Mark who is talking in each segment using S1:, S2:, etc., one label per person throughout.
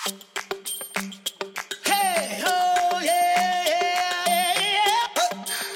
S1: Hey, oh, yeah, yeah, yeah.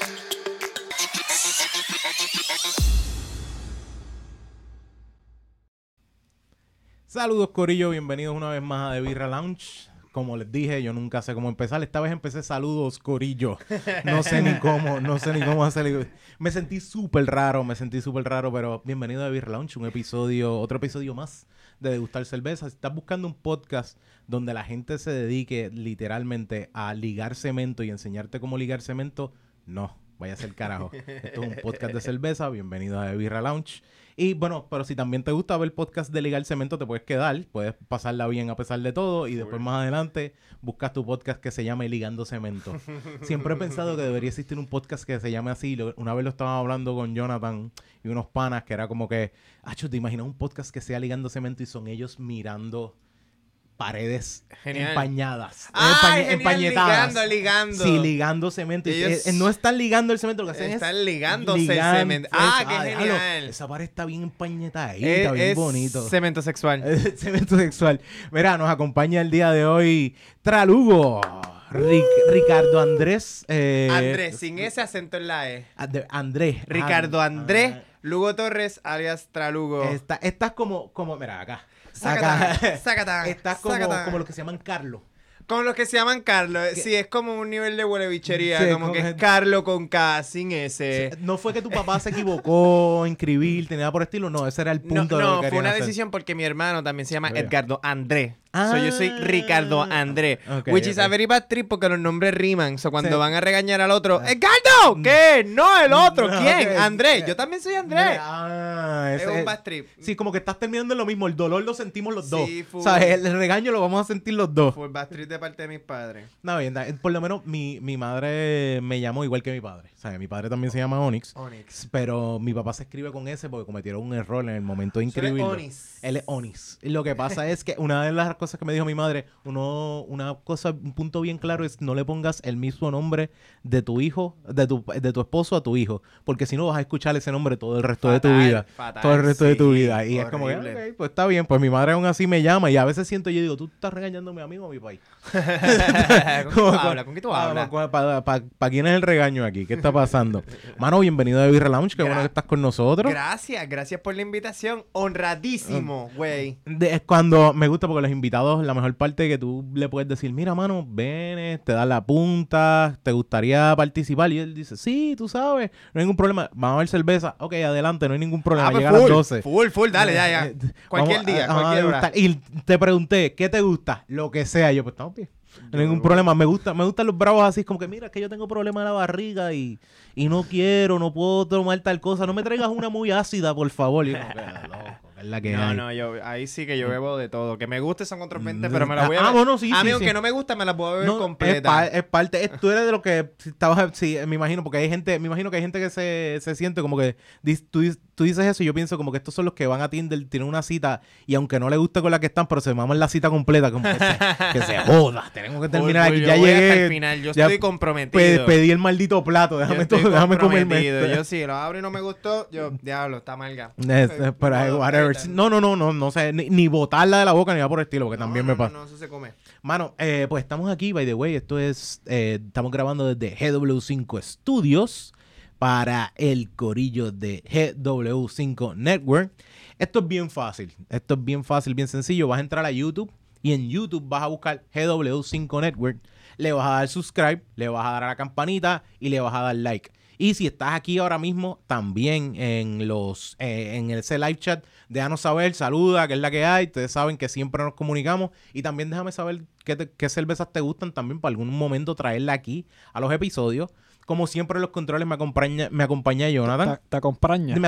S2: Saludos Corillo, bienvenidos una vez más a The Birra Lounge. Como les dije, yo nunca sé cómo empezar. Esta vez empecé saludos Corillo. No sé ni cómo hacerlo. Me sentí súper raro, pero bienvenido a The Birra Lounge, otro episodio más de Degustar Cerveza. Si estás buscando un podcast donde la gente se dedique literalmente a ligar cemento y enseñarte cómo ligar cemento, no, vaya a ser carajo. Esto es un podcast de cerveza, bienvenido a The Birra Lounge. Y bueno, pero si también te gusta ver podcast de ligar cemento, te puedes quedar, puedes pasarla bien a pesar de todo y después más adelante buscas tu podcast que se llame Ligando Cemento. Siempre he pensado que debería existir un podcast que se llame así. Una vez lo estaba hablando con Jonathan y unos panas que era como que, ¿te imaginas un podcast que sea Ligando Cemento y son ellos mirando paredes empañadas, empañetadas,
S3: ligando.
S2: Sí, ligando cemento.
S3: Ellos
S2: No están ligando el cemento, lo que hacen
S3: están
S2: es
S3: ligándose el cemento. Qué genial.
S2: Esa pared está bien empañetadita, bien bonito.
S3: Cemento sexual.
S2: Cemento sexual. Mira, nos acompaña el día de hoy Tralugo, Ricardo Andrés.
S3: Andrés, sin ese acento en la E.
S2: Andrés.
S3: Ricardo Andrés Lugo Torres, alias Tralugo.
S2: Estás como, mira, acá.
S3: Sácatán.
S2: Estás como los que se llaman Carlos.
S3: Como los que se llaman Carlos. Sí, es como un nivel de huelebichería.
S2: Sí,
S3: como que es Carlos con K, sin S.
S2: No fue que tu papá se equivocó en inscribirte ni nada por el estilo. No, ese era el punto de lo que
S3: No, fue
S2: querían
S3: una
S2: hacer.
S3: decisión porque mi hermano también se llama
S2: Oiga.
S3: Edgardo Andrés. Yo soy Ricardo Andrés.
S2: Okay,
S3: Which is a very bad trip porque los nombres riman. Cuando
S2: Sí.
S3: van a regañar al otro, ¡Edgardo! ¿Qué? No, el otro.
S2: No,
S3: ¿Quién?
S2: ok.
S3: Andrés. Yo también soy Andrés. Es un bad trip.
S2: Sí, como que estás terminando en lo mismo. El dolor lo sentimos los dos.
S3: full.
S2: O sea, el regaño lo vamos a sentir los dos.
S3: Fue el bad trip de parte de mis padres.
S2: No, bien, por lo menos mi madre me llamó igual que mi padre. O sea, mi padre también se llama Onyx. Pero mi papá se escribe con S porque cometieron un error en el momento de inscribirlo. Él es Onyx. Y lo que pasa es que una de las cosas que me dijo mi madre, un punto bien claro es no le pongas el mismo nombre de tu hijo, de tu esposo a tu hijo. Porque si no vas a escuchar ese nombre todo el resto de tu vida. Todo el resto de tu vida. Y es como que, ok, pues está bien. Pues mi madre aún así me llama y a veces siento, yo digo, ¿tú estás regañándome a mí o a mi país?
S3: ¿Con qué tú hablas?
S2: ¿Para quién es el regaño aquí? ¿Qué está pasando? Mano, bienvenido a Birra Lounge. Qué bueno que estás con nosotros.
S3: Gracias por la invitación. Honradísimo, güey.
S2: Es cuando me gusta porque los invitados, la mejor parte que tú le puedes decir, mira, mano, ven, te da la punta, ¿te gustaría participar? Y él dice, sí, tú sabes, no hay ningún problema. Vamos a ver cerveza. Ok, adelante, no hay ningún problema.
S3: Pues
S2: Llega a las 12.
S3: Full, dale, ya. Cualquier día, cualquier hora.
S2: Y te pregunté, ¿qué te gusta? Lo que sea. Yo, pues estamos bien. No hay ningún problema. Me gustan los bravos así, como que mira, es que yo tengo problema en la barriga y no puedo tomar tal cosa. No me traigas una muy ácida, por favor. Y yo, loco, es la que hay.
S3: Ahí sí que yo bebo de todo. Que me guste son otros 20, pero me la voy a beber.
S2: Bueno, sí,
S3: a mí,
S2: sí,
S3: aunque
S2: sí.
S3: no me gusta, me la puedo beber completa.
S2: Es parte. Tú eres de lo que estabas. Sí, me imagino, porque hay gente. Me imagino que hay gente que se siente como que. Tú dices eso y yo pienso como que estos son los que van a Tinder, tienen una cita y aunque no les guste con la que están, pero se maman la cita completa. Como que se joda. Tenemos que terminar aquí.
S3: Yo
S2: Ya
S3: voy
S2: llegué.
S3: hasta el final. Yo estoy comprometido.
S2: Pedí el maldito plato. Déjame comerme esto.
S3: Yo sí, lo abro y no me gustó. Diablo, está malga.
S2: Pero whatever. No sé, ni botarla de la boca ni nada por el estilo, porque también me pasa.
S3: No, eso se come.
S2: Mano, pues estamos aquí, by the way. Esto es, estamos grabando desde GW5 Studios para el corillo de GW5 Network. Esto es bien fácil, bien sencillo. Vas a entrar a YouTube y en YouTube vas a buscar GW5 Network. Le vas a dar subscribe, le vas a dar a la campanita y le vas a dar like. Y si estás aquí ahora mismo, también en ese live chat, déjanos saber, saluda, que es la que hay. Ustedes saben que siempre nos comunicamos. Y también déjame saber qué cervezas te gustan también para algún momento traerla aquí a los episodios. Como siempre en los controles me acompaña Jonathan.
S4: ¿Te acompaña?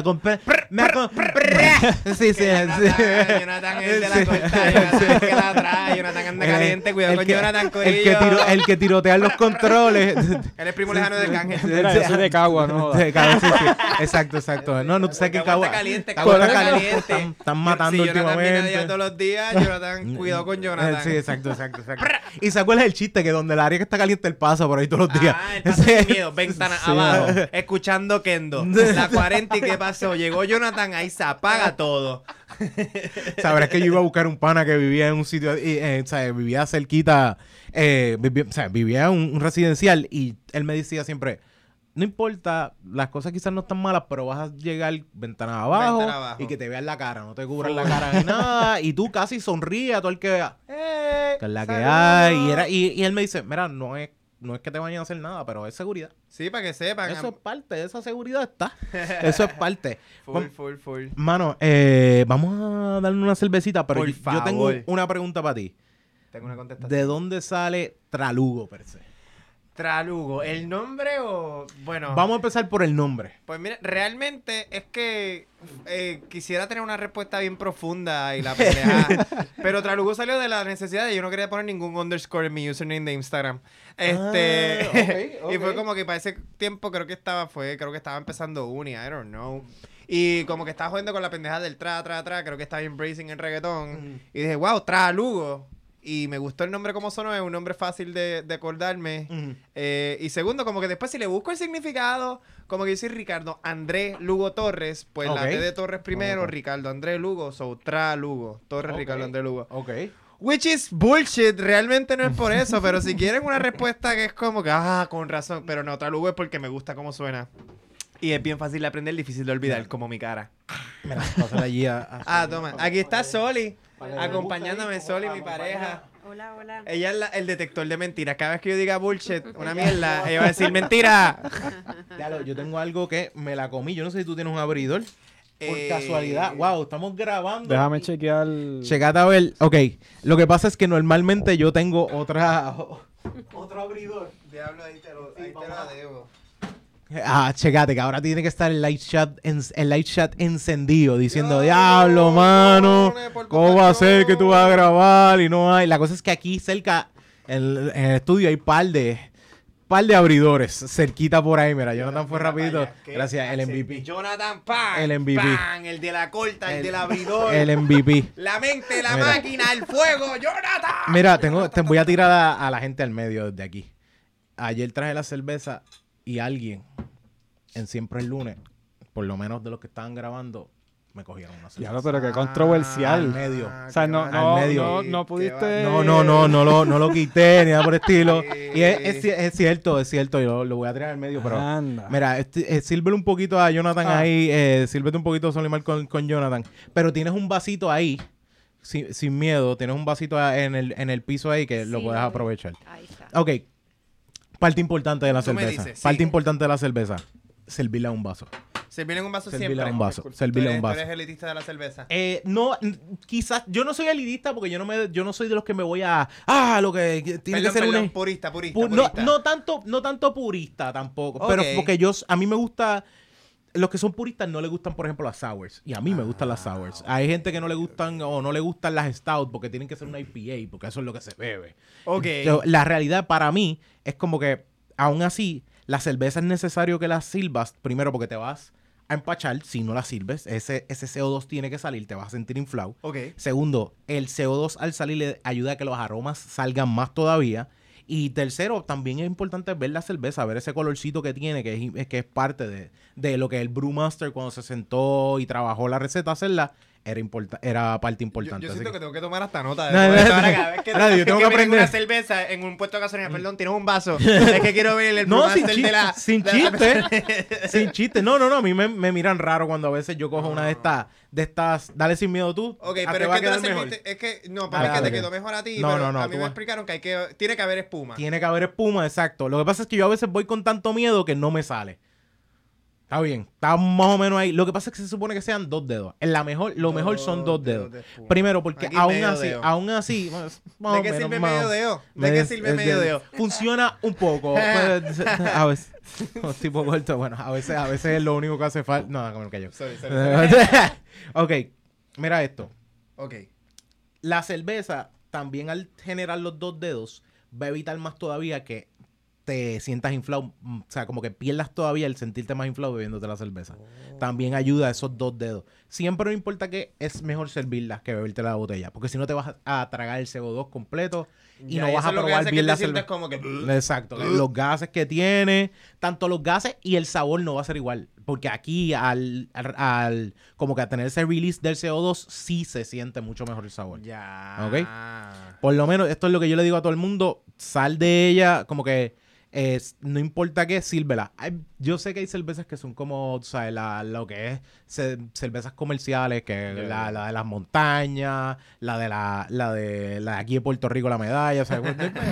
S2: Sí.
S3: Jonathan es de la corta. Jonathan que la trae. Jonathan anda caliente. Cuidado con Jonathan, corillo.
S2: El que tirotea los controles.
S3: Él es primo lejano de Cángel.
S4: Mira, yo soy de Cagua, ¿no?
S2: Sí. Exacto. No, tú sabes que
S3: Cagua
S2: Cagua
S3: está caliente.
S2: está caliente. Están matando
S3: si Jonathan viene
S2: últimamente.
S3: allá todos los días, Jonathan, cuidado con Jonathan.
S2: Sí, exacto. ¿Y se acuerda el chiste que donde el área que está caliente él pasa por ahí todos los días?
S3: Está sin miedo, ventana abajo, escuchando Kendo. La 40 y qué pasó, llegó Jonathan, ahí se apaga todo.
S2: Sabrás que yo iba a buscar un pana que vivía en un sitio, o sea, vivía cerquita, vivía en un residencial y él me decía siempre, no importa, las cosas quizás no están malas, pero vas a llegar ventana abajo, y que te vean la cara, no te cubran la cara ni nada, y tú casi sonríes a todo el que vea, que es la que hay, y él me dice, mira, no es que te vayan a hacer nada, pero es seguridad.
S3: Sí, para que sepan.
S2: Eso es parte, de esa seguridad está. Eso es parte.
S3: Full.
S2: Mano, vamos a darle una cervecita, pero yo tengo una pregunta para ti.
S3: Tengo una contestación.
S2: ¿De dónde sale Tralugo, per se?
S3: Tralugo, ¿el nombre o...? Bueno...
S2: Vamos a empezar por el nombre.
S3: Pues mira, realmente es que quisiera tener una respuesta bien profunda y la pendeja. Pero Tralugo salió de la necesidad de yo no quería poner ningún underscore en mi username de Instagram.
S2: Okay.
S3: Y fue como que para ese tiempo creo que estaba empezando uni, I don't know. Y como que estaba jugando con la pendeja del tra, creo que estaba embracing el reggaetón. Y dije, wow, Tralugo. Y me gustó el nombre como sonó, es un nombre fácil de acordarme. Y segundo, como que después si le busco el significado, como que yo soy Ricardo Andrés Lugo Torres, pues la T de Torres primero, Ricardo Andrés Lugo, Tralugo. Torres Ricardo Andrés Lugo.
S2: Ok.
S3: Which is bullshit, realmente no es por eso, pero si quieren una respuesta que es como que, con razón, pero no, Tralugo es porque me gusta cómo suena. Y es bien fácil de aprender, difícil de olvidar, como mi cara.
S2: Me la pasar allí
S3: toma. Aquí está Soli, acompañándome, Soli, mi pareja.
S5: Hola.
S3: Ella es el detector de mentiras. Cada vez que yo diga bullshit, una mierda, ella va a decir mentira.
S2: Claro, yo tengo algo que me la comí. Yo no sé si tú tienes un abridor. Por casualidad. Wow, estamos grabando.
S4: Déjame chequear.
S2: Checate a ver. Ok, lo que pasa es que normalmente yo tengo otro abridor.
S3: Diablo, ahí te lo debo.
S2: Checate, que ahora tiene que estar el light chat encendido diciendo, diablo, mano, ¿cómo va a ser que tú vas a grabar? Y no hay. La cosa es que aquí cerca, en el estudio, hay par de abridores cerquita por ahí. Mira, Jonathan fue rapidito. Gracias, el MVP.
S3: Jonathan, ¡pam!
S2: El MVP.
S3: ¡Pam! El de la corta, el del abridor.
S2: El MVP.
S3: La mente, la máquina, el fuego, Jonathan.
S2: Mira, te voy a tirar a la gente al medio desde aquí. Ayer traje la cerveza y alguien en Siempre el Lunes, por lo menos de los que estaban grabando, me cogieron una cerveza.
S4: Diablo, pero qué controversial.
S2: Al medio.
S4: O sea, no pudiste...
S2: No lo quité, ni nada por el estilo. Y es cierto, yo lo voy a tirar al medio, pero...
S4: Anda.
S2: Mira, sírvele un poquito a Jonathan ahí, sírvete un poquito Solimar con Jonathan, pero tienes un vasito ahí, sin miedo, tienes un vasito en el piso ahí que lo puedes aprovechar.
S5: Ahí está.
S2: Ok, parte importante de la
S3: Tú me
S2: cerveza.
S3: dices,
S2: Parte
S3: sí.
S2: importante de la cerveza, servirle a un vaso.
S3: Servirle en un vaso
S2: Servirle
S3: siempre.
S2: a un vaso, servirle a un vaso.
S3: ¿Tú eres elitista de la cerveza?
S2: Quizás, yo no soy elitista porque yo no soy de los que me voy a... lo que tiene que ser
S3: Perdón, purista.
S2: No tanto purista tampoco,
S3: Ok.
S2: pero porque a mí me gusta... Los que son puristas no les gustan, por ejemplo, las sours. Y a mí me gustan las sours. Hay gente que no le gustan o no le gustan las stout porque tienen que ser una IPA, porque eso es lo que se bebe.
S3: Ok.
S2: La realidad para mí es como que, aún así, la cerveza es necesario que la sirvas, primero porque te vas a empachar si no la sirves. Ese CO2 tiene que salir, te vas a sentir inflado.
S3: Ok.
S2: Segundo, el CO2 al salir le ayuda a que los aromas salgan más todavía. Y tercero, también es importante ver la cerveza, ver ese colorcito que tiene, que es parte de lo que el Brewmaster cuando se sentó y trabajó la receta, hacerla, era parte importante.
S3: Yo
S2: Así
S3: siento que tengo que tomar hasta nota de
S2: No,
S3: todo esto.
S2: no,
S3: Ahora
S2: no.
S3: cada vez que
S2: Nada, yo tengo que
S3: me den
S2: aprender.
S3: una cerveza en un puesto de gasolina, perdón, tienes un vaso. Es que quiero ver el
S2: No,
S3: Brewmaster de la...
S2: sin
S3: de la-
S2: chiste. Sin chiste. No. A mí me miran raro cuando a veces yo cojo una de estas. Dale sin miedo tú.
S3: Ok,
S2: te
S3: pero
S2: va
S3: es
S2: a
S3: que tú la
S2: quedar mejor.
S3: serviste... Es que... No,
S2: Dale,
S3: para que te
S2: dale.
S3: quedó mejor a ti,
S2: No,
S3: pero
S2: no,
S3: a mí
S2: tú
S3: me
S2: vas.
S3: explicaron que tiene que haber espuma.
S2: Tiene que haber espuma, exacto. Lo que pasa es que yo a veces voy con tanto miedo que no me sale. Está bien, está más o menos ahí. Lo que pasa es que se supone que sean 2 dedos. Lo mejor son 2 dedos.
S3: de espuma.
S2: Primero, porque
S3: Aquí
S2: aún
S3: medio
S2: así,
S3: dedo.
S2: más
S3: ¿De
S2: o
S3: qué
S2: menos,
S3: sirve
S2: más-
S3: medio dedo? ¿De qué sirve medio dedo?
S2: Funciona un poco. Pues, a veces, tipo corto. Bueno, a veces es lo único que hace falta. No, como que yo.
S3: Sorry.
S2: Ok, mira esto.
S3: Ok.
S2: La cerveza también al generar los 2 dedos va a evitar más todavía que te sientas inflado, o sea, como que pierdas todavía el sentirte más inflado bebiéndote la cerveza. También ayuda a esos 2 dedos. siempre no importa que es mejor servirla que beberte la botella. Porque si no te vas a tragar el CO2 completo y
S3: Ya,
S2: no
S3: y
S2: vas
S3: eso
S2: a
S3: es lo que
S2: probar
S3: hace
S2: bien
S3: que
S2: la
S3: te sientas
S2: cerveza.
S3: como que...
S2: Exacto. Los gases que tiene, tanto los gases y el sabor no va a ser igual. Porque aquí como que a tener ese release del CO2 sí se siente mucho mejor el sabor.
S3: Ya.
S2: ¿Ok? Por lo menos esto es lo que yo le digo a todo el mundo. Sal de ella como que no importa qué, sírvela. Yo sé que hay cervezas que son como, ¿sabes? Lo que es cervezas comerciales, que la de las montañas, la de aquí de Puerto Rico, la medalla, ¿sabes?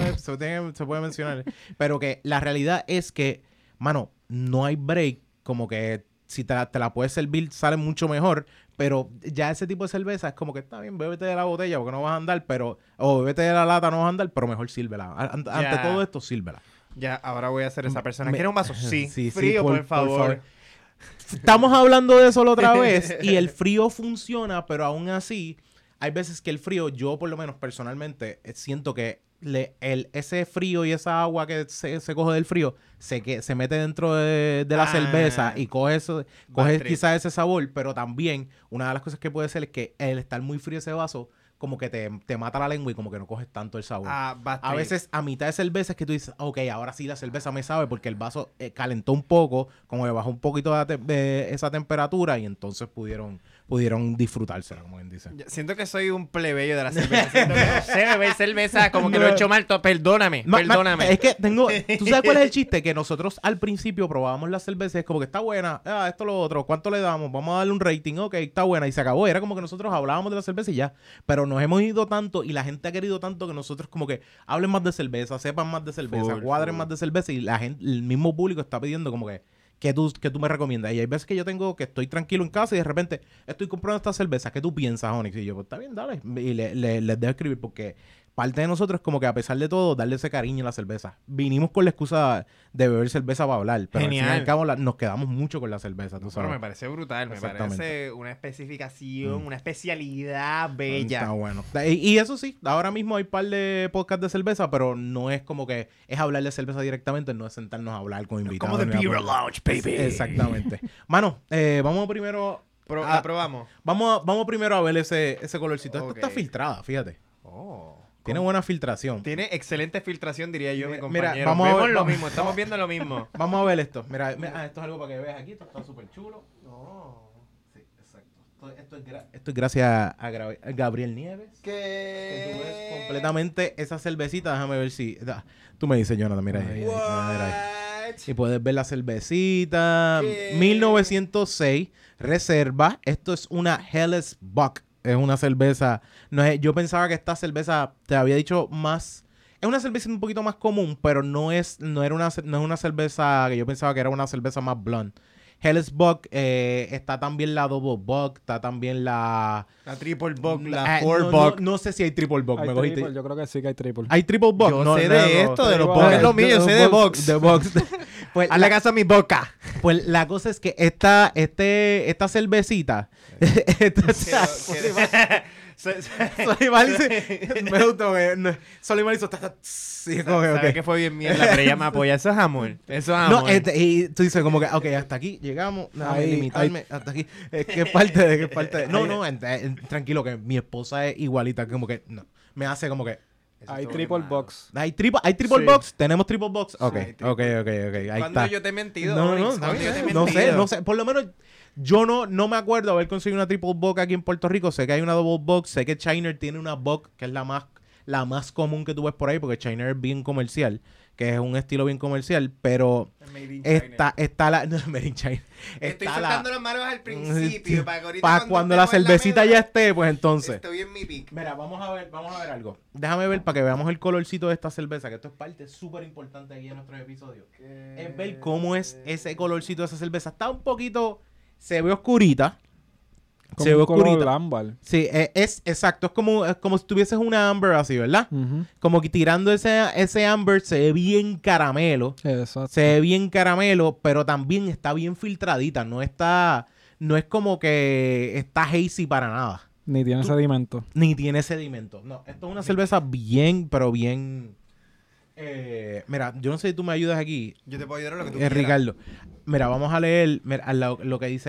S2: Se puede mencionar. Pero que la realidad es que, mano, no hay break, como que si te la puedes servir, sale mucho mejor. Pero ya ese tipo de cerveza es como que está bien, bébete de la botella porque no vas a andar, o bébete de la lata, no vas a andar, pero mejor sírvela. Ante todo esto, sírvela.
S3: Ya, ahora voy a ser esa persona. ¿Quieres un vaso? Sí.
S2: Sí,
S3: Frío, por favor.
S2: Estamos hablando de eso la otra vez y el frío funciona, pero aún así hay veces que el frío, yo por lo menos personalmente siento que ese frío y esa agua que se coge del frío se mete dentro de la cerveza y coge quizás ese sabor, pero también una de las cosas que puede ser es que el estar muy frío ese vaso como que te mata la lengua y como que no coges tanto el sabor. A veces a mitad de cerveza es que tú dices, ok, ahora sí la cerveza me sabe porque el vaso calentó un poco, como que bajó un poquito de esa temperatura y entonces pudieron disfrutársela, como bien dice.
S3: Siento que soy un plebeyo de la cerveza. Siento que no sé beber cerveza, como que lo he hecho mal. Perdóname.
S2: Es que ¿tú sabes cuál es el chiste? Que nosotros al principio probábamos la cerveza y es como que está buena, esto lo otro, ¿cuánto le damos? Vamos a darle un rating, ok, está buena y se acabó. Era como que nosotros hablábamos de la cerveza y ya, pero nos hemos ido tanto y la gente ha querido tanto que nosotros como que hablen más de cerveza, sepan más de cerveza, cuadren más de cerveza y la gente, el mismo público está pidiendo como que tú me recomiendas. Y hay veces que yo estoy tranquilo en casa y de repente estoy comprando esta cerveza. ¿Qué tú piensas, Onyx? Y yo, pues está bien, dale. Y les dejo escribir porque parte de nosotros es como que a pesar de todo, darle ese cariño a la cerveza. Vinimos con la excusa de beber cerveza para hablar, pero
S3: Genial.
S2: al fin y al cabo nos quedamos mucho con la cerveza, tú sabes.
S3: Pero me parece brutal, me parece una especificación, una especialidad bella.
S2: Está bueno. Y eso sí, ahora mismo hay un par de podcasts de cerveza, pero no es como que es hablar de cerveza directamente, no es sentarnos a hablar con invitados.
S3: Como The Beer Lounge, baby.
S2: Exactamente. Mano, vamos primero...
S3: ¿La probamos?
S2: Vamos primero a ver ese colorcito.
S3: Ok.
S2: Esto está filtrada, fíjate.
S3: Oh.
S2: Tiene buena filtración.
S3: Tiene excelente filtración, diría yo, mi
S2: Mira,
S3: compañero.
S2: vamos a
S3: Vemos
S2: ver-
S3: lo mismo, estamos viendo lo mismo.
S2: Vamos a ver esto. Mira, esto es algo para que veas aquí. Esto está súper chulo. Sí, exacto. Esto es gracias a Gabriel Nieves. Que tú ves completamente esa cervecita. Déjame ver si... Tú me dices, Jonathan, mira ahí. Mira ahí. Y puedes ver la cervecita.
S3: ¿Qué?
S2: 1906. Reserva. Esto es una Helles Bock. Es una cerveza... yo pensaba que esta cerveza, te había dicho más... Es una cerveza un poquito más común, pero no es una cerveza que yo pensaba que era una cerveza más blonde. Helles Bock, está también la Double Bock, está también la
S3: Triple Bock, la Four
S2: no,
S3: Bock.
S2: no sé si hay Triple Bock.
S4: Hay
S2: me cogiste.
S4: triple, yo creo que sí que hay triple.
S2: ¿Hay Triple Bock?
S3: Yo sé de esto, de los
S4: Bock,
S3: Bock es lo mío, yo sé de Box.
S2: De Box. Pues,
S3: Hazle caso a mi boca.
S2: pues la cosa es que esta cervecita... Solimar dice... Me gustó que... Solimar hizo... Sí, como que,
S3: Sabes
S2: ok.
S3: que fue bien mierda, pero ella me apoya. Eso es amor. Eso es amor.
S2: No, y tú dices como que, ok, hasta aquí llegamos, déjame
S4: Ahí,
S2: limitarme, hasta aquí. ¿Qué parte de? No, tranquilo, que mi esposa es igualita, como que, no, me hace como que...
S4: Hay triple box.
S2: ¿Hay triple
S4: Sí.
S2: box? ¿Tenemos triple box? Ok,
S3: hay
S2: ok,
S3: triple
S2: ahí
S3: ¿Cuándo
S2: está.
S3: yo te he mentido?
S2: No,
S3: Onyx?
S2: está
S3: ¿Cuándo yo te he
S2: bien.
S3: mentido?
S2: No sé, por lo menos yo no me acuerdo haber conseguido una triple box aquí en Puerto Rico. Sé que hay una double box, sé que Shiner tiene una box que es la más común que tú ves por ahí, porque Shiner es bien comercial, que es un estilo bien comercial, pero está la... No, Made in China.
S3: Estoy
S2: Está
S3: soltando las manos al principio, para que ahorita
S2: para cuando la
S3: estemos en
S2: cervecita
S3: mesa,
S2: ya esté, pues entonces.
S3: estoy en mi pick.
S2: Mira, vamos a ver algo. Déjame ver para que veamos el colorcito de esta cerveza, que esto es parte súper importante aquí en nuestros episodios. Es ver cómo es ese colorcito de esa cerveza. Está un poquito... Se ve oscurita. Se ve
S4: Como un color
S2: oscurita.
S4: ámbar.
S2: Sí, es exacto. Es como si tuvieses una amber así, ¿verdad?
S4: Ujú.
S2: Como que tirando ese amber se ve bien caramelo.
S4: Exacto.
S2: Se ve bien caramelo, pero también está bien filtradita. No es como que está hazy para nada.
S4: Ni tiene sedimento.
S2: Ni tiene sedimento. No, esto es una cerveza bien, pero bien... mira, yo no sé si tú me ayudas aquí,
S3: Yo te puedo ayudar a lo que tú quieras.
S2: Ricardo. Mira, vamos a leer lo que dice aquí.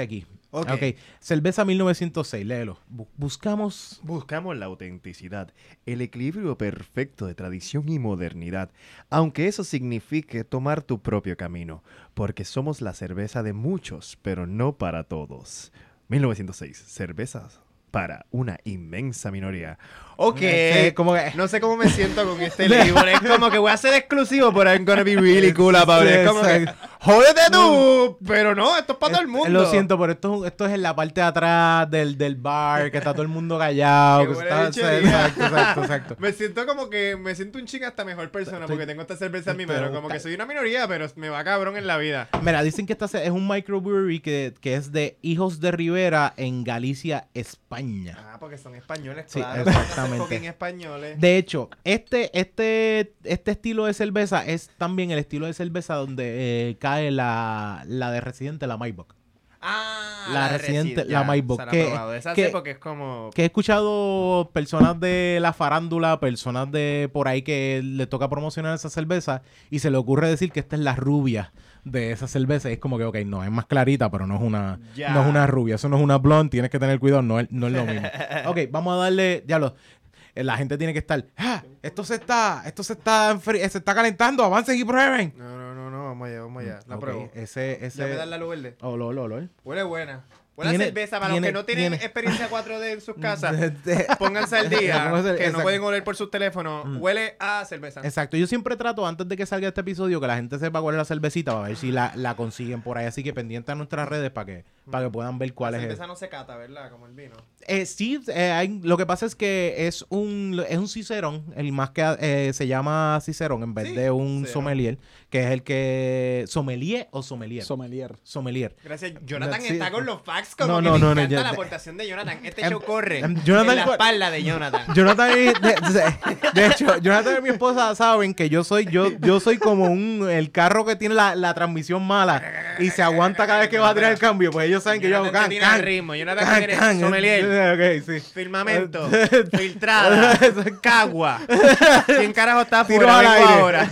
S3: Ok.
S2: Ok. Cerveza 1906, léelo. Buscamos...
S5: Buscamos la autenticidad, el equilibrio perfecto de tradición y modernidad, aunque eso signifique tomar tu propio camino, porque somos la cerveza de muchos, pero no para todos. 1906, cervezas para una inmensa minoría.
S3: Ok.
S2: Sí, como que-
S3: No sé cómo me siento con este libro. Es como que voy a ser exclusivo, pero I'm gonna be really cool about it. Es como que,
S2: Exacto.
S3: jódete tú. Pero no, esto es para todo el mundo.
S2: Lo siento, pero esto es en la parte de atrás del bar, que está todo el mundo callado.
S3: Que
S2: Que se
S3: huele
S2: está,
S3: lechería.
S2: exacto.
S3: Me siento como que me siento un ching hasta mejor persona
S2: Estoy-
S3: porque tengo esta cerveza en mi
S2: pero
S3: mano. Como
S2: está-
S3: que soy una minoría, pero me va cabrón en la vida.
S2: Mira, dicen que esta es un microbrewery que es de Hijos de Rivera en Galicia, España.
S3: Ah, porque son españoles,
S2: Sí,
S3: claro.
S2: exactamente.
S3: Son fucking españoles.
S2: De hecho, este estilo de cerveza es también el estilo de cerveza donde cae la de Residente, la Maybach.
S3: Ah,
S2: La
S3: de
S2: Resident,
S3: Resident,
S2: la
S3: ya,
S2: Maybach,
S3: se la he
S2: que-
S3: probado. Esa
S2: que-
S3: sé porque es como...
S2: Que he escuchado personas de la farándula, personas de por ahí que le toca promocionar esa cerveza y se le ocurre decir que esta es la rubia de esa cerveza. Y es como que, ok, no, es más clarita, pero no es una,
S3: Ya.
S2: no es una rubia. Eso no es una blonde, tienes que tener cuidado, no es lo mismo. Ok, vamos a darle, la gente tiene que estar, esto se está se está calentando, avancen y prueben.
S3: No, vamos allá, la
S2: Ok,
S3: pruebo.
S2: ese,
S3: Ya me dan la luz verde.
S2: olor.
S3: Huele buena. Buena
S2: Tiene-
S3: cerveza para los
S2: tiene-
S3: que no tienen
S2: tiene-
S3: experiencia 4D en sus casas.
S2: De-
S3: Pónganse al día,
S2: Pónganse-
S3: que no
S2: exacto.
S3: pueden oler por sus teléfonos. Huele a cerveza.
S2: Exacto, yo siempre trato antes de que salga este episodio que la gente sepa cuál es la cervecita para ver si la consiguen por ahí, así que pendiente a nuestras redes para que puedan ver cuál
S3: La
S2: es.
S3: cerveza no se cata, ¿verdad? Como el vino.
S2: Sí, lo que pasa es que es un cicerón, el más que se llama cicerón en vez
S3: Sí,
S2: de un
S3: cicerón.
S2: sommelier, que es el que sommelier o sommelier. Sommelier.
S3: Gracias. Jonathan
S2: Sí.
S3: está con los facts como
S2: No,
S3: que
S2: no,
S3: me
S2: no,
S3: encanta
S2: ya-
S3: la aportación de Jonathan. Este
S2: Em,
S3: show corre
S2: Jonathan-
S3: en la espalda de Jonathan.
S2: Jonathan y, de hecho, Jonathan y mi esposa saben que yo soy como el carro que tiene la transmisión mala y se aguanta cada vez que va a tirar el cambio, pues ellos saben que yo hago
S3: Jonathan
S2: can,
S3: te tira
S2: can,
S3: el ritmo. Jonathan
S2: can,
S3: quiere
S2: can.
S3: sommelier,
S2: Ok, sí.
S3: firmamento, filtrada, cagua. ¿Quién carajo está
S2: Tiro
S3: afuera?
S2: al
S3: Vengo
S2: aire.
S3: ahora.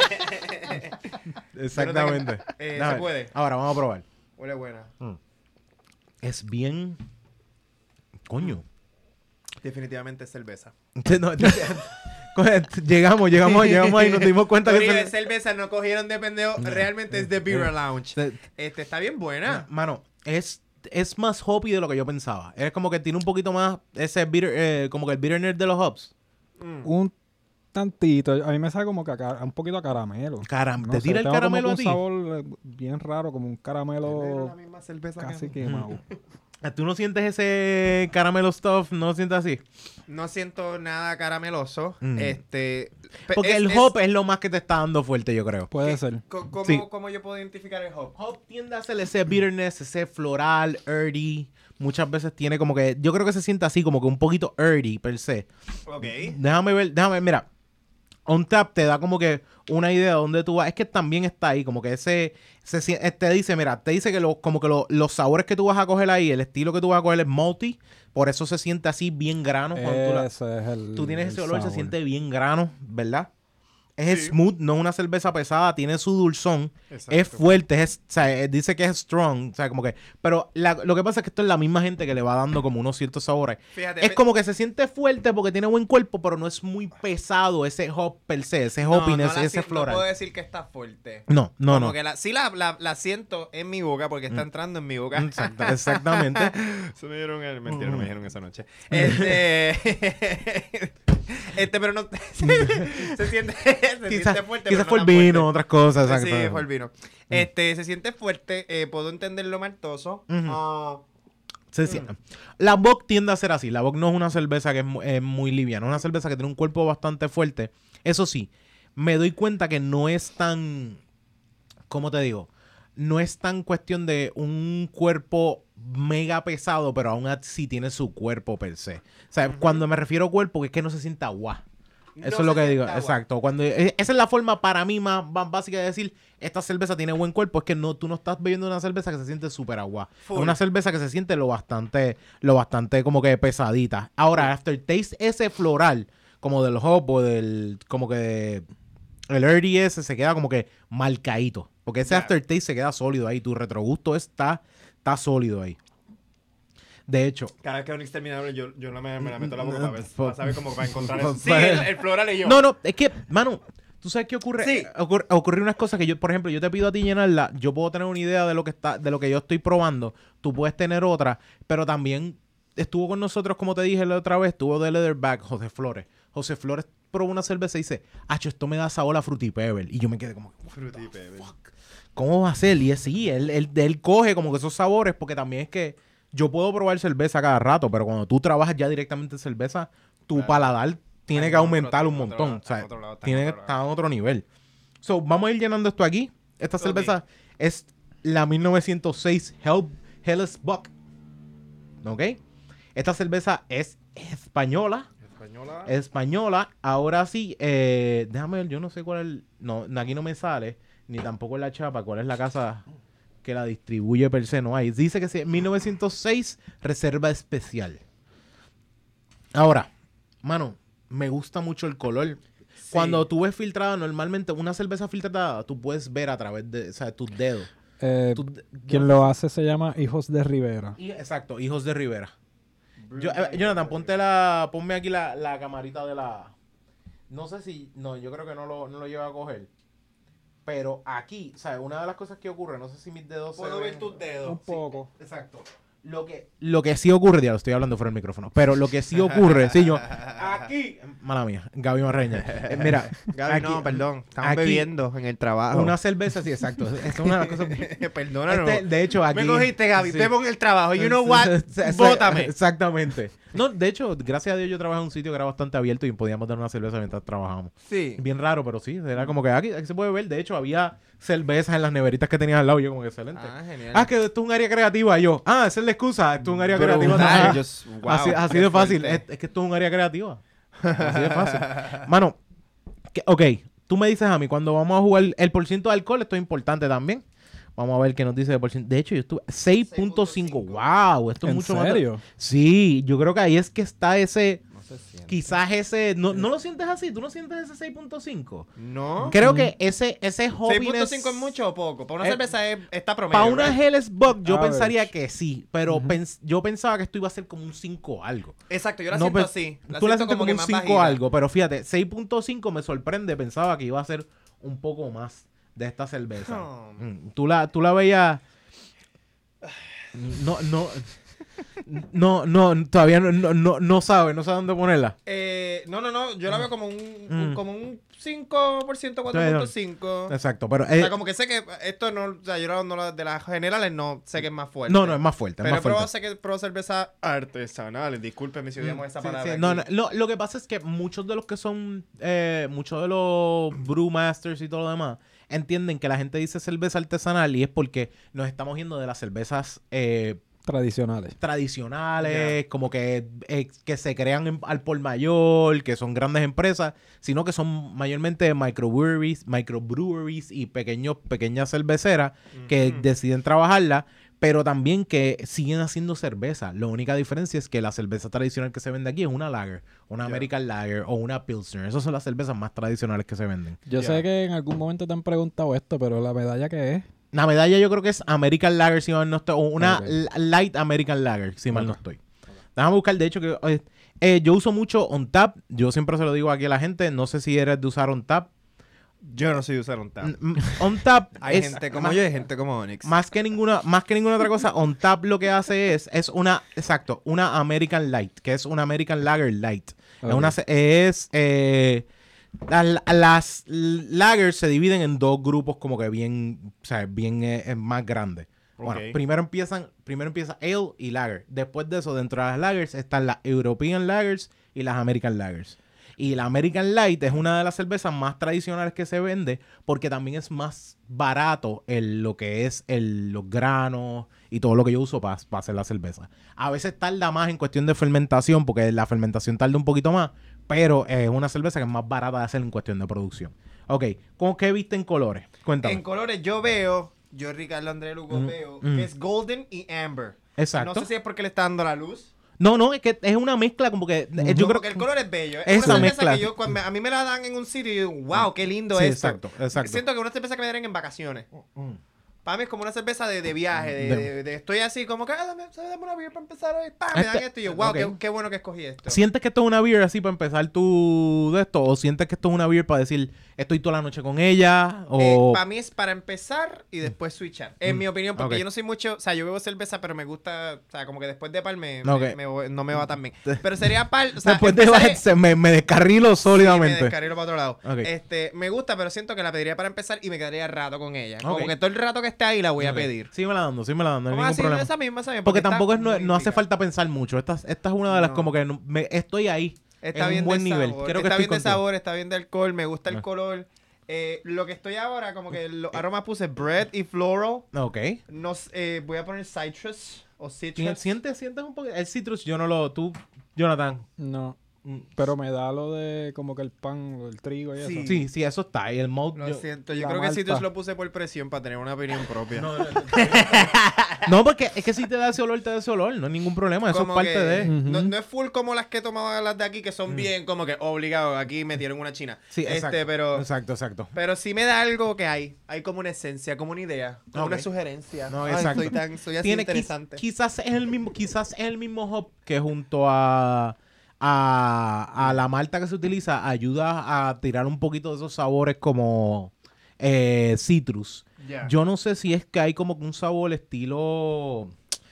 S2: Exactamente.
S3: Se
S2: Dame.
S3: puede.
S2: Ahora vamos a probar.
S3: Huele buena.
S2: Es bien... Coño.
S3: Definitivamente es cerveza.
S2: No, llegamos ahí y nos dimos cuenta
S3: Corillo,
S2: que...
S3: de cerveza no cogieron de pendejo. Realmente es de Beer Lounge.
S2: se-
S3: Está bien buena.
S2: Mano, es más hoppy de lo que yo pensaba. Es como que tiene un poquito más ese bitter, como que el bitterness de los hops.
S4: Un tantito. A mí me sabe como que un poquito a caramelo.
S2: Caramba,
S4: No
S2: ¿te
S4: sé,
S2: tira el
S4: tengo
S2: caramelo
S4: como
S2: a
S4: que
S2: ti?
S4: un sabor bien raro, como un caramelo
S3: La misma cerveza
S4: casi
S3: que...
S4: quemado.
S2: ¿Tú no sientes ese caramelo stuff? ¿No lo sientes así?
S3: No siento nada carameloso.
S2: Mm.
S3: Es-
S2: Porque el hop es lo más que te está dando fuerte, yo creo.
S4: Puede ser.
S3: ¿Cómo,
S2: Sí.
S3: cómo yo puedo identificar el hop?
S2: Hop tiende a hacer ese bitterness, ese floral, earthy. Muchas veces tiene como que... Yo creo que se siente así, como que un poquito earthy, per se.
S3: Ok.
S2: Déjame ver, mira. On Tap te da como que una idea de dónde tú vas. Es que también está ahí, como que te dice, mira, te dice que los sabores que tú vas a coger ahí, el estilo que tú vas a coger es multi, por eso se siente así bien grano. Cuando
S4: Ese es el
S2: tú tienes
S4: el
S2: ese olor, se
S4: sabor.
S2: siente bien grano, ¿verdad? Es
S3: Sí.
S2: smooth, no es una cerveza pesada, tiene su dulzón,
S3: Exacto.
S2: es fuerte, o sea, dice que es strong, o sea, como que... Pero lo que pasa es que esto es la misma gente que le va dando como unos ciertos sabores.
S3: Fíjate.
S2: Es como que se siente fuerte porque tiene buen cuerpo, pero no es muy pesado ese hop per se, ese
S3: no,
S2: hoppiness,
S3: la
S2: ese
S3: No puedo
S2: floral.
S3: decir que está fuerte.
S2: No.
S3: Como que sí la siento en mi boca porque está entrando en mi boca.
S2: Exactamente.
S3: Se me dieron mentira, no me dijeron esa noche. Pero no se siente
S2: Quizás
S3: fuerte.
S2: quizás
S3: pero
S2: fue
S3: no
S2: el
S3: tan
S2: vino,
S3: fuerte.
S2: otras cosas.
S3: Sí,
S2: exacto.
S3: fue el vino. Se siente fuerte, puedo entender lo maltoso.
S2: Ujú.
S3: Ah,
S2: La Bock tiende a ser así. La Bock no es una cerveza que es muy liviana. Es una cerveza que tiene un cuerpo bastante fuerte. Eso sí, me doy cuenta que no es tan... ¿Cómo te digo? No es tan cuestión de un cuerpo mega pesado, pero aún así tiene su cuerpo per se. O sea, cuando me refiero a cuerpo, es que no se sienta agua.
S3: no
S2: Eso es lo
S3: se
S2: que digo.
S3: siente agua.
S2: Exacto. Esa es la forma para mí más básica de decir esta cerveza tiene buen cuerpo. Es que tú no estás bebiendo una cerveza que se siente súper agua. Es
S3: Full.
S2: una cerveza que se siente lo bastante como que pesadita. Ahora, aftertaste ese floral, como del hop o como que el earthy ese se queda como que marcadito. Porque ese
S3: Ya.
S2: aftertaste se queda sólido ahí. Tu retrogusto está sólido ahí. De hecho,
S3: Cada vez que Onyx termina, yo no me la meto en la boca para ver,
S2: Por-
S3: para saber cómo va a encontrar
S2: por-
S3: eso. Sí, el floral y yo.
S2: no, es que, mano, ¿tú sabes qué ocurre?
S3: Sí.
S2: Ocurre unas cosas que yo, por ejemplo, yo te pido a ti llenarla, yo puedo tener una idea de lo que está, de lo que yo estoy probando, tú puedes tener otra, pero también estuvo con nosotros, como te dije la otra vez, estuvo de Leatherback, José Flores. José Flores probó una cerveza y dice, acho, esto me da sabor a Fruity Pebble. Y yo me quedé como,
S3: Fruity Pebble.
S2: ¿cómo va a ser? Y es sí, él coge como que esos sabores, porque también es que yo puedo probar cerveza cada rato, pero cuando tú trabajas ya directamente en cerveza, tu
S3: Claro.
S2: paladar tiene
S3: Está
S2: que
S3: en
S2: aumentar
S3: otro-
S2: un
S3: otro
S2: montón.
S3: lado,
S2: O sea,
S3: está en otro lado, está en
S2: tiene que
S3: otro
S2: estar a otro nivel. So, vamos a ir llenando esto aquí. Esta
S3: Ok.
S2: cerveza es la 1906 Helles Bock. ¿Ok? Esta cerveza es española.
S3: Española.
S2: Española. Ahora sí, déjame ver, yo no sé cuál es el... No, aquí no me sale, ni tampoco en la chapa, cuál es la casa que la distribuye per se, no hay. Dice que es 1906 Reserva Especial. Ahora, mano, me gusta mucho el color.
S3: Sí.
S2: Cuando tú ves filtrada, normalmente una cerveza filtrada, tú puedes ver a través de, o sea, tus dedos.
S4: Quien lo hace se llama Hijos de Rivera.
S2: Exacto, Hijos de Rivera. Jonathan, ponme aquí la camarita de la... No sé si... No, yo creo que no lo lleva a coger. Pero aquí, ¿sabes? Una de las cosas que ocurre, no sé si mis dedos
S3: Puedo
S2: se
S3: ver
S2: ven.
S3: tus dedos.
S4: Un poco.
S2: Exacto. Lo que sí ocurre, ya lo estoy hablando fuera del micrófono, pero lo que sí ocurre, sí, yo... Aquí... Mala mía, Gaby Marreña. Mira,
S3: Gaby,
S2: aquí-
S3: no, perdón. Estamos
S2: aquí-
S3: bebiendo en el trabajo.
S2: una cerveza, sí, exacto. Esa es una de las cosas...
S3: Perdónanos.
S2: De hecho, aquí...
S3: Me cogiste, Gaby.
S2: sí.
S3: Bebo en el trabajo. You know what? Bótame.
S2: Exactamente. No, de hecho, gracias a Dios yo trabajo en un sitio que era bastante abierto y podíamos dar una cerveza mientras trabajábamos.
S3: Sí.
S2: Bien raro, pero sí, era como que aquí se puede ver. De hecho, había cervezas en las neveritas que tenías al lado. Yo como que excelente.
S3: Genial.
S2: Que esto es un área creativa. Y yo, esa es la excusa. Esto es un área creativa.
S3: Brutal.
S2: No,
S3: Yo- wow,
S2: así
S3: qué
S2: de fácil.
S3: fuerte.
S2: Es que esto es un área creativa. Así de fácil. Mano, ok. Tú me dices a mí, cuando vamos a jugar el porciento de alcohol, esto es importante también. Vamos a ver qué nos dice de porciento. De hecho, yo estuve 6.5. Wow, esto es
S4: ¿En
S2: mucho más.
S4: serio?
S2: Sí, yo creo que ahí es que está ese...
S3: No se siente.
S2: Quizás ese... ¿No lo sientes así? ¿Tú no sientes ese 6.5?
S3: No.
S2: Creo que ese hoppiness...
S3: 6.5 es mucho o poco. Para una
S2: Eh,
S3: cerveza está promedio.
S2: Para una
S3: right?
S2: Helles Bock yo
S4: Average.
S2: pensaría que sí, pero yo pensaba que esto iba a ser como un 5 algo.
S3: Exacto, yo la
S2: No,
S3: siento
S2: pero
S3: así.
S2: Tú la
S3: siento
S2: sientes como
S3: que
S2: un
S3: más
S2: 5
S3: bajita.
S2: algo, pero fíjate, 6.5 me sorprende, pensaba que iba a ser un poco más de esta cerveza.
S3: Oh.
S2: Tú la veías... No, todavía no sabe dónde ponerla.
S3: No, yo la veo como
S2: Mm.
S3: como un 5%, 4.5.
S2: Exacto, pero...
S3: O sea, como que sé que esto no, o sea, yo no, de las generales no sé que es más fuerte.
S2: no, es más fuerte, es
S3: Pero
S2: más
S3: he probado,
S2: fuerte.
S3: sé que pruebo cerveza artesanales. Discúlpeme si odiamos esa
S2: Sí,
S3: palabra.
S2: sí. No,
S3: aquí.
S2: lo que pasa es que muchos de los que son, muchos de los brewmasters y todo lo demás, entienden que la gente dice cerveza artesanal y es porque nos estamos yendo de las cervezas
S4: Tradicionales.
S2: tradicionales, como que se crean al por mayor, que son grandes empresas, sino que son mayormente microbreweries y pequeñas cerveceras que deciden trabajarla, pero también que siguen haciendo cerveza. La única diferencia es que la cerveza tradicional que se vende aquí es una lager, una American Lager o una Pilsner. Esas son las cervezas más tradicionales que se venden.
S4: Yo sé que en algún momento te han preguntado esto, pero la medalla que es.
S2: La medalla yo creo que es American Lager, si mal no estoy, o una
S4: Ok.
S2: Light American Lager, si mal no estoy. Déjame buscar, de hecho, que yo uso mucho On Tap. Yo siempre se lo digo aquí a la gente. No sé si eres de usar On Tap.
S3: Yo no soy de usar un tap.
S2: On Tap
S3: Hay
S2: es
S3: gente como
S2: más,
S3: yo y hay gente como Onyx.
S2: más que ninguna otra cosa. On Tap lo que hace es una American Light, que es una American Lager Light.
S4: Ok.
S2: Las lagers se dividen en dos grupos como que bien, o sea, bien más grandes. Bueno,
S3: Ok.
S2: primero empieza ale y lager. Después de eso, dentro de las lagers están las European Lagers y las American Lagers. Y la American Light es una de las cervezas más tradicionales que se vende porque también es más barato lo que es los granos y todo lo que yo uso para hacer la cerveza. A veces tarda más en cuestión de fermentación porque la fermentación tarda un poquito más, pero es una cerveza que es más barata de hacer en cuestión de producción. Ok, ¿con qué viste en colores? Cuéntame.
S3: En colores yo veo, yo Ricardo André Lugo veo, que es golden y amber.
S2: Exacto.
S3: No sé si es porque le está dando la luz.
S2: No, es que es una mezcla como que... Yo creo
S3: Porque el color es bello. Es
S2: Esa
S3: una cerveza
S2: mezcla.
S3: que yo, cuando a mí me la dan en un sitio y digo, wow, qué lindo
S2: Sí,
S3: esto.
S2: exacto.
S3: Siento que es una cerveza que me darían en vacaciones. Para mí es como una cerveza de viaje, de estoy así como que, dame una beer para empezar hoy, me dan esto y yo, wow,
S2: ok.
S3: qué bueno que escogí esto.
S2: ¿Sientes que esto es una beer así para empezar tu de esto? ¿O sientes que esto es una beer para decir, estoy toda la noche con ella? O...
S3: Para mí es para empezar y después switchar. En mi opinión, porque
S2: ok.
S3: yo no soy mucho, o sea, yo bebo cerveza, pero me gusta, o sea, como que después de par
S2: Ok.
S3: no me va tan bien. Pero sería par, o sea,
S2: Después de
S3: empezaré-
S2: me descarrilo
S3: Sí, me
S2: sólidamente.
S3: descarrilo para otro lado.
S2: Ok.
S3: Me gusta, pero siento que la pediría para empezar y me quedaría rato con ella.
S2: Ok.
S3: Como que todo el rato que esté ahí la voy a
S2: Ok.
S3: pedir.
S2: Sígueme la dando, no hay
S3: Vamos
S2: ningún
S3: así,
S2: problema.
S3: esa misma.
S2: Porque
S3: está
S2: tampoco
S3: muy
S2: no hace
S3: rica.
S2: falta pensar mucho. Esta es una de las
S3: No.
S2: como que estoy ahí.
S3: Está
S2: en
S3: bien
S2: un buen
S3: de
S2: nivel.
S3: sabor,
S2: Creo que
S3: está
S2: estoy
S3: bien de
S2: contigo.
S3: sabor, está bien de alcohol, me gusta el
S2: Ah.
S3: color. Lo que estoy ahora, como que los aromas puse bread y floral.
S2: Ok.
S3: No, voy a poner citrus o citrus.
S2: ¿Sientes un poco? El citrus yo no lo... Tú, Jonathan.
S4: No. Pero me da lo de como que el pan, el trigo y
S3: Sí.
S4: eso.
S2: Sí, eso está. Y el malt...
S3: Lo siento, yo
S4: La
S3: creo que
S4: malta.
S3: citrus lo puse por presión para tener una opinión propia.
S2: No, porque es que si te da ese olor, te da ese olor. No hay ningún problema. Eso es
S3: Como
S2: parte
S3: que
S2: de...
S4: Ujú.
S3: no es full como las que tomaba las de aquí, que son bien como que obligados. Aquí metieron una china.
S2: Sí, exacto.
S3: Pero
S2: Exacto.
S3: Pero sí me da algo que hay. Hay como una esencia, como una idea, como
S2: Ok.
S3: una sugerencia.
S2: No,
S3: Ay,
S2: exacto.
S3: soy así
S2: Tiene
S3: interesante.
S2: quizás es el mismo hop que junto a la malta que se utiliza ayuda a tirar un poquito de esos sabores como citrus.
S3: Ya.
S2: Yo no sé si es que hay como que un sabor estilo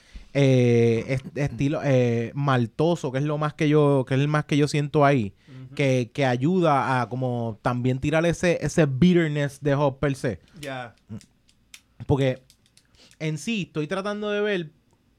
S2: maltoso, que es lo más que yo, que es el más que yo siento ahí, que ayuda a como también tirar ese bitterness de hop per se.
S3: Ya.
S2: Porque en sí estoy tratando de ver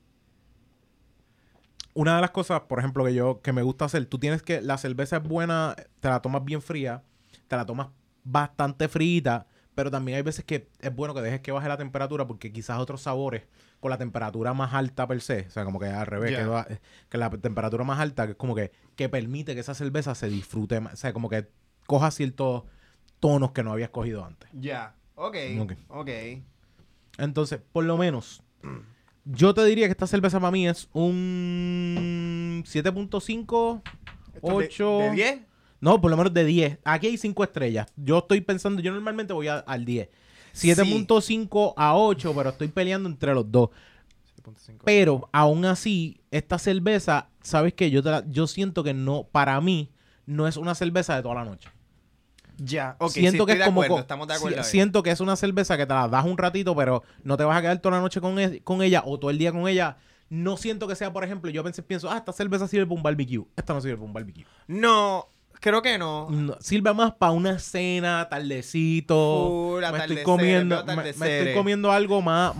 S2: una de las cosas, por ejemplo, que me gusta hacer. Tú tienes que, la cerveza es buena, te la tomas bien fría, te la tomas bastante frita, pero también hay veces que es bueno que dejes que baje la temperatura porque quizás otros sabores con la temperatura más alta per se, o sea, como que al revés,
S3: Ya.
S2: que la temperatura más alta, que es como que permite que esa cerveza se disfrute más, o sea, como que coja ciertos tonos que no habías cogido antes.
S3: Ya. Ok.
S2: Ok. Entonces, por lo menos, yo te diría que esta cerveza para mí es un 7.5, 8...
S3: ¿De 10?
S2: No, por lo menos de 10. Aquí hay 5 estrellas. Yo estoy pensando, yo normalmente voy al 10. 7.5 a 8, pero estoy peleando entre los dos. Pero aún así, esta cerveza, ¿sabes qué? Yo siento que no, para mí, no es una cerveza de toda la noche.
S3: Ya. Ok,
S2: Siento
S3: sí,
S2: que
S3: estoy
S2: es como
S3: de acuerdo, estamos de acuerdo. ahí.
S2: siento que es una cerveza que te la das un ratito, pero no te vas a quedar toda la noche con ella o todo el día con ella. No siento que sea, por ejemplo, yo pienso, esta cerveza sirve para un barbecue. Esta no sirve para un barbecue.
S3: No, creo que no.
S2: No, sirve más para una cena, tardecito.
S3: Full,
S2: me estoy
S3: atardeceres,
S2: comiendo,
S3: veo
S2: me estoy
S3: atardeceres.
S2: comiendo algo más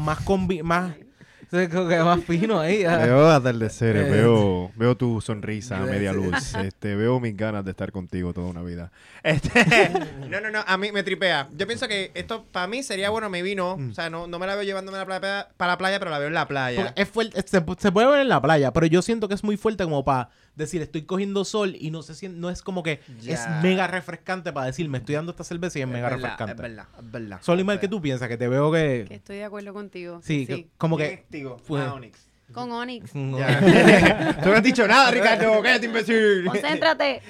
S2: más fino ahí.
S5: Veo atardeceres,
S2: Eh.
S5: veo tu sonrisa a media luz. Veo mis ganas de estar contigo toda una vida.
S3: No, a mí me tripea. Yo pienso que esto para mí sería bueno, me vino. O sea, no me la veo llevándome para la playa, pero la veo en la playa.
S2: Porque es fuerte, se puede ver en la playa, pero yo siento que es muy fuerte como para decir, estoy cogiendo sol y no no es como que
S3: Ya.
S2: es mega refrescante para decir, me estoy dando esta cerveza y es mega refrescante.
S3: Es verdad.
S2: Solimar, ¿qué tú piensas? Que te veo
S6: Que
S2: que...
S6: estoy de acuerdo contigo.
S2: Sí, como que... fue-
S3: Onyx.
S6: Con Onyx.
S2: No.
S3: Tú no has dicho nada, Ricardo. Cállate, imbécil.
S6: Concéntrate.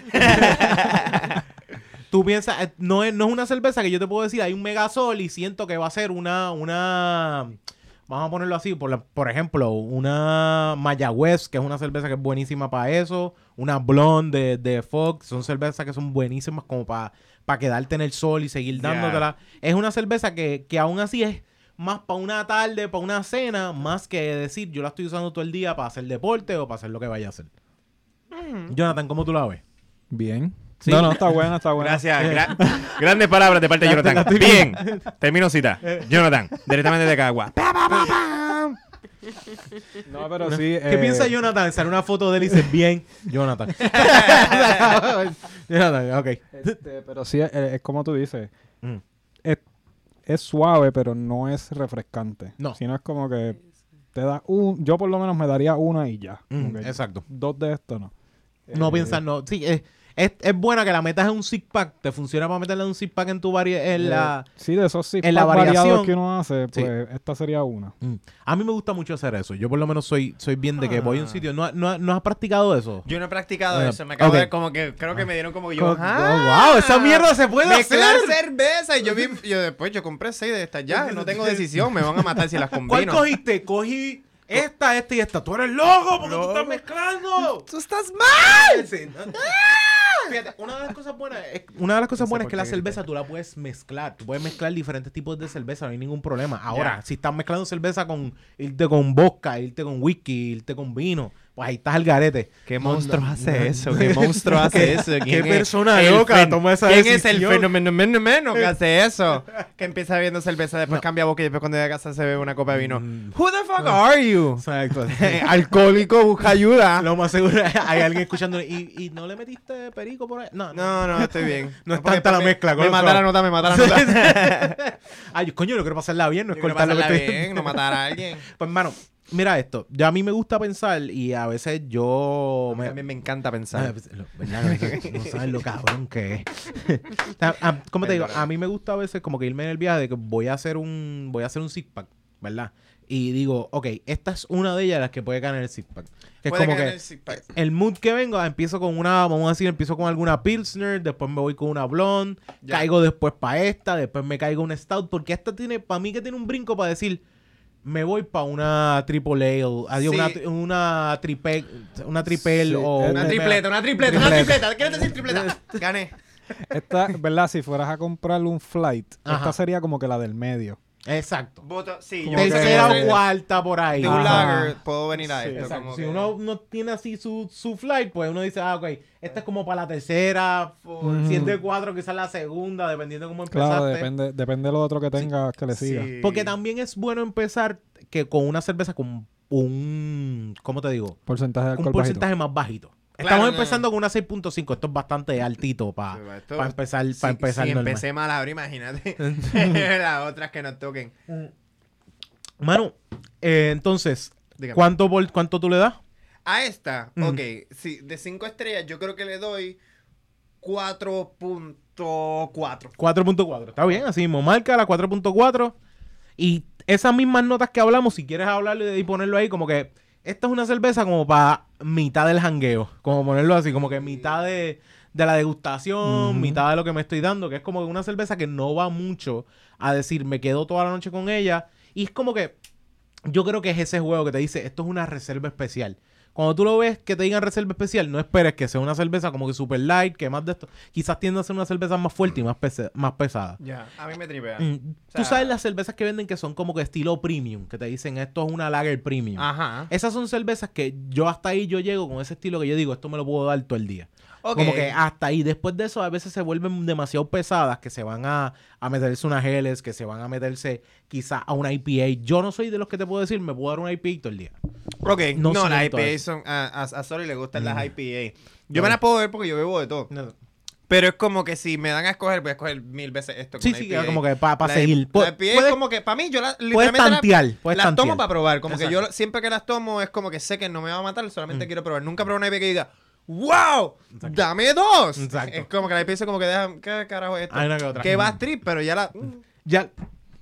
S2: Tú piensas, no es una cerveza que yo te puedo decir, hay un megasol y siento que va a ser una vamos a ponerlo así, por ejemplo, una Mayagüez, que es una cerveza que es buenísima para eso, una Blonde de Fox, son cervezas que son buenísimas como para quedarte en el sol y seguir
S3: Ya.
S2: dándotela. Es una cerveza que aún así es más para una tarde, para una cena, más que decir, yo la estoy usando todo el día para hacer deporte o para hacer lo que vaya a hacer. Jonathan, ¿cómo tú la ves?
S4: Bien.
S2: Sí.
S4: No, está buena, está buena.
S5: Gracias. Grandes palabras de parte de Jonathan. Bien. Termino cita. Jonathan, directamente de Cagua.
S4: No, pero sí.
S2: ¿Qué piensa Jonathan? Sale una foto de él y dice, bien, Jonathan. Jonathan, ok.
S4: Pero sí, es como tú dices.
S2: Mm.
S4: Es suave, pero no es refrescante.
S2: No.
S4: Sino es como que te da yo por lo menos me daría una y ya. Como que
S2: Exacto.
S4: 2 de estos no.
S2: No piensas, no. Sí, es es buena que la metas en un six pack. Te funciona para meterla en un six pack en tu
S4: Sí, de esos six
S2: en la
S4: pack variados
S2: variación.
S4: que uno hace,
S2: Sí.
S4: pues esta sería una.
S2: A mí me gusta mucho hacer eso. Yo por lo menos soy bien de que voy a un sitio. ¿No has practicado eso?
S3: Yo no he practicado
S2: Bueno,
S3: eso. Me acabo
S2: ok.
S3: de como que creo que me dieron como yo.
S2: ¡Wow! ¡Esa mierda se puede
S3: Mezclar
S2: hacer!
S3: cerveza. Y yo después yo compré 6 de estas ya. No tengo decisión. Me van a matar si las
S2: ¿Cuál
S3: combino.
S2: cogiste? Cogí esta y esta. ¡Tú eres loco! ¿Por qué tú estás mezclando?
S3: ¡Tú estás mal!
S2: Sí, no. Fíjate, una de las cosas buenas es que la cerveza tú la puedes mezclar. Tú puedes mezclar diferentes tipos de cerveza, no hay ningún problema. Ahora, si estás mezclando cerveza irte con vodka, irte con whisky, irte con vino, pues ahí estás al garete.
S3: ¿Qué
S2: No,
S3: monstruo
S2: no,
S3: hace
S2: no.
S3: eso? ¿Qué monstruo hace eso?
S2: ¿Qué
S3: es
S2: persona
S3: el
S2: loca toma esa
S3: ¿Quién es el
S2: decisión?
S3: fenómeno que hace eso? Que empieza bebiendo cerveza, después cambia boca y después cuando llega a casa se bebe una copa de vino. Who the fuck are you?
S2: Exacto.
S3: Alcohólico, busca ayuda.
S2: Lo más seguro es hay alguien escuchando y no le metiste perico por ahí.
S3: No, estoy bien.
S2: No es
S3: porque
S2: tanta la
S3: después
S2: mezcla,
S3: Me
S2: con
S3: mata la nota, me mata la nota.
S2: Ay, coño, yo quiero pasarla bien, no es
S3: Yo quiero
S2: cortar lo que
S3: pasarla
S2: estoy...
S3: bien, no matar a alguien.
S2: Pues, hermano, mira esto. Ya a mí me gusta pensar y a veces yo...
S3: También me encanta
S2: Ah,
S3: pensar.
S2: pues, ¿verdad? No sabes lo cabrón que es. ¿Cómo te digo? A mí me gusta a veces como que irme en el viaje de que voy a hacer un six pack, ¿verdad? Y digo, ok, esta es una de ellas las que puede caer en el six pack. Que es
S3: Puede
S2: como
S3: caer
S2: que
S3: en el six pack.
S2: el mood que vengo, empiezo con empiezo con alguna Pilsner, después me voy con una Blonde,
S3: Ya.
S2: caigo después para esta, después me caigo una Stout, porque esta tiene, para mí que tiene un brinco para decir, me voy para una Triple Ale, adiós,
S3: Sí.
S2: una Tripel
S4: Sí,
S2: o
S3: Una tripleta. ¿Quieres decir tripleta? Gané.
S4: Esta, ¿verdad? Si fueras a comprarle un flight,
S2: Ajá.
S4: esta sería como que la del medio.
S2: Exacto.
S3: Voto, sí,
S4: Como
S3: yo
S4: que-
S2: Tercera
S3: de
S2: o cuarta por ahí.
S3: un
S4: Ajá.
S3: lager puedo venir a
S4: Sí,
S3: esto.
S2: Exacto.
S3: como
S2: Si
S3: que-
S2: uno no tiene así su flight, pues uno dice, ok, esta es como para la tercera, si es de 4, quizás la segunda, dependiendo de cómo
S4: Claro,
S2: empezaste.
S4: depende de lo otro que tengas que le siga.
S3: Sí.
S2: Porque también es bueno empezar que con una cerveza con un, ¿cómo te digo?
S4: Porcentaje de
S2: Un
S4: alcohol
S2: porcentaje más bajito.
S3: Claro,
S2: Estamos
S3: no.
S2: empezando con una 6.5. Esto es bastante altito para
S3: Esto-
S2: empezar,
S3: si-
S2: para empezar
S3: si
S2: normal.
S3: empecé mal ahora, imagínate. Las otras que nos toquen.
S2: Mano, entonces,
S3: Dígame.
S2: ¿cuánto tú le das?
S3: A esta,
S2: Ujú.
S3: ok, sí, de 5 estrellas yo creo que le doy 4.4.
S2: 4.4. Está bien, así mismo. Marca la 4.4. Y esas mismas notas que hablamos, si quieres hablarle y ponerlo ahí, como que esta es una cerveza como para mitad del jangueo. Como ponerlo así, como que mitad de la degustación,
S4: Ujú.
S2: mitad de lo que me estoy dando. Que es como una cerveza que no va mucho a decir, me quedo toda la noche con ella. Y es como que yo creo que es ese juego que te dice, esto es una reserva especial. Cuando tú lo ves que te digan reserva especial, no esperes que sea una cerveza como que super light, que más de esto. Quizás tiende a ser una cerveza más fuerte y más pesada.
S3: Ya, a mí me tripea.
S2: Tú
S3: sea-
S2: sabes las cervezas que venden que son como que estilo premium, que te dicen esto es una lager premium.
S3: Ajá.
S2: Esas son cervezas que yo hasta ahí yo llego con ese estilo que yo digo, esto me lo puedo dar todo el día.
S3: Ok.
S2: Como que hasta ahí. Después de eso, a veces se vuelven demasiado pesadas, que se van a meterse unas geles, que se van a meterse quizá a una IPA. Yo no soy de los que te puedo decir, me puedo dar una IPA todo el día.
S3: Ok,
S2: No
S3: no, las
S2: siento
S3: IPA
S2: eso.
S3: son... A Sori le gustan las IPA. Yo
S2: No.
S3: me las puedo ver porque yo bebo de todo. Pero es como que si me dan a escoger, voy a escoger 1000 veces esto con
S2: Sí,
S3: una
S2: sí,
S3: IPA.
S2: como que para
S3: La-
S2: seguir.
S3: La IPA es
S2: Puedes-
S3: como que, para mí, yo
S2: puedes
S3: literalmente
S2: tantear. Puedes
S3: las
S2: tantear.
S3: tomo para probar. Como que
S2: Exacto.
S3: yo siempre que las tomo es como que sé que no me va a matar, solamente quiero probar. Nunca probé una IPA que diga, ¡wow! ¡Dame dos!
S2: Exacto.
S3: Es como que la IPA es como que deja, ¿qué carajo es esto?
S2: Hay una que otra.
S3: Que va a trip, pero ya la...
S2: Ya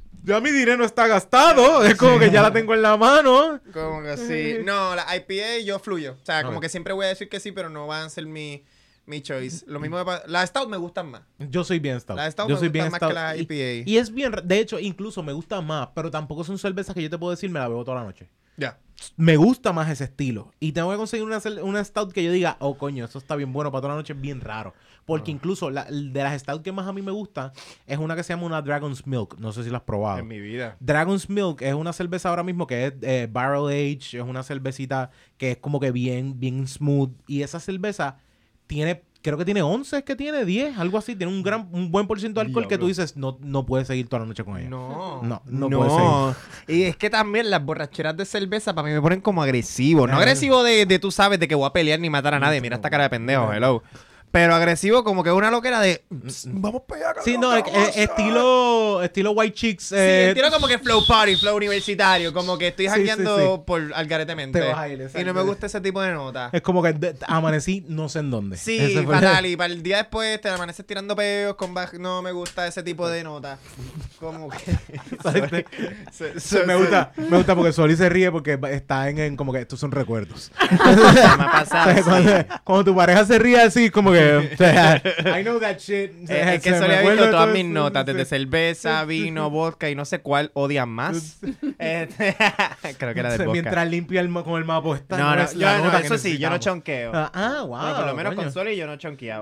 S2: mi dinero está gastado. Es como que ya la tengo en la mano.
S3: Como que sí. No, la IPA yo fluyo. O sea, como
S2: Ok.
S3: que siempre voy a decir que sí, pero no van a ser mi choice. Lo mismo las Stout me gustan más.
S2: Yo soy bien stout.
S3: Las stout
S2: Yo
S3: me
S2: soy
S3: gustan
S2: bien
S3: más
S2: stout.
S3: que las IPA.
S2: Y es bien, de hecho, incluso me gusta más, pero tampoco son cervezas que yo te puedo decir me la bebo toda la noche.
S3: Ya.
S2: Me gusta más ese estilo. Y tengo que conseguir una stout que yo diga, oh coño, eso está bien bueno para toda la noche, es bien raro. Porque incluso de las stout que más a mí me gusta es una que se llama una Dragon's Milk. No sé si la has probado.
S3: En mi vida.
S2: Dragon's Milk es una cerveza ahora mismo que es barrel age, es una cervecita que es como que bien smooth. Y esa cerveza tiene, creo que tiene 11, que tiene 10, algo así. Tiene un buen por ciento de alcohol que tú dices, no puedes seguir toda la noche con ella.
S3: No.
S2: No puede ser.
S3: Y es que también las borracheras de cerveza para mí me ponen como agresivo. No
S2: Ah.
S3: agresivo de tú sabes de que voy a pelear ni matar a nadie. Mira esta cara de pendejo, hello. Pero agresivo como que una loquera de... Vamos para allá,
S2: Sí,
S3: cabrón,
S2: no,
S3: ¿qué vamos a hacer?"
S2: estilo White Chicks.
S3: Sí, estilo como que flow party, flow universitario. Como que estoy
S2: Sí,
S3: jangueando
S2: sí.
S3: por algaretemente.
S2: Te vas a ir,
S3: Y
S2: exacto.
S3: no me gusta ese tipo de nota.
S2: Es como que amanecí no sé en dónde.
S3: Sí,
S2: Ese fue-
S3: fatal. Y para el día después te amaneces tirando peos con no me gusta ese tipo de nota. Como que...
S2: Me gusta porque Soli se ríe porque está en como que estos son recuerdos.
S3: Me ha pasado.
S2: O sea, cuando tu pareja se ríe así, como que. O sea, I know that shit. O sea,
S3: Es que
S2: se
S3: eso
S2: me
S3: le ha
S2: acuerda
S3: visto
S2: de
S3: todas
S2: todo
S3: mis
S2: eso,
S3: notas,
S2: sí.
S3: desde cerveza, vino, vodka y no sé cuál odian más. Creo que era de
S2: O sea,
S3: vodka.
S2: mientras limpia con el mapa está.
S3: No, no,
S2: es la nota que
S3: eso sí, yo no
S2: necesitamos.
S3: chonqueo.
S2: Wow.
S3: Bueno, por lo menos
S2: coño.
S3: con Soli yo no he chonqueado.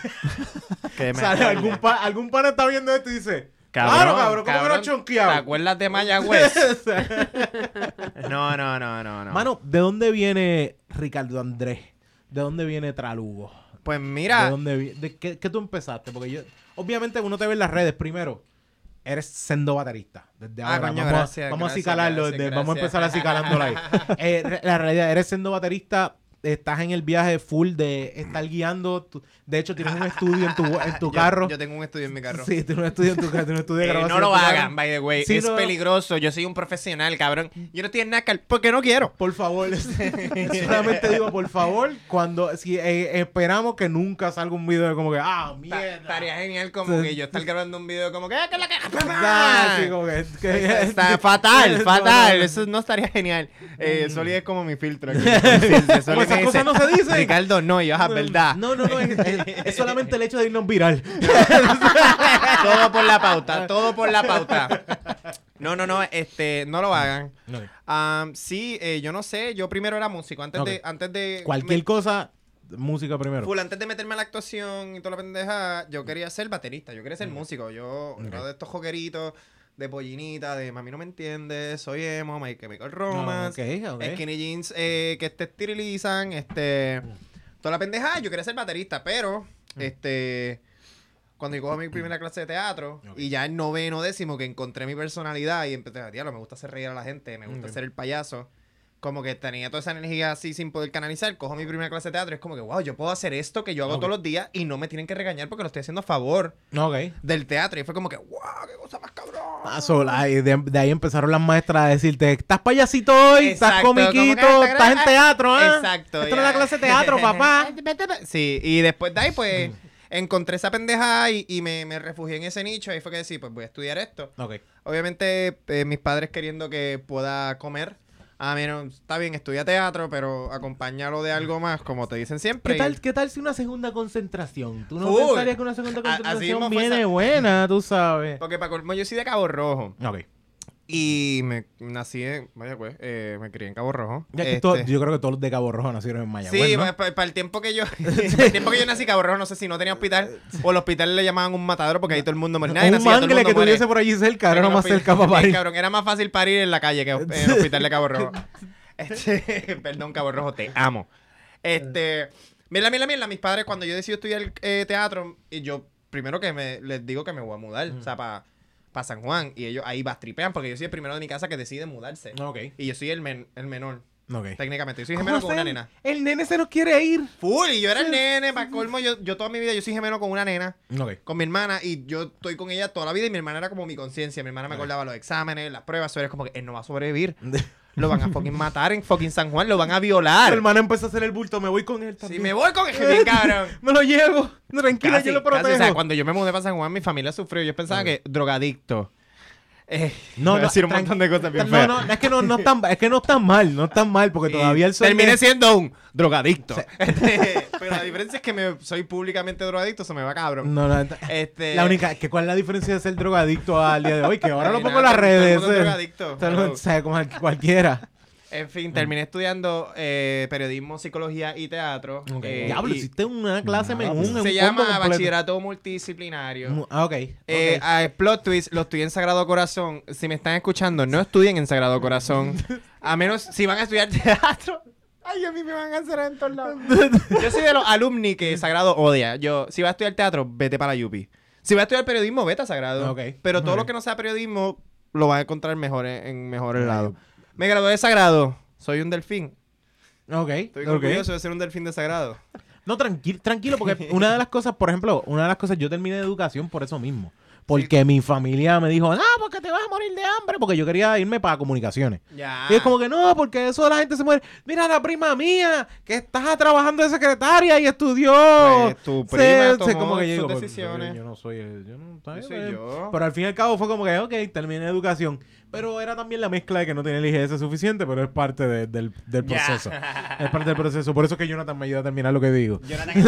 S3: Que
S2: O sea,
S3: acuerde.
S2: algún pana está viendo esto y dice.
S3: Cabrón,
S2: Claro, cabrón, ¿cómo que no
S3: cabrón,
S2: has chonqueado?
S3: ¿Te acuerdas de Mayagüez?
S2: O sea,
S3: No.
S2: Mano, ¿de dónde viene Ricardo Andrés? ¿De dónde viene Tralugo?
S3: Pues
S2: ¿De
S3: mira,
S2: dónde qué tú empezaste? Porque yo, obviamente uno te ve en las redes primero. Eres sendo baterista. Desde ahora.
S3: coño,
S2: vamos
S3: gracias,
S2: vamos a
S3: gracias,
S2: acicalarlo.
S3: gracias,
S2: Vamos a
S3: gracias.
S2: empezar acicalándola ahí. La realidad, eres sendo baterista. Estás en el viaje full de estar guiando. De hecho, tienes un estudio en tu carro.
S3: Yo tengo un estudio en mi carro.
S2: Sí, tienes un estudio en tu carro. Tienes un estudio de grabación.
S3: No lo
S2: en tu carro.
S3: hagan, by the way.
S2: Sí,
S3: es
S2: no.
S3: peligroso. Yo soy un profesional, cabrón. Yo no estoy en NASCAR porque no quiero.
S2: Por favor, solamente digo, por favor, si esperamos que nunca salga un video de como que, mierda.
S3: Estaría genial como que yo estar grabando un video como que... ¿Qué es la que...?
S2: Así como que
S3: Está fatal,
S2: No,
S3: fatal.
S2: no.
S3: Eso no estaría genial. Soli es como mi filtro. Aquí.
S2: Como esas cosas no se dicen.
S3: Ricardo, no, yo, verdad.
S2: No, es solamente el hecho de irnos viral.
S3: Todo por la pauta, todo por la pauta. No, no lo hagan. Sí, yo no sé, yo primero era músico. Antes de
S2: Cualquier cosa, música primero.
S3: antes de meterme a la actuación y toda la pendeja, yo quería ser baterista, yo quería ser músico. Yo era de estos joqueritos de pollinita, de mami no me entiendes, soy emo, My Chemical Romance,
S2: Ok.
S3: skinny jeans que te esterilizan, toda la pendeja, yo quería ser baterista, pero cuando yo cojo mi primera clase de teatro y ya en noveno, décimo que encontré mi personalidad y empecé a diablo, me gusta hacer reír a la gente, me gusta ser el payaso. Como que tenía toda esa energía así sin poder canalizar, cojo mi primera clase de teatro y es como que, wow, yo puedo hacer esto que yo hago todos los días y no me tienen que regañar porque lo estoy haciendo a favor
S2: Ok.
S3: del teatro. Y fue como que, wow, qué cosa más cabrón.
S2: De ahí empezaron las maestras a decirte, estás payasito hoy, estás
S3: Exacto, como
S2: comiquito,
S3: que
S2: estás en teatro, ¿eh?
S3: Exacto.
S2: Esto es la clase de teatro, papá.
S3: Sí, y después de ahí, pues, encontré esa pendeja y me refugié en ese nicho. Ahí fue que decía, pues voy a estudiar esto.
S2: Ok.
S3: Obviamente, mis padres queriendo que pueda comer. No, está bien, estudia teatro, pero acompáñalo de algo más, como te dicen siempre.
S2: ¿Qué tal si una segunda concentración? ¿Tú no
S3: Full.
S2: pensarías que una segunda
S3: Así mismo
S2: concentración
S3: fue
S2: viene
S3: esa-
S2: buena, tú sabes?
S3: Porque para colmo yo soy de Cabo Rojo.
S2: Ok.
S3: Y me nací en... Vaya pues, me crié en Cabo Rojo.
S2: Ya que yo creo que todos los de Cabo Rojo nacieron en Mayagüez,
S3: Sí,
S2: ¿no?
S3: para el tiempo que yo para el tiempo que yo nací, Cabo Rojo, no sé si no tenía hospital o el hospital le llamaban un matadero porque ahí todo el mundo muere. Nadie
S2: Un
S3: nacía, todo el
S2: mangle
S3: mundo
S2: que
S3: muere.
S2: tuviese por allí cerca, era
S3: Pero
S2: más
S3: en el
S2: cerca para
S3: hospital-
S2: parir.
S3: cabrón, era más fácil parir en la calle que en el hospital de Cabo Rojo. Perdón, Cabo Rojo, te amo. Mira, mis padres cuando yo decidí estudiar teatro, y yo primero que les digo que me voy a mudar, o sea, para San Juan, y ellos ahí bastripean porque yo soy el primero de mi casa que decide mudarse.
S2: Ok.
S3: Y yo soy el menor,
S2: Ok.
S3: técnicamente. Yo soy gemelo con una nena.
S2: El nene se nos quiere ir.
S3: Full, y yo era el nene, para colmo, yo toda mi vida, yo soy gemelo con una nena,
S2: Ok.
S3: con mi hermana, y yo estoy con ella toda la vida, y mi hermana era como mi conciencia, mi hermana me acordaba los exámenes, las pruebas, eso era como que él no va a sobrevivir, lo van a fucking matar en fucking San Juan, lo van a
S2: Mi
S3: violar.
S2: hermana empezó a hacer el bulto, me voy con él
S3: Si
S2: también.
S3: me voy con el bien cabrón.
S2: Me lo llevo. Tranquila, yo lo protejo.
S3: O sea, cuando yo me mudé para San Juan, mi familia sufrió, yo pensaba que drogadicto.
S2: No,
S3: Voy a decir un
S2: tranqui-
S3: montón de cosas bien
S2: No,
S3: feas.
S2: no, es que no están mal, no están mal, porque todavía el sol
S3: terminé
S2: es-
S3: siendo un drogadicto. Pero la diferencia es que soy públicamente drogadicto, se me va cabrón.
S2: No, la única, ¿cuál es la diferencia de ser drogadicto al día de hoy? Que ahora lo pongo en las
S3: Todo el
S2: redes.
S3: mundo es drogadicto.
S2: O sea, como cualquiera.
S3: En fin, terminé estudiando periodismo, psicología y teatro.
S2: Diablo,
S3: y
S2: hiciste una clase en un
S3: se
S2: combo
S3: llama
S2: completo.
S3: bachillerato multidisciplinario.
S2: Ok.
S3: Plot twist, lo estudié en Sagrado Corazón. Si me están escuchando, no estudien en Sagrado Corazón. A menos si van a estudiar teatro. Ay, a mí me van a hacer en todos lados. Yo soy de los alumni que Sagrado odia. Si vas a estudiar teatro, vete para la UPI. Si vas a estudiar periodismo, vete a Sagrado.
S2: Ok.
S3: Pero todo
S2: Ok.
S3: lo que no sea periodismo, lo vas a encontrar mejor en mejores lados. Me gradué de Sagrado. Soy un delfín.
S2: Ok.
S3: Estoy
S2: ok.
S3: orgulloso de ser un delfín de Sagrado.
S2: No, tranquilo, porque una de las cosas, por ejemplo, yo terminé de educación por eso mismo. Porque mi familia me dijo, no, porque te vas a morir de hambre, porque yo quería irme para comunicaciones.
S3: Ya.
S2: Y es como que no, porque eso de la gente se muere. Mira, la prima mía, que está trabajando de secretaria y estudió.
S3: Pues, tu prima tomó
S2: como que yo
S3: sus
S2: digo, pues,
S3: decisiones.
S2: yo no soy el, yo no, está
S3: Yo
S2: bien,
S3: soy yo.
S2: Pero al fin y al cabo fue como que, ok, terminé educación. Pero era también la mezcla de que no tenía el IGS suficiente, pero es parte del proceso. Es parte del proceso. Por eso es que Jonathan me ayuda a terminar lo que digo.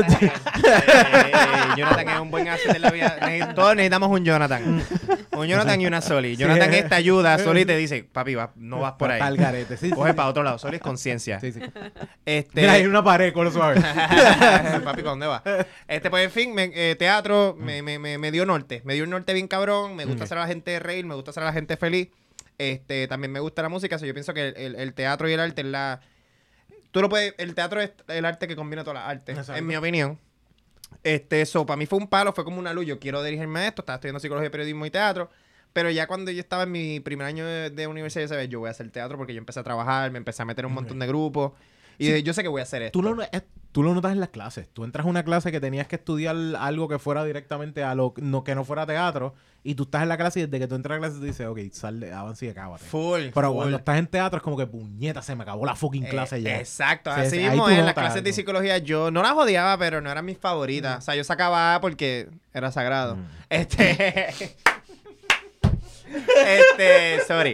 S3: Jonathan es un buen asset de la vida. Todos necesitamos un Jonathan. Un Jonathan y una Soli. Jonathan es te ayuda, Soli te dice, papi, no vas por ahí.
S2: Tal garete. Sí,
S3: Coge
S2: sí,
S3: para otro lado. Soli es conciencia.
S2: sí, sí.
S3: Este,
S2: Mira, hay una pared, con lo suave.
S3: papi, ¿para dónde va? Pues en fin, teatro me dio norte. Me dio un norte bien cabrón. Me gusta hacer a la gente reír, me gusta hacer a la gente feliz. También me gusta la música. Yo pienso que el teatro y el arte es la... El teatro es el arte que combina todas las artes,
S2: Exacto.
S3: en mi opinión. Eso para mí fue un palo, fue como una luz. Yo quiero dirigirme a esto, estaba estudiando psicología, periodismo y teatro. Pero ya cuando yo estaba en mi primer año de universidad, yo sabía, yo voy a hacer teatro porque yo empecé a trabajar, me empecé a meter en un montón de grupos. Y dije, yo sé que voy a hacer esto.
S2: Tú lo notas en las clases. Tú entras a una clase que tenías que estudiar algo que fuera directamente a que no fuera teatro. Y tú estás en la clase y desde que tú entras a la clase tú dices, ok, avanza y acábate.
S3: Full.
S2: Pero cuando estás en teatro es como que puñeta, se me acabó la fucking clase ya.
S3: Exacto,
S2: Sí,
S3: así
S2: ahí
S3: mismo
S2: tú
S3: en las
S2: notas
S3: clases de
S2: algo.
S3: psicología yo no las odiaba, pero no eran mis favoritas. O sea, yo sacaba A porque era sagrado. Sorry.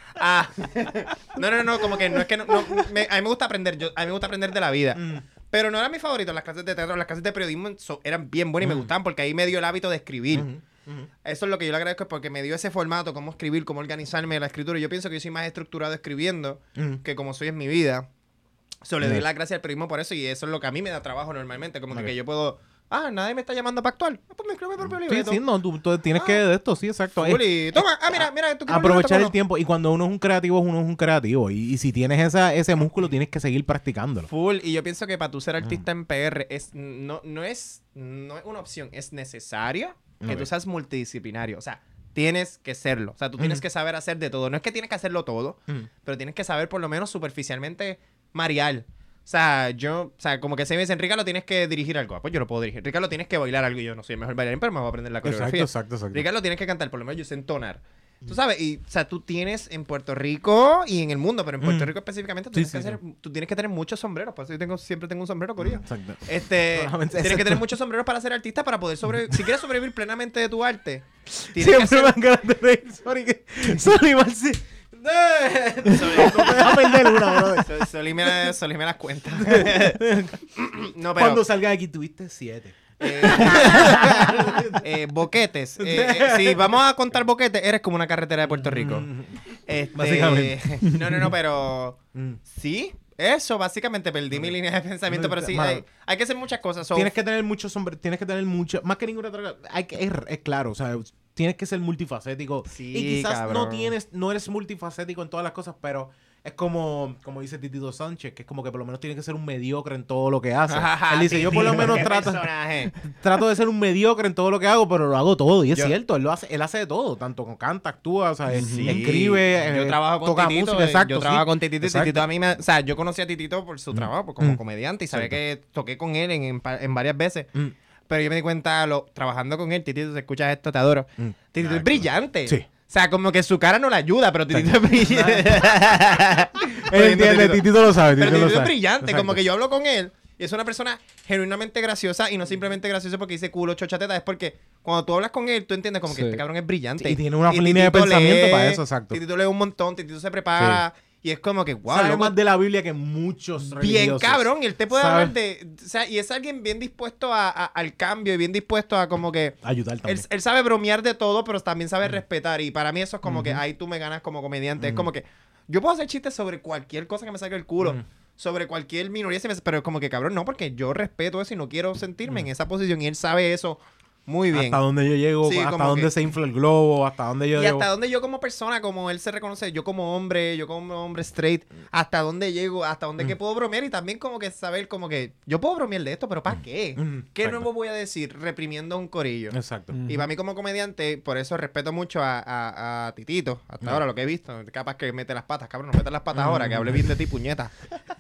S3: No, como que no es que a mí me gusta aprender, a mí me gusta aprender de la vida. Pero no eran mis favoritos, las clases de teatro, las clases de periodismo eran bien buenas y me gustaban porque ahí me dio el hábito de escribir. Eso es lo que yo le agradezco, es porque me dio ese formato, cómo escribir, cómo organizarme la escritura. Yo pienso que yo soy más estructurado escribiendo que como soy en mi vida. Le doy las gracias al periodismo por eso y eso es lo que a mí me da trabajo normalmente. Como que yo puedo... nadie me está llamando para actuar. Pues me escribo mi propio libreto.
S2: Sí, no, tú tienes que de esto, sí, exacto.
S3: Full y toma, mira, tú
S2: Aprovechar el tiempo. Y cuando uno es un creativo, uno es un creativo. Y si tienes ese músculo, tienes que seguir practicándolo.
S3: Full, y yo pienso que para tú ser artista en PR no es una opción, es necesario que tú seas multidisciplinario. O sea, tienes que serlo. O sea, tú tienes que saber hacer de todo. No es que tienes que hacerlo todo, pero tienes que saber por lo menos superficialmente marear. O sea, como que se me dicen, Ricardo, tienes que dirigir algo. Pues yo lo puedo dirigir. Ricardo, tienes que bailar algo. Y yo no soy el mejor bailarín, pero me voy a aprender la coreografía.
S2: Exacto.
S3: Ricardo, tienes que cantar. Por lo menos yo sé entonar. Tú sabes, y, o sea, tú tienes en Puerto Rico y en el mundo, pero en Puerto Rico específicamente, tú tienes que tener muchos sombreros. Por eso yo siempre tengo un sombrero, corillo.
S2: Exacto.
S3: Tienes que tener muchos sombreros para ser artista, para poder sobrevivir. Si quieres sobrevivir plenamente de tu arte, tienes que
S2: Siempre
S3: hacer...
S2: me dan ganas de reír. Sorry, Marci. A perder una, brother.
S3: Solí me las cuentas. No, pero...
S2: Cuando salga aquí, tuviste 7.
S3: Boquetes. Si vamos a contar boquetes, eres como una carretera de Puerto Rico.
S2: Básicamente.
S3: No, pero... Sí, eso, básicamente perdí mi línea de pensamiento, pero sí, hay que hacer muchas cosas.
S2: Tienes que tener muchos sombreros, tienes que tener mucho, más que ninguna otra cosa. Es claro, o sea, tienes que ser multifacético.
S3: Sí,
S2: y quizás
S3: cabrón.
S2: no eres multifacético en todas las cosas, pero es como dice Titito Sánchez, que es como que por lo menos tienes que ser un mediocre en todo lo que hace. Él dice, yo por lo menos trato de ser un mediocre en todo lo que hago, pero lo hago todo. Y es cierto, él hace de todo. Tanto canta, actúa, o sea, escribe,
S3: yo trabajo con
S2: toca
S3: Titito,
S2: música, exacto.
S3: yo trabajo con Titito, y
S2: Exacto.
S3: Titito a mí o sea, yo conocí a Titito por su trabajo, como comediante, y sabía que toqué con él en varias veces. Pero yo me di cuenta, trabajando con él, Titito, si escuchas esto, te adoro. Titito es brillante.
S2: Sí.
S3: O sea, como que su cara no le ayuda, pero Titito es brillante.
S2: Él entiende, Titito lo sabe.
S3: Pero Titito es
S2: sabe.
S3: brillante,
S2: Exacto.
S3: como que yo hablo con él y es una persona genuinamente graciosa y no simplemente graciosa porque dice culo, chocha, teta, es porque cuando tú hablas con él, tú entiendes como que
S4: Sí.
S3: este cabrón es brillante.
S2: Y tiene una
S3: Y
S2: línea de
S3: Titito
S2: pensamiento para eso, exacto.
S3: Titito lee un montón, Titito se prepara y es como que, wow,
S2: Sabe
S3: loco,
S2: más de la Biblia que muchos
S3: bien
S2: religiosos.
S3: cabrón, y él te puede
S2: Sabe.
S3: hablar de, o sea, y es alguien bien dispuesto al cambio y bien dispuesto a como que
S2: Ayudar también.
S3: él sabe bromear de todo, pero también sabe respetar. Y para mí eso es como que ahí tú me ganas como comediante. Es como que yo puedo hacer chistes sobre cualquier cosa que me saque el culo. Sobre cualquier minoría. Pero es como que, cabrón, no, porque yo respeto eso y no quiero sentirme en esa posición. Y él sabe eso muy bien.
S2: Hasta dónde yo llego,
S3: Sí,
S2: hasta
S3: como
S2: dónde
S3: que-
S2: se infla el globo, hasta dónde yo
S3: Y
S2: llego.
S3: hasta dónde yo como persona, como él se reconoce, yo como hombre straight, hasta dónde llego, hasta dónde que puedo bromear y también como que saber como que yo puedo bromear de esto, pero ¿para qué? ¿Qué
S2: Exacto.
S3: nuevo voy a decir reprimiendo a un corillo?
S2: Exacto.
S3: Y para mí como comediante, por eso respeto mucho a Titito, hasta ahora lo que he visto, capaz que mete las patas, cabrón, no metas las patas ahora, que hable bien de ti, puñeta.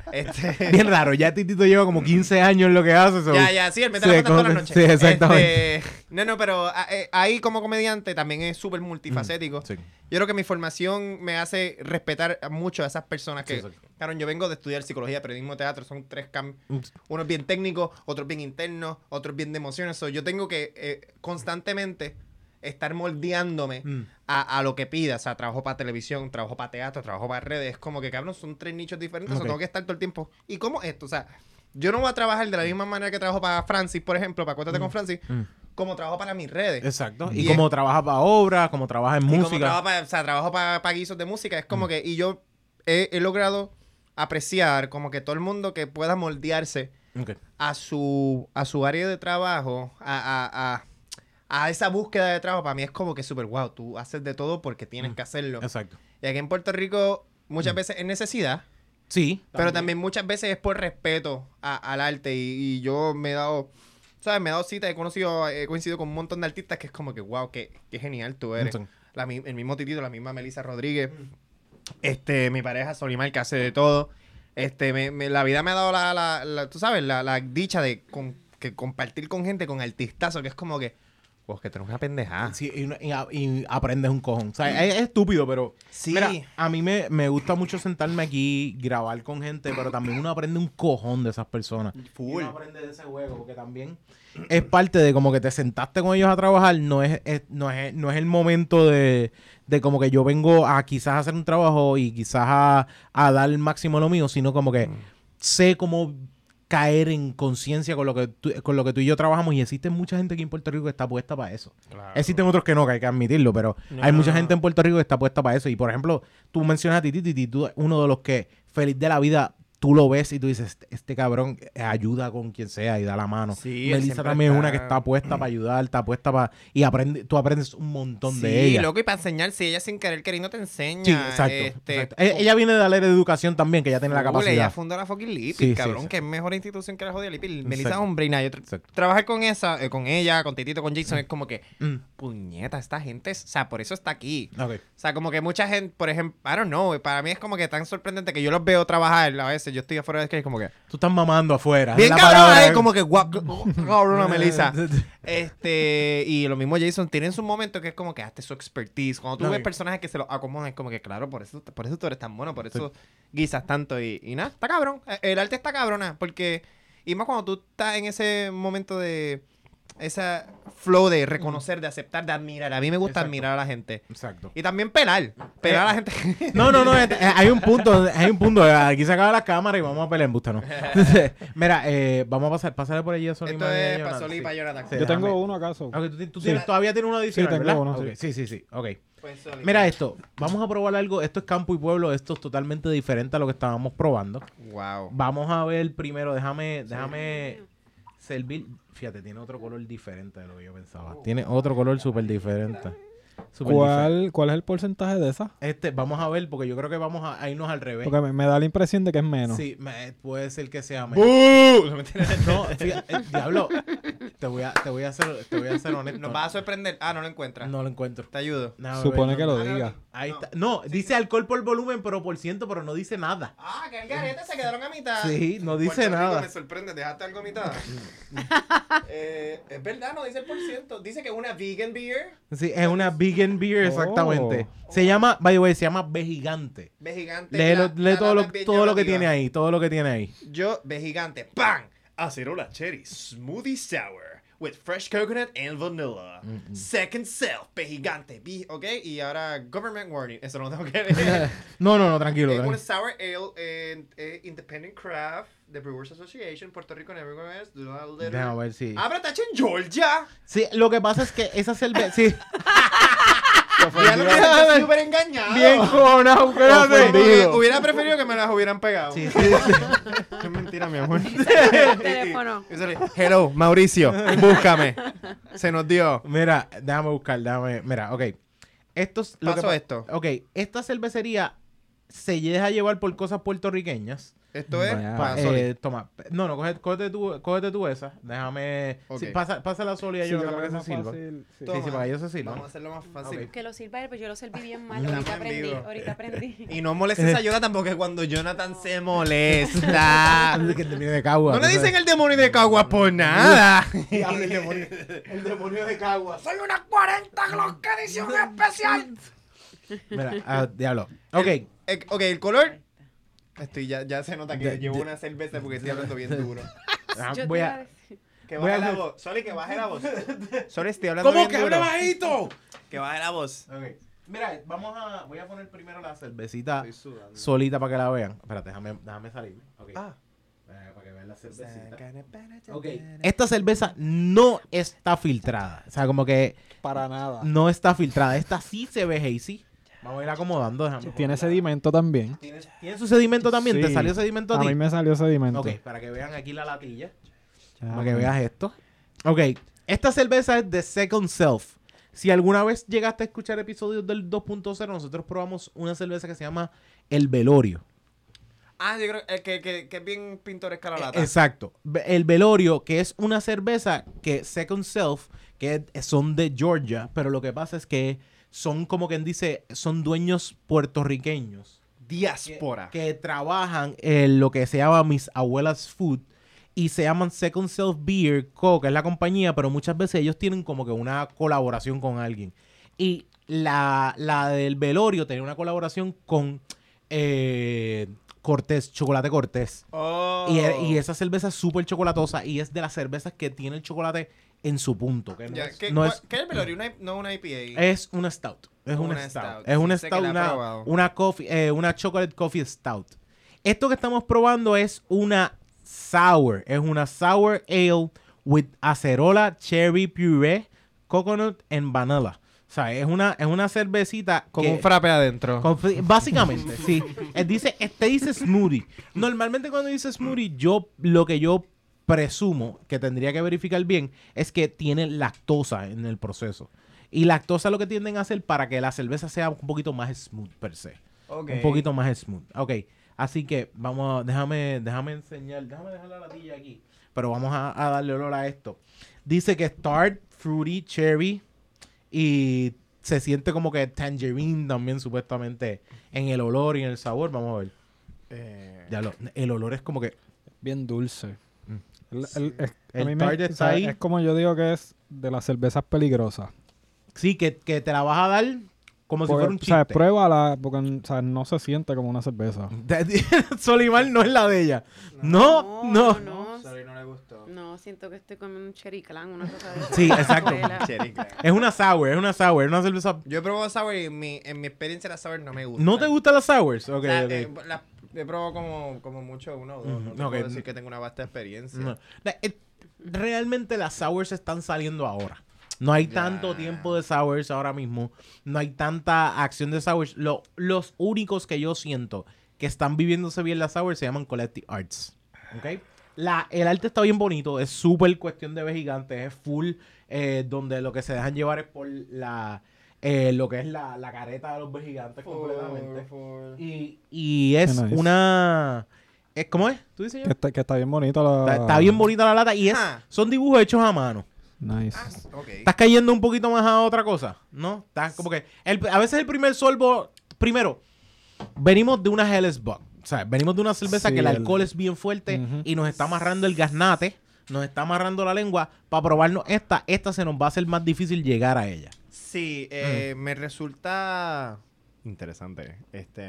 S2: Bien raro. Ya Titito lleva como 15 años en lo que hace. so-
S3: Ya, sí, él me
S2: Sí,
S3: está todas las noches.
S2: sí, exactamente.
S3: No, pero ahí como comediante también es súper multifacético.
S2: Sí.
S3: Yo creo que mi formación me hace respetar mucho a esas personas que...
S2: Sí, exacto.
S3: Claro, yo vengo de estudiar psicología, periodismo, teatro, son tres uno es bien técnico, otro es bien interno, otro es bien de emociones. So, yo tengo que constantemente estar moldeándome a lo que pida. O sea, trabajo para televisión, trabajo para teatro, trabajo para redes. Es como que, cabrón, son tres nichos diferentes. O sea,
S2: Ok.
S3: tengo que estar todo el tiempo. ¿Y cómo esto? O sea, yo no voy a trabajar de la misma manera que trabajo para Francis, por ejemplo, para Cuéntate con Francis, como trabajo para mis redes.
S2: Exacto. Y
S3: Y
S2: como trabaja para obras, como trabaja en
S3: Y como
S2: música.
S3: trabajo para guisos de música. Es como que... Y yo he logrado apreciar como que todo el mundo que pueda moldearse
S2: Ok.
S3: a su área de trabajo, a esa búsqueda de trabajo, para mí es como que súper wow. Tú haces de todo porque tienes que hacerlo.
S2: Exacto.
S3: Y aquí en Puerto Rico muchas veces es necesidad,
S2: Sí.
S3: pero también muchas veces es por respeto al arte. Y yo me he dado... ¿Sabes? Me he dado cita, he coincidido con un montón de artistas que es como que, wow, qué genial tú eres.
S2: Exacto.
S3: El mismo Titito, la misma Melissa Rodríguez, mi pareja Solimar, que hace de todo. La vida me ha dado tú sabes, la dicha de que compartir con gente, con artistazos, que es como que, wow, que tenemos una pendejada.
S2: Sí, y aprendes un cojón. O sea, es estúpido, pero...
S3: Sí.
S2: Mira, a mí me gusta mucho sentarme aquí, grabar con gente, pero también uno aprende un cojón de esas personas.
S3: Full.
S2: Y uno aprende de ese juego, porque también es parte de como que te sentaste con ellos a trabajar, no es el momento de como que yo vengo a quizás hacer un trabajo y quizás a dar el máximo lo mío, sino como que sé cómo caer en conciencia con lo que tú y yo trabajamos, y existe mucha gente aquí en Puerto Rico que está puesta para eso.
S3: Claro.
S2: Existen otros que no, que hay que admitirlo, pero hay mucha gente en Puerto Rico que está puesta para eso. Y por ejemplo, tú mencionas a Titi, tú uno de los que feliz de la vida, tú lo ves y tú dices, este cabrón ayuda con quien sea y da la mano.
S3: Sí, él
S2: Melissa
S3: siempre
S2: también es
S3: está-
S2: una que está puesta para ayudar, está puesta para... Y tú aprendes un montón de
S3: Sí,
S2: ella.
S3: loco, y para enseñar, si ella sin querer queriendo te enseña.
S2: Sí, exacto. Exacto. Ella viene de la ley de educación también, que ya tiene la
S3: Ella
S2: capacidad.
S3: fundó la fucking Lipil,
S2: Sí, sí,
S3: cabrón,
S2: sí.
S3: que es mejor institución que la jodida Lipil. Melissa
S2: Exacto.
S3: Hombre y nada.
S2: Exacto.
S3: Trabajar con con ella, con Titito, con Jason, es como que,
S2: Mm.
S3: puñeta, esta gente, o sea, por eso está aquí.
S2: Ok.
S3: O sea, como que mucha gente, por ejemplo, I don't know, para mí es como que tan sorprendente que yo los veo trabajar a veces. Yo estoy afuera de que es como que,
S2: Tú estás mamando afuera.
S3: bien
S2: es la
S3: cabrón,
S2: palabra.
S3: como que cabrón, Melissa. Y lo mismo Jason, tienen su momento que es como que hazte su expertise. Cuando tú
S2: Ok.
S3: ves personajes que se los acomodan, es como que, claro, por eso tú eres tan bueno, por eso guisas tanto. Y nada, está cabrón. El arte está cabrona, porque, y más cuando tú estás en ese momento de ese flow de reconocer, de aceptar, de admirar. A mí me gusta
S2: Exacto.
S3: admirar a la gente.
S2: Exacto.
S3: Y también pelar a la gente.
S2: No, hay un punto, aquí se acaba la cámara y vamos a pelear en busta, ¿no? Mira, vamos a pasarle por allí a Sony.
S3: Esto es para Sol y para Jonathan.
S2: Sí.
S4: Yo tengo
S2: déjame.
S4: uno acaso.
S2: Ok, tú todavía tienes uno adicional,
S4: Sí, tengo
S2: ¿verdad?
S4: uno,
S2: Ok, sí, ok.
S3: Pues, Sol y
S2: Mira
S3: para-
S2: esto, vamos a probar algo, esto es campo y pueblo, esto es totalmente diferente a lo que estábamos probando.
S3: Wow.
S2: Vamos a ver primero, déjame servir, fíjate, tiene otro color diferente de lo que yo pensaba. Tiene otro color súper diferente. Súper diferente.
S4: ¿Cuál es el porcentaje de esa?
S2: Vamos a ver, porque yo creo que vamos a irnos al revés.
S4: Porque me da la impresión de que es menos.
S2: Sí, puede ser que sea menos. No, fíjate, diablo, te voy a ser honesto.
S3: Nos vas a sorprender. Ah, no lo encuentras.
S2: No lo encuentro.
S3: Te ayudo.
S2: No,
S4: Supone
S2: bebé,
S4: que
S2: no,
S4: lo
S2: no.
S4: diga.
S2: Ahí está. No, dice alcohol por volumen, pero por ciento, pero no dice nada.
S3: Ah, que el garete se quedaron a mitad.
S2: Sí, no dice
S3: Puerto Rico
S2: nada.
S3: me sorprende, dejaste algo a mitad. Es verdad, no dice el por ciento. Dice que es una vegan beer.
S2: Sí, es una vegan beer, exactamente.
S4: Oh.
S2: Se llama, by the way, se llama B Gigante.
S3: Ve gigante.
S2: Lee todo lo
S3: es bien
S2: todo lo que
S3: llamativa.
S2: tiene ahí, todo lo que tiene ahí.
S3: Yo, ve gigante. ¡Pam! Acerola Cherry Smoothie Sour with fresh coconut and vanilla. Second Self, ve gigante. ¿Ok? Y ahora Government Warning. Eso no lo tengo que ver.
S2: No, tranquilo.
S3: Es
S2: tranquilo.
S3: una sour ale independent craft, the Brewers Association, Puerto Rico and everywhere else.
S2: Déjame ver si.
S3: Ah, pero está hecho en Georgia.
S2: Sí, lo que pasa es que esa cerveza. Sí,
S3: Ya lo estoy súper engañado.
S2: bien cojonado, espérate.
S3: Hubiera preferido que me las hubieran pegado.
S2: Sí, sí, sí.
S3: Es mentira, mi amor.
S6: El teléfono.
S3: Hello, Mauricio, búscame. Se nos dio.
S2: Mira, déjame buscar, mira, ok. Esto es
S3: Pasó esto.
S2: Ok, esta cervecería se deja llevar por cosas puertorriqueñas.
S3: Esto es
S4: Vaya.
S3: para Soli.
S2: Toma. No, cógete tú esa. Déjame...
S3: Ok.
S2: Sí, pasa la Soli a
S4: Sí, yo
S2: Jonathan
S4: creo
S2: para
S4: que
S2: que
S4: es
S2: se
S4: más
S2: sirva.
S4: fácil, sí.
S2: Sí, sí, para que ellos se sirvan.
S3: Vamos a hacerlo más fácil.
S2: Ok.
S6: Que lo sirva él, pues yo lo serví bien mal.
S3: Estamos
S6: Ahorita
S3: en
S6: aprendí.
S3: vivo.
S6: Ahorita aprendí.
S3: Y no molestes a Jonathan porque cuando Jonathan se molesta.
S2: Que te viene de Cagua.
S3: No le dicen el demonio de Caguas por nada.
S2: el demonio de Cagua.
S3: Soy una 40 Glock edición especial.
S2: Mira, diablo. Ok.
S3: Ok, el color. Ya se nota que
S2: Ya-
S3: llevo
S2: ya-
S3: una cerveza porque estoy hablando bien duro.
S6: Yo te
S2: Voy
S6: iba a
S2: a...
S6: decir.
S3: Que
S2: Voy
S3: baje
S2: a
S3: la
S2: hacer-
S3: voz. Soli, que baje la voz. Soli, estoy hablando
S2: ¿Cómo
S3: bien
S2: que
S3: duro.
S2: habla bajito?
S3: Que baje la voz.
S2: Ok. Mira, voy a poner primero la cervecita
S3: Estoy sudando.
S2: solita para que la vean. Espérate, déjame salirme. Ok.
S3: Ah.
S2: Para que vean la cervecita. Ok. Esta cerveza no está filtrada. O sea, como que
S4: Para nada.
S2: no está filtrada. Esta sí se ve hazy. Vamos a ir acomodando. Déjame
S4: Tiene
S2: ponerla.
S4: sedimento también.
S2: ¿Tiene su sedimento también? ¿Te
S4: Sí.
S2: salió sedimento a
S4: A
S2: ti?
S4: mí me salió sedimento.
S2: Ok, para que vean aquí la latilla.
S4: Ya,
S2: Para que veas esto. Ok, esta cerveza es de Second Self. Si alguna vez llegaste a escuchar episodios del 2.0, nosotros probamos una cerveza que se llama El Velorio.
S3: Ah, yo creo que es bien pintoresca la lata.
S2: Exacto. El Velorio, que es una cerveza que Second Self, que son de Georgia, pero lo que pasa es que son, como quien dice, son dueños puertorriqueños
S3: Diáspora.
S2: que trabajan en lo que se llama Mis Abuelas Food y se llaman Second Self Beer Co., que es la compañía, pero muchas veces ellos tienen como que una colaboración con alguien. Y la del Velorio tenía una colaboración con Cortés, Chocolate Cortés.
S3: Oh.
S2: Y esa cerveza es súper chocolatosa y es de las cervezas que tiene el chocolate en su punto. Que no
S3: Ya,
S2: es,
S3: ¿qué,
S2: no
S3: cua-
S2: es-
S3: ¿Qué es el velorio? No una IPA.
S2: es una stout. Es una
S3: Una
S2: stout.
S3: stout.
S2: Es una
S3: Sí, sé que
S2: stout,
S3: la he probado.
S2: una chocolate coffee stout. Esto que estamos probando es una sour. Es una sour ale with acerola, cherry puree, coconut and vanilla. O sea, es una cervecita
S3: Con
S2: que-
S3: un frappe adentro.
S2: Básicamente, sí. Te dice smoothie. Normalmente cuando dice smoothie, lo que yo presumo que tendría que verificar bien es que tiene lactosa en el proceso. Y lactosa lo que tienden a hacer para que la cerveza sea un poquito más smooth per se.
S3: Ok.
S2: Un poquito más smooth. Ok. Así que déjame enseñar, déjame dejar la latilla aquí. Pero vamos a darle olor a esto. Dice que tart, fruity, cherry y se siente como que tangerine también supuestamente en el olor y en el sabor. Vamos a ver. El olor es como que
S4: Bien dulce.
S2: El
S4: A mí
S2: tart está
S4: o sea,
S2: ahí.
S4: es como yo digo que es de las cervezas peligrosas.
S2: sí, que te la vas a dar como si
S4: Porque,
S2: fuera un
S4: o sea,
S2: chiste.
S4: pruébala porque o sea, no se siente como una cerveza.
S2: Solimar no es la de ella. No.
S6: No,
S3: Sorry, no le gustó.
S6: no, siento que estoy comiendo un cherry clan, una cosa de
S2: Sí, exacto.
S3: Cherry Clan.
S2: Es una sour, es una cerveza.
S3: Yo he probado sour y en mi experiencia la sour no me gusta.
S2: ¿No te gustan las sours? Ok,
S3: O sea,
S2: ok.
S3: he probado como mucho uno o dos. No te
S2: ok.
S3: puedo decir que tengo una vasta experiencia.
S2: No. Realmente las sours están saliendo ahora. No hay tanto tiempo de sours ahora mismo. No hay tanta acción de sours. Los únicos que yo siento que están viviéndose bien las sours se llaman Collective Arts. ¿Ok? El arte está bien bonito. Es súper cuestión de gigantes. Es full. Donde lo que se dejan llevar es por lo que es la careta de los gigantes completamente. Y es
S4: Qué nice.
S2: una... ¿Cómo es? ¿Tú dices yo?
S4: Que está bien bonito la...
S2: Está bien bonita la lata y
S3: Ajá.
S2: son dibujos hechos a mano.
S4: Nice.
S3: Ok.
S2: ¿Estás cayendo un poquito más a otra cosa? ¿No? Estás como que... a veces el primer sorbo... Primero, venimos de una Helles Buck. O sea, venimos de una cerveza
S4: Sí,
S2: que el alcohol es bien fuerte
S4: Ujú.
S2: y nos está amarrando el gaznate, nos está amarrando la lengua. Para probarnos esta se nos va a hacer más difícil llegar a ella.
S3: Sí, me resulta interesante.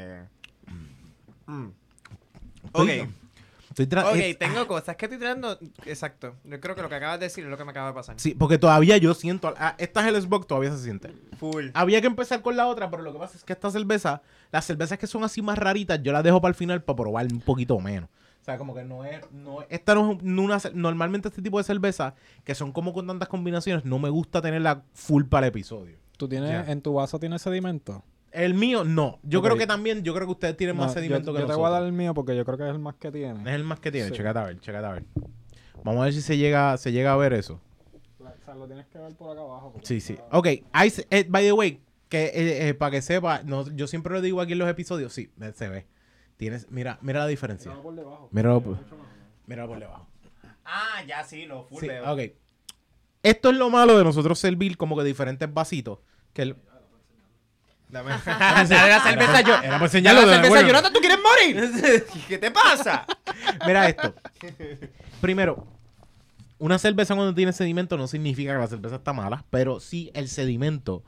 S3: Ok. Tengo cosas que estoy tirando. Exacto. Yo creo que lo que acabas de decir es lo que me acaba de pasar.
S2: Sí, porque todavía yo siento... esta Helles Buck todavía se siente.
S3: Full.
S2: Había que empezar con la otra, pero lo que pasa es que esta cerveza, las cervezas que son así más raritas, yo las dejo para el final para probar un poquito menos. O sea, como que esta no es normalmente este tipo de cerveza, que son como con tantas combinaciones, no me gusta tenerla full para el episodio.
S4: ¿Tú tienes,
S2: Ya.
S4: en tu vaso tienes sedimento?
S2: El mío, no. Yo
S4: Ok.
S2: creo que ustedes tienen más
S4: No,
S2: sedimento que
S4: yo te
S2: nosotros.
S4: voy a dar el mío porque yo creo que es el más que tiene.
S2: Es el más que tiene,
S4: Sí.
S2: chécate a ver. Vamos a ver si se llega a ver eso.
S4: O sea, lo tienes que ver por acá abajo. porque
S2: Sí, sí.
S4: está-
S2: Ok, by the way, que para que sepa, yo siempre lo digo aquí en los episodios, sí, se ve. Mira la diferencia.
S4: por debajo.
S2: Míralo por debajo.
S3: Ah, ya sí, lo full
S2: Sí,
S3: veo.
S2: ok. Esto es lo malo de nosotros servir como que diferentes vasitos. Que
S3: Dame la cerveza yo.
S2: Era por enseñarlo.
S3: Dame la cerveza,
S2: bueno.
S3: Jonathan, ¿tú quieres morir? ¿Qué te pasa?
S2: Mira esto. Primero, una cerveza cuando tiene sedimento no significa que la cerveza está mala, pero sí el sedimento,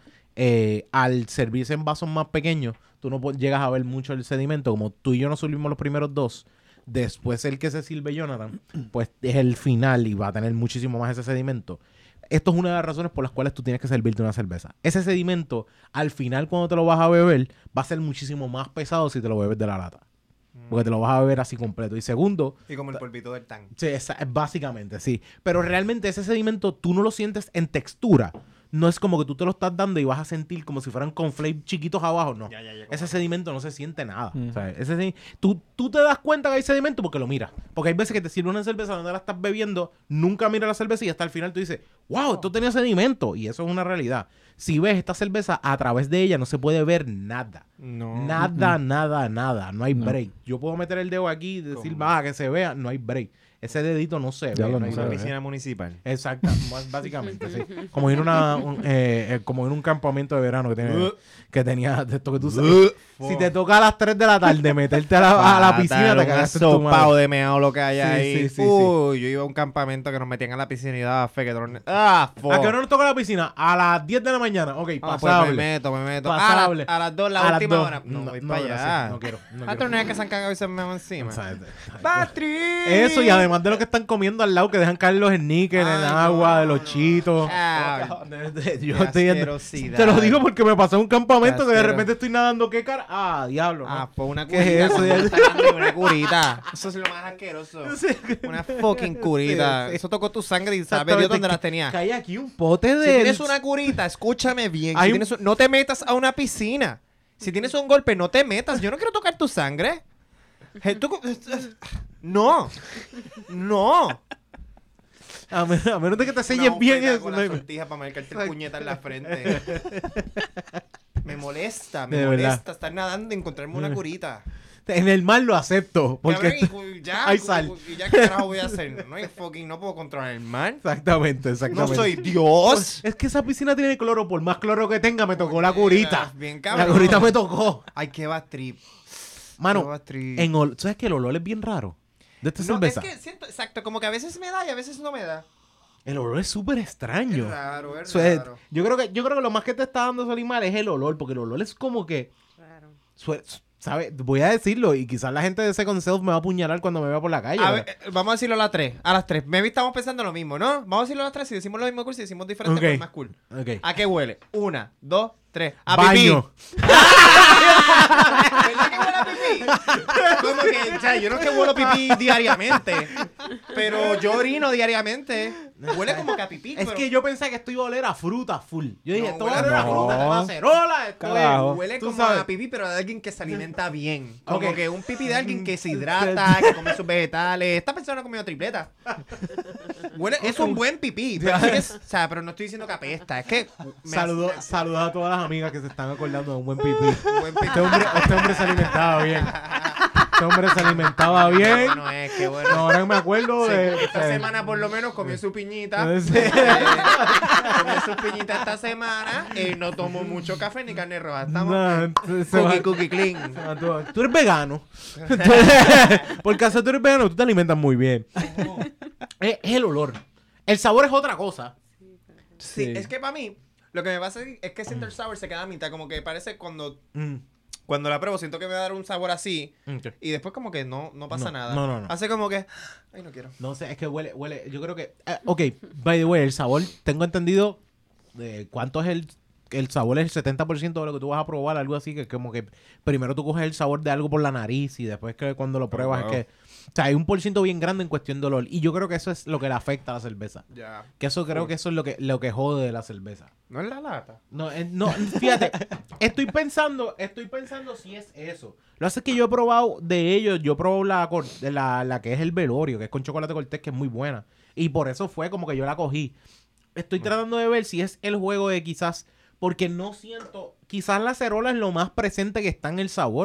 S2: al servirse en vasos más pequeños, tú no llegas a ver mucho el sedimento. Como tú y yo nos servimos los primeros dos, después el que se sirve Jonathan, pues es el final y va a tener muchísimo más ese sedimento. Esto es una de las razones por las cuales tú tienes que servirte una cerveza. Ese sedimento, al final cuando te lo vas a beber, va a ser muchísimo más pesado si te lo bebes de la lata. Porque te lo vas a beber así completo. Y segundo,
S3: Y como el polvito del tan.
S2: sí, básicamente, sí. Pero realmente ese sedimento tú no lo sientes en textura. No es como que tú te lo estás dando y vas a sentir como si fueran cornflakes chiquitos abajo. No. Ese sedimento no se siente nada. O sea, tú te das cuenta que hay sedimento porque lo miras. Porque hay veces que te sirve una cerveza donde la estás bebiendo, nunca miras la cerveza y hasta el final tú dices, wow, esto tenía sedimento. Y eso es una realidad. Si ves esta cerveza, a través de ella no se puede ver nada.
S3: No.
S2: Nada. No hay break. Yo puedo meter el dedo aquí y decir, que se vea. No hay break. Ese dedito no se
S4: Ya
S2: ve.
S4: lo
S2: no hay
S4: no se
S2: break.
S4: ve.
S3: Piscina municipal.
S2: Exacto, básicamente, sí. Como ir como en un campamento de verano que tenía de esto que tú sabes. Si te toca a las 3 de la tarde meterte a la piscina, te cagaste en tu
S3: sopa o
S2: madre.
S3: de meado lo que hay
S2: Sí,
S3: ahí.
S2: sí, sí,
S3: Uy, yo iba a un campamento que nos metían a la piscina y daba fe que ¡Ah, fuck!
S2: ¿A qué hora nos toca la piscina? A las 10 de la mañana. Ok,
S3: Ah, pues
S2: pasable.
S3: me meto.
S2: Pasable.
S3: A las 2, la
S2: A las
S3: última
S2: 2.
S3: hora. No, voy
S2: No,
S3: para
S2: gracias.
S3: allá.
S2: No quiero.
S3: Ah, tú no es que se han cagado y se me van encima.
S2: O sea,
S3: ¡Patri!
S2: eso, y además de lo que están comiendo al lado, que dejan caer los sneakers en el
S3: Ay,
S2: agua,
S3: no,
S2: de los
S3: no.
S2: chitos.
S3: Ah,
S2: Yo
S3: qué
S2: estoy
S3: asquerosidad.
S2: te lo digo porque me pasó en un campamento que de
S3: Qué
S2: repente estoy nadando. ¿Qué cara? Ah, diablo. ¿no?
S3: fue una
S2: ¿Qué es
S3: curita.
S2: eso?
S3: cuando está dando una curita. Eso es lo más asqueroso. Una fucking curita.
S2: Sí, sí.
S3: Eso tocó tu sangre y
S2: Exactamente,
S3: sabes Dios dónde las tenía.
S2: Que hay aquí un pote de...
S3: Si tienes una curita, escúchame bien.
S2: Hay
S3: Si no te metas a una piscina. Si tienes un golpe, no te metas. Yo no quiero tocar tu sangre. No. No.
S2: A menos de que te selles bien eso.
S3: Con
S2: no
S3: la
S2: hay-
S3: sortija para marcarte el puñeta en la frente. Me molesta
S2: De verdad.
S3: estar nadando y encontrarme una curita.
S2: En el mar lo acepto. Porque...
S3: Cabrón, y ya,
S2: hay sal.
S3: ¿Y ya qué carajo voy a hacer? No puedo controlar el mar.
S2: Exactamente.
S3: No soy Dios.
S2: Es que esa piscina tiene cloro. Por más cloro que tenga, me tocó la curita.
S3: Bien
S2: La
S3: cabrón.
S2: curita me tocó.
S3: Ay, qué va trip.
S2: Mano,
S3: Qué va trip.
S2: ¿sabes que el olor es bien raro? De esta
S3: No,
S2: cerveza.
S3: es que siento, exacto, como que a veces me da y a veces no me da.
S2: El olor es súper extraño.
S3: Es raro, es
S2: O sea,
S3: raro.
S2: yo creo que lo más que te está dando Solimar es el olor, porque el olor es como que,
S6: Claro.
S2: ¿sabes? Voy a decirlo y quizás la gente de Second Self me va a apuñalar cuando me vea por la calle.
S3: A
S2: pero-
S3: ver, vamos a decirlo a las 3. A las 3. Maybe estamos pensando lo mismo, ¿no? Vamos a decirlo a las 3. Si decimos lo mismo cool, si decimos diferente,
S2: Ok.
S3: pues más cool.
S2: Ok.
S3: ¿A qué huele? 1, 2, 3. A
S2: Baño.
S3: pipí. ¿Verdad que huele a pipí? Como que, o sea, yo no es que huelo pipí diariamente, pero yo orino diariamente. Huele como que a pipí,
S2: Es
S3: pero
S2: que yo pensé que esto iba a oler a fruta full. Yo dije,
S3: No,
S2: esto
S3: huele
S2: va a oler a
S4: a-
S2: fruta,
S4: no.
S2: a acerola, esto
S4: Carajo.
S3: huele
S2: tú
S3: como
S2: sabes.
S3: a pipí, pero de alguien que se alimenta bien. Como
S2: Ok.
S3: que un pipí de alguien que se hidrata, que come sus vegetales. Esta persona ha comido tripleta. Huele, es un buen pipí. Pero, sí que o sea, pero no estoy diciendo que apesta. Es que
S2: Saludos a todas las amigas que se están acordando de un buen pipí.
S3: buen pipí.
S2: Este hombre se alimentaba bien. Este hombre se alimentaba bien.
S3: No, es que bueno.
S2: Ahora me acuerdo de...
S3: Esta semana por lo menos comió su piñita.
S2: Sí.
S3: Comió su piñita esta semana. No tomó mucho café ni carne roja. Estamos
S2: No, se va-
S3: cookie clean.
S2: Tú eres vegano. Por caso tú eres vegano, tú te alimentas muy bien. Es el olor. El sabor es otra cosa.
S3: Sí,
S4: Sí.
S3: es que para mí, lo que me pasa es que Center Sour se queda a mitad. Como que parece cuando la pruebo, siento que me va a dar un sabor así.
S2: Ok.
S3: Y después como que no pasa
S2: No,
S3: nada.
S2: no.
S3: Hace como que, ay, no quiero.
S2: No sé, es que huele. Yo creo que. Ok, by the way, el sabor, tengo entendido de cuánto es el sabor, es el 70% de lo que tú vas a probar, algo así, que como que primero tú coges el sabor de algo por la nariz y después que cuando lo pruebas
S3: wow.
S2: es que. O sea, hay un % bien grande en cuestión de olor. Y yo creo que eso es lo que le afecta a la cerveza.
S3: Ya.
S2: Que eso creo que eso es lo que jode de la cerveza.
S3: No es la lata.
S2: No, fíjate, estoy pensando si es eso. Lo que hace es que yo he probado de ellos, yo he probado la que es el velorio, que es con chocolate cortés, que es muy buena. Y por eso fue como que yo la cogí. Estoy tratando de ver si es el juego de quizás, porque no siento, quizás la acerola es lo más presente que está en el sabor.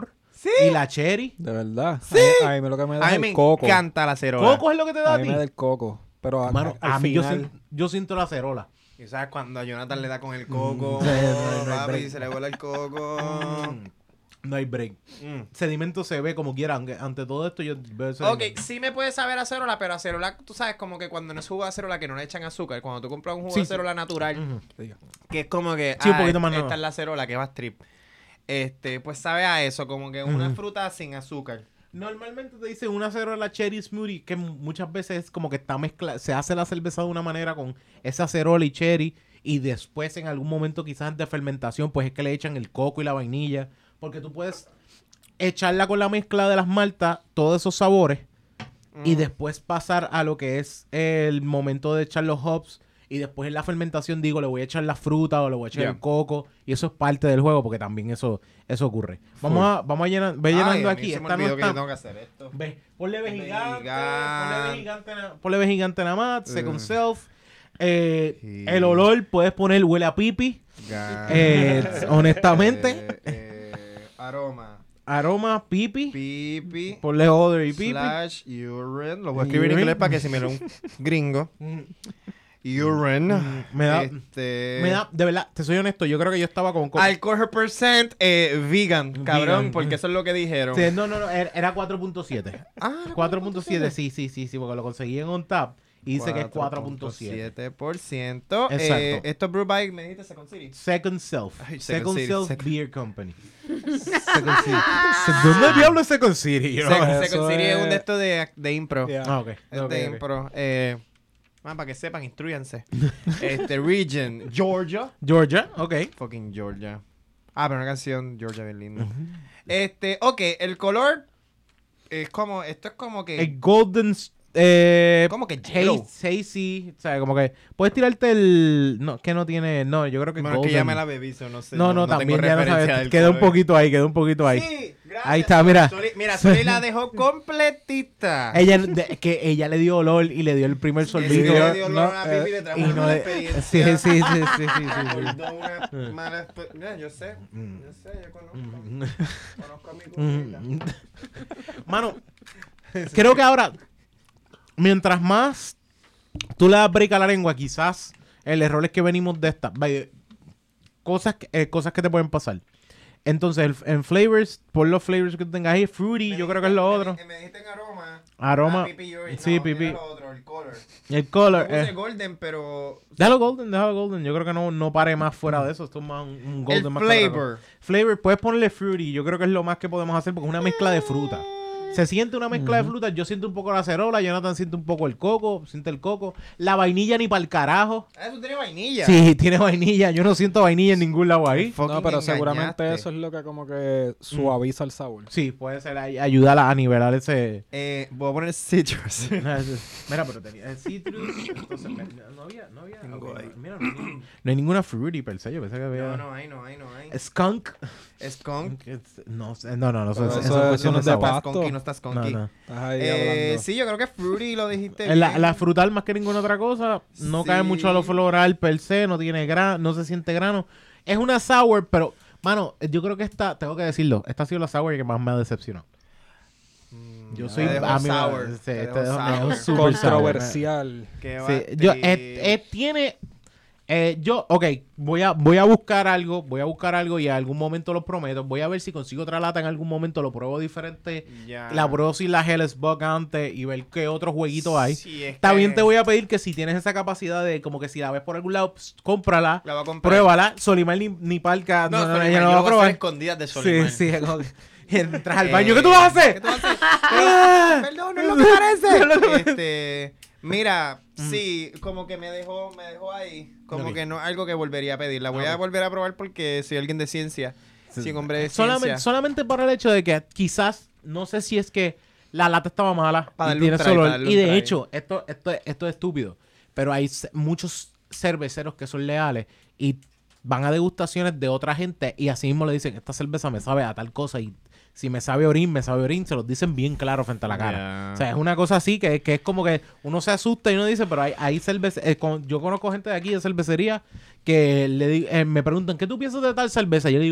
S2: y la cherry.
S4: De verdad. A mí lo que me da
S3: A
S4: es
S3: mí me
S4: el coco.
S3: encanta la cerola.
S2: ¿Coco es lo que te da
S4: A
S2: a
S4: mí
S2: ti?
S4: me da el coco. Pero
S2: Mano,
S4: al
S2: a mí
S4: final,
S2: yo siento la cerola.
S3: Y sabes cuando a Jonathan le da con el coco,
S2: Sí, no hay
S3: papi,
S2: break.
S3: se le vuela el coco.
S2: No hay break. Sedimento se ve como quiera, aunque ante todo esto yo veo ese
S3: Ok, sí me puede saber a cerola, pero a cerola, tú sabes, como que cuando no es jugo de cerola que no le echan azúcar, cuando tú compras un jugo
S2: Sí,
S3: de
S2: sí.
S3: cerola natural,
S2: Ujú.
S3: que es como que,
S2: Sí, un poquito más
S3: esta
S2: nueva.
S3: es la cerola que va a strip. Pues sabe a eso, como que una fruta sin azúcar.
S2: Normalmente te dicen una acerola cherry smoothie, que muchas veces es como que está mezclada, se hace la cerveza de una manera con esa acerola y cherry, y después en algún momento quizás de fermentación, pues es que le echan el coco y la vainilla, porque tú puedes echarla con la mezcla de las maltas, todos esos sabores, y después pasar a lo que es el momento de echar los hops, y después en la fermentación digo, le voy a echar la fruta o le voy a echar
S3: Ya.
S2: el coco, y eso es parte del juego, porque también eso ocurre. Vamos a llenar, ve llenando aquí.
S3: Se me
S2: Esta no
S3: olvidó que yo
S2: está-
S3: tengo que hacer esto.
S2: Ve, ponle B gigante,
S3: Gigante.
S2: ponle B gigante nada más, second self.
S3: Sí.
S2: El olor, puedes poner huele a pipi. Honestamente.
S3: Aroma.
S2: Aroma, pipi.
S3: Pipi.
S2: Ponle odor y pipi.
S3: Slash urine. Lo voy a escribir en
S2: Urine.
S3: inglés para que si me lo un gringo. Urine.
S2: Me da,
S3: Este,
S2: me da, de verdad, te soy honesto, yo creo que yo estaba con...
S3: Alcohol percent vegan, cabrón,
S2: Vegan.
S3: porque eso es lo que dijeron.
S2: Sí, no, era 4.7.
S3: Ah,
S2: 4.7, sí, porque lo conseguí en OnTap y dice que es 4.7.
S3: 4.7%.
S2: Exacto.
S3: Esto es Brew by, me dijiste, Second City.
S2: Second Self.
S3: Ay,
S2: Second
S3: Second
S2: Self
S3: City.
S2: Beer Company. Second City. ¿Dónde diablo es Second City? Yo no-
S3: Second
S4: eso
S3: City es
S4: es-
S3: un de estos de impro.
S4: Yeah.
S2: Ah, ok.
S3: Es
S2: Ok,
S3: de
S2: ok.
S3: impro. Para que sepan, instruyanse. Region, Georgia.
S2: Georgia, ok.
S3: Fucking Georgia. Ah, pero una canción Georgia bien linda. Ok, el color es como, esto es como que...
S2: El Golden...
S3: como que yellow.
S2: Hazy, o sea, como que puedes tirarte el... No, que no tiene... No, yo creo que
S3: Bueno, es
S2: Golden...
S3: que ya me la bebí, so no sé.
S2: No,
S3: tengo
S2: también ya no
S3: referencia
S2: sabes.
S3: del
S2: Quedó un
S3: color.
S2: poquito ahí,
S3: Sí, gracias.
S2: Ahí está, mira.
S3: Mira, Soli la dejó completita.
S2: Que ella le dio olor y le dio el primer
S3: Sí,
S2: sorbito.
S3: le dio
S4: no,
S3: olor a pipi y le trajo
S2: y
S3: una
S2: no
S3: mala
S2: le-
S3: experiencia.
S2: sí.
S3: Recordó una mala experiencia. Yo sé, yo conozco a mi cosita.
S2: Mano, creo que ahora, mientras más tú le das break a la lengua, quizás el error es que venimos de esta. Cosas que te pueden pasar. Entonces, en flavors, por los flavors que tú tengas ahí, fruity, yo creo que es lo otro.
S3: Me dijiste en aroma.
S2: Aroma.
S3: Pipi, urine.
S2: Sí,
S3: No,
S2: pipi.
S3: era lo otro, el color.
S2: El color.
S3: Yo puse golden, pero...
S2: Déjalo golden. Yo creo que no pare más fuera de eso. Esto es más un golden
S3: El
S2: más que otra
S3: flavor.
S2: cosa. Flavor, puedes ponerle fruity. Yo creo que es lo más que podemos hacer porque es una mezcla de fruta. Se siente una mezcla de frutas. Yo siento un poco la acerola. Jonathan siente un poco el coco. Siente el coco. La vainilla ni para el carajo.
S3: Ah, eso tiene vainilla.
S2: Sí, tiene vainilla. Yo no siento vainilla en ningún lado ahí.
S3: Fucking
S4: No, pero seguramente
S3: engañaste.
S4: eso es lo que como que suaviza el sabor.
S2: Sí, puede ser. Ayuda a nivelar ese...
S3: Voy a poner citrus.
S2: Mira, pero tenía citrus. Entonces, no había.
S3: Tengo
S2: ok,
S3: ahí.
S2: mira, no hay ninguna fruity per se. Yo pensé que había...
S3: No hay.
S2: Skunk.
S3: Skunk.
S2: No, eso
S4: Pero
S2: es
S4: eso
S2: cuestión
S4: no
S2: de
S4: es de
S2: sabor.
S4: pasto.
S3: Skunky, no estás
S2: No,
S3: skunky.
S2: no.
S4: Estás ahí hablando.
S3: Sí, yo creo que fruity lo dijiste
S2: La,
S3: bien.
S2: la frutal más que ninguna otra cosa. No
S3: Sí.
S2: cae mucho a lo floral per se. No tiene grano. No se siente grano. Es una sour, pero... Mano, yo creo que esta... Tengo que decirlo. Esta ha sido la sour que más me ha decepcionado. Yo soy...
S3: Te dejó
S2: a mí me-
S3: sour.
S2: sí,
S3: Te
S2: te
S3: dejó
S2: dejó- me dejó
S3: sour.
S2: super sour.
S4: Controversial.
S3: Qué
S2: Sí, yo, tiene... voy a buscar algo y en algún momento lo prometo. Voy a ver si consigo otra lata en algún momento, lo pruebo diferente.
S3: Ya.
S2: La pruebo sin la Hellesbuck antes y ver qué otro jueguito hay.
S3: Sí, es
S2: También
S3: que
S2: te voy a pedir que si tienes esa capacidad de como que si la ves por algún lado, cómprala,
S3: la voy a comprar.
S2: pruébala. Solimar ni Palca,
S3: No, Solimar,
S2: ella no
S3: yo
S2: va a
S3: voy a
S2: probar.
S3: hacer escondidas de Solimar.
S2: Sí, como que entras al baño. ¿Qué tú vas a hacer?
S3: ¿Qué tú vas a hacer? Perdón, no es lo que parece. Mira, sí, como que me dejó ahí. Como
S2: Ok.
S3: que no algo que volvería a pedir. La voy a volver a probar porque soy alguien de ciencia. Sí, hombre de ciencia.
S2: Solamente por el hecho de que quizás, no sé si es que la lata estaba mala
S3: Para
S2: y
S3: darle
S2: tiene
S3: un try,
S2: solo...
S3: para darle
S2: Y
S3: un
S2: de
S3: try.
S2: hecho, esto es estúpido, pero hay muchos cerveceros que son leales y van a degustaciones de otra gente y así mismo le dicen, esta cerveza me sabe a tal cosa y si me sabe orín, se los dicen bien claro frente a la cara.
S3: Yeah.
S2: O sea, es una cosa así que es como que uno se asusta y uno dice, pero hay cerveza... yo conozco gente de aquí de cervecería que me preguntan, ¿qué tú piensas de tal cerveza? Yo digo,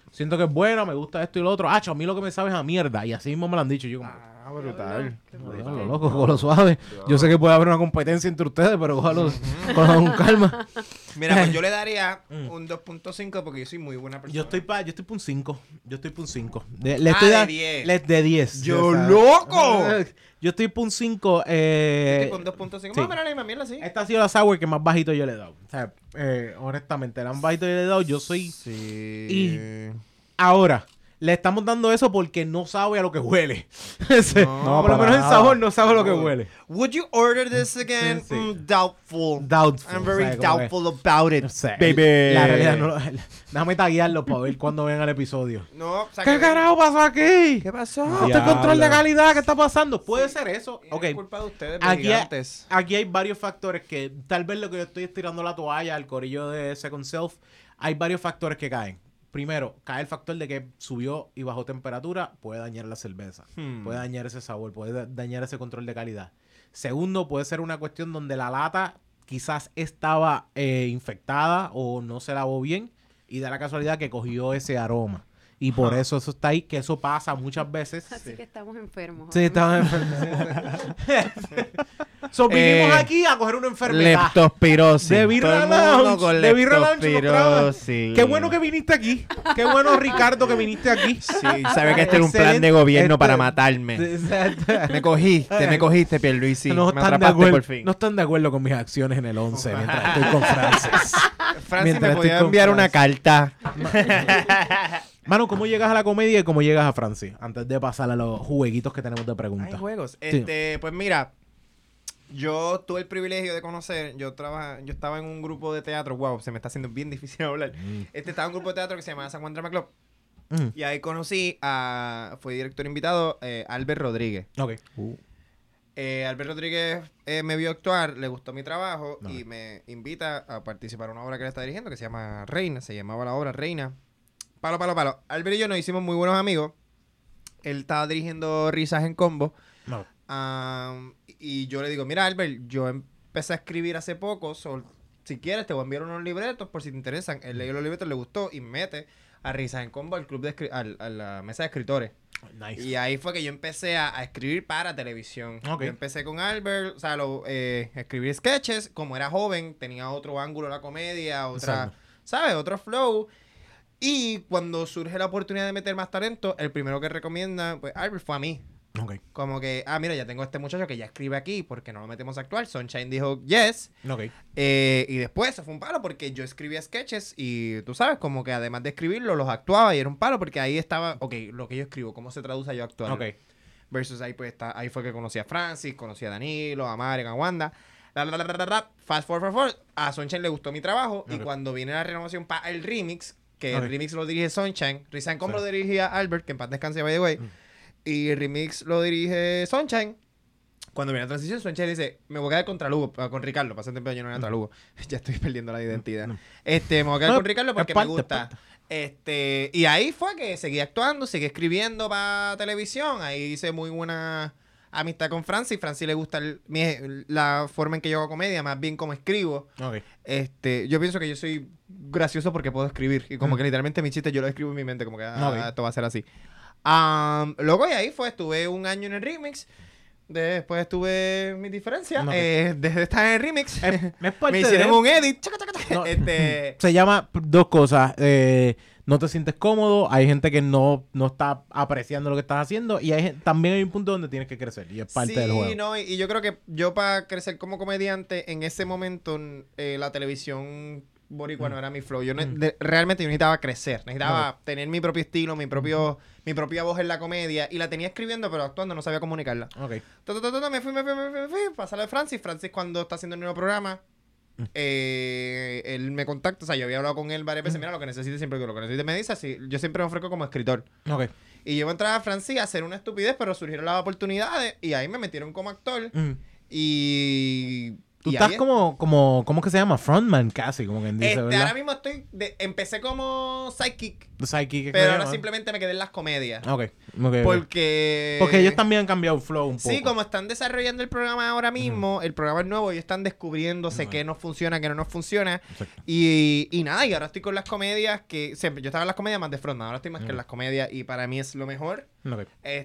S2: siento que es buena, me gusta esto y lo otro. A mí lo que me sabe es a mierda. Y así mismo me lo han dicho. Yo como,
S3: Brutal.
S2: diablo, loco, con lo suave. Yo sé que puede haber una competencia entre ustedes, pero cójalo con calma.
S3: Mira, pues yo le daría un 2.5 porque yo soy muy buena persona.
S2: Yo estoy para un 5. Yo estoy para un 5.
S3: de
S2: estoy
S3: 10.
S2: de 10.
S3: ¡Yo
S2: O sea,
S3: loco!
S2: Yo estoy para un 5.
S3: Estoy con 2.5.
S2: sí.
S3: Más o menos la misma mierda, sí.
S2: Esta ha sido la sour que más bajito yo le he dado. O sea, honestamente, la más bajito yo le he dado. Yo soy...
S3: Sí.
S2: Y- Ahora, le estamos dando eso porque no sabe a lo que huele.
S3: No,
S2: por lo
S4: para
S2: menos en
S4: nada.
S2: sabor no sabe a lo que huele.
S3: Would you order this again?
S2: Sí.
S3: Doubtful.
S2: Doubtful.
S3: I'm very
S2: o sea, como que-
S3: doubtful about it,
S2: o sea,
S3: baby.
S2: La realidad no... Déjame taguearlo para ver cuando venga el episodio.
S3: No, o sea,
S2: ¿Qué
S3: que-
S2: carajo pasó aquí?
S3: ¿Qué pasó?
S2: Este
S4: Diablo.
S2: control de calidad, ¿qué está pasando? Puede ser eso.
S3: Es
S2: Ok.
S3: culpa de ustedes,
S2: Aquí,
S3: gigantes.
S2: aquí hay varios factores que tal vez lo que yo estoy estirando la toalla al corillo de Second Self, hay varios factores que caen. Primero, cae el factor de que subió y bajó temperatura, puede dañar la cerveza, puede dañar ese sabor, puede dañar ese control de calidad. Segundo, puede ser una cuestión donde la lata quizás estaba infectada o no se lavó bien y da la casualidad que cogió ese aroma. Y por eso está ahí, que eso pasa muchas veces.
S6: Así que estamos enfermos.
S2: Sí, estaba enfermo. So, vinimos aquí a coger una enfermedad.
S5: Leptospirosis.
S2: De Birra
S5: Todo el mundo
S2: Lounge.
S5: con
S2: De Birra Lounge nos trabaja.
S5: leptospirosis.
S2: Qué bueno que viniste aquí. Qué bueno, Ricardo, que viniste aquí.
S3: Sí, sabe que este es un plan
S2: Excelente.
S3: de gobierno
S2: Este-
S3: para matarme.
S2: Exacto.
S3: Me cogiste, Pierluisi.
S2: No
S3: me
S2: están, de
S3: atrapaste
S2: acuerdo,
S3: por fin.
S2: no están de acuerdo con mis acciones en el 11 mientras estoy con Francis.
S3: Francis
S2: mientras
S3: me
S2: estoy
S3: podía
S2: con
S3: enviar una
S2: Francis.
S3: carta.
S2: Mano, ¿cómo llegas a la comedia y cómo llegas a Francis? Antes de pasar a los jueguitos que tenemos de
S3: Hay
S2: preguntas.
S3: juegos.
S2: Sí.
S3: Pues mira, yo tuve el privilegio de conocer, yo estaba en un grupo de teatro, wow, se me está haciendo bien difícil hablar. Estaba en un grupo de teatro que se llamaba San Juan Drama Club.
S2: Mm.
S3: Y ahí fue director invitado, Albert Rodríguez.
S2: Ok.
S3: Albert Rodríguez me vio actuar, le gustó mi trabajo
S2: Ok.
S3: y me invita a participar en una obra que él está dirigiendo que se llama Reina, se llamaba la obra Reina. Palo. Albert y yo nos hicimos muy buenos amigos. Él estaba dirigiendo Risas en Combo.
S2: No.
S3: Y yo le digo, mira Albert, yo empecé a escribir hace poco, si quieres te voy a enviar unos libretos por si te interesan. Él leyó los libretos, le gustó y me mete a Risas en Combo al club a la mesa de escritores.
S2: Nice.
S3: Y ahí fue que yo empecé a escribir para televisión.
S2: Ok.
S3: Yo empecé con Albert, o sea, escribir sketches. Como era joven, tenía otro ángulo de la comedia,
S2: Exacto.
S3: ¿sabes? Otro flow. Y cuando surge la oportunidad de meter más talento, el primero que recomienda, pues Albert fue a mí.
S2: Ok.
S3: Como que, mira, ya tengo a este muchacho que ya escribe aquí, porque no lo metemos a actuar. Sunshine dijo, yes.
S2: Ok.
S3: Y después eso fue un palo porque yo escribía sketches y tú sabes, como que además de escribirlo, los actuaba y era un palo porque ahí estaba, ok, lo que yo escribo, ¿cómo se traduce a yo actuar?
S2: Ok.
S3: Versus ahí pues ahí fue que conocí a Francis, conocí a Danilo, a Marian, a Wanda. Fast forward. A Sunshine le gustó mi trabajo y
S2: Ok.
S3: cuando viene la renovación para el remix, que
S2: Ok.
S3: el remix lo dirige Sunshine, Rizan como
S2: Sí.
S3: lo dirigía Albert, que en paz descanse, by the way, y el remix lo dirige Sunshine. Cuando viene la transición, Sunshine dice, me voy a quedar contra Lugo, con Ricardo, pasé tiempo yo no era contra Lugo. Ya estoy perdiendo la identidad.
S2: No.
S3: Me voy a quedar
S2: No,
S3: con Ricardo porque
S2: es parte,
S3: me gusta. Y ahí fue que seguí actuando, seguí escribiendo para televisión. Ahí hice muy buena amistad con Francis. Francis le gusta la forma en que yo hago comedia, más bien como escribo.
S2: Ok.
S3: Yo pienso que yo soy gracioso porque puedo escribir. Y como que literalmente mis chistes yo los escribo en mi mente, como que
S2: Ok.
S3: esto va a ser así. Luego y ahí estuve un año en el remix. Después tuve mis diferencias.
S2: Ok.
S3: Desde estar en el remix,
S2: Es parte
S3: me hicieron
S2: de-
S3: un edit. Chaca, chaca, chaca.
S2: No.
S3: Este,
S2: Se llama dos cosas. No te sientes cómodo. Hay gente que no está apreciando lo que estás haciendo. Y también hay un punto donde tienes que crecer. Y es parte del juego.
S3: No, y yo creo que yo para crecer como comediante, en ese momento la televisión boricua no era mi flow. Yo realmente yo necesitaba crecer. Necesitaba tener mi propio estilo, mi propia voz en la comedia. Y la tenía escribiendo, pero actuando no sabía comunicarla.
S2: Ok.
S3: Me fui. Pasar de Francis. Francis cuando está haciendo el nuevo programa, él me contacta. O sea, yo había hablado con él varias veces. Mira, lo que necesites siempre que lo que necesites me dice. Así, yo siempre me ofrezco como escritor.
S2: Ok.
S3: Y yo iba a entrar a Francis a hacer una estupidez, pero surgieron las oportunidades y ahí me metieron como actor.
S2: Mm.
S3: Y
S2: Tú
S3: Y
S2: estás
S3: ahí es.
S2: ¿cómo es que se llama? Frontman casi, como quien dice, ¿verdad?
S3: Ahora mismo empecé como sidekick,
S2: Psychic, ¿qué
S3: pero
S2: se
S3: ahora
S2: llama?
S3: simplemente me quedé en las comedias.
S2: Ok, ok.
S3: Porque...
S2: Porque ellos también han cambiado el flow un poco.
S3: Sí, como están desarrollando el programa ahora mismo, el programa es nuevo, ellos están descubriéndose qué nos funciona, qué no nos funciona.
S2: Exacto.
S3: Y nada, y ahora estoy con las comedias que siempre, yo estaba en las comedias más de frontman, ahora estoy más que en las comedias y para mí es lo mejor.
S2: Ok.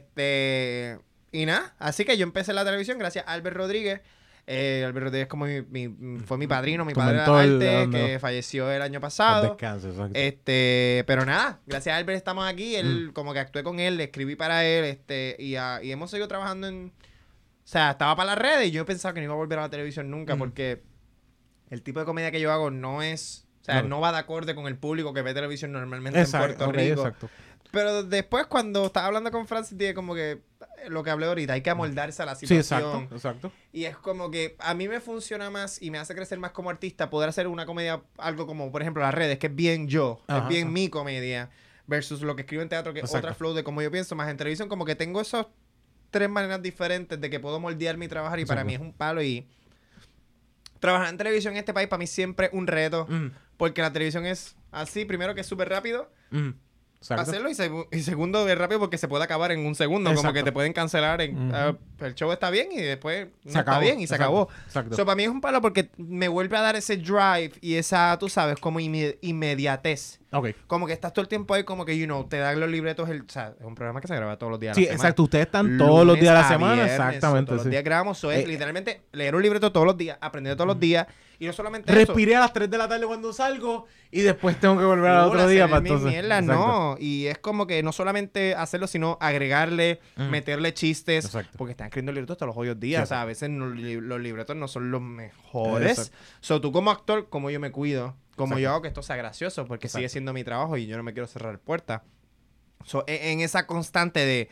S3: Y nada, así que yo empecé en la televisión gracias a Albert Rodríguez. Albert Rodríguez como fue mi padrino, mi
S2: Tu
S3: padre
S2: mentor,
S3: de arte,
S2: ¿no?
S3: que falleció el año
S2: Paz
S3: pasado.
S2: descanse, exacto.
S3: Pero nada, gracias a Albert estamos aquí, él como que actué con él, le escribí para él, y hemos seguido trabajando en... O sea, estaba para las redes y yo pensaba que no iba a volver a la televisión nunca porque el tipo de comedia que yo hago no es... O sea,
S2: Claro.
S3: no va de acorde con el público que ve televisión normalmente
S2: Exacto,
S3: en Puerto
S2: ok,
S3: Rico.
S2: exacto.
S3: Pero después cuando estaba hablando con Francis dije como que lo que hablé ahorita, hay que amoldarse a la
S2: Sí,
S3: situación.
S2: exacto, exacto.
S3: Y es como que a mí me funciona más y me hace crecer más como artista poder hacer una comedia, algo como, por ejemplo, las redes, que es bien yo,
S2: Ajá,
S3: es bien
S2: ajá.
S3: mi comedia, versus lo que escribo en teatro, que es
S2: Exacto.
S3: otra flow de cómo yo pienso, más en televisión, como que tengo esas tres maneras diferentes de que puedo moldearme y trabajar y para
S2: Exacto.
S3: mí es un palo y trabajar en televisión en este país para mí siempre es un reto, porque la televisión es así, primero que es súper rápido,
S2: Exacto.
S3: hacerlo y segundo es rápido porque se puede acabar en un segundo, como
S2: Exacto.
S3: que te pueden cancelar en el show está bien y después no
S2: Se
S3: está
S2: acabó.
S3: bien y se
S2: Exacto.
S3: acabó.
S2: Exacto.
S3: So, para mí es un palo porque me vuelve a dar ese drive y esa, tú sabes, como inmediatez.
S2: Ok.
S3: Como que estás todo el tiempo ahí, como que, te dan los libretos. O sea, es un programa que se graba todos los días. a
S2: Sí,
S3: la semana.
S2: exacto. Ustedes están todos los
S3: Lunes
S2: días de la
S3: a
S2: semana.
S3: viernes,
S2: Exactamente.
S3: Todos
S2: sí.
S3: los días grabamos. So, es
S2: Eh,
S3: literalmente leer un libreto todos los días, aprender todos los días. Y no solamente eso.
S2: Respiré a las 3 de la tarde cuando salgo y después tengo que volver al
S3: Full,
S2: otro día
S3: hacer
S2: para
S3: mis
S2: entonces.
S3: mierdas,
S2: Exacto.
S3: no. Y es como que no solamente hacerlo, sino agregarle, meterle chistes.
S2: Exacto.
S3: Porque están escribiendo libretos todos los jodidos días.
S2: Sí,
S3: O sea, a veces los libretos no son los mejores.
S2: Exacto.
S3: So, tú como actor, como yo me cuido, como
S2: Exacto.
S3: yo hago que esto sea gracioso, porque
S2: Exacto.
S3: sigue siendo mi trabajo y yo no me quiero cerrar puertas. So, en esa constante de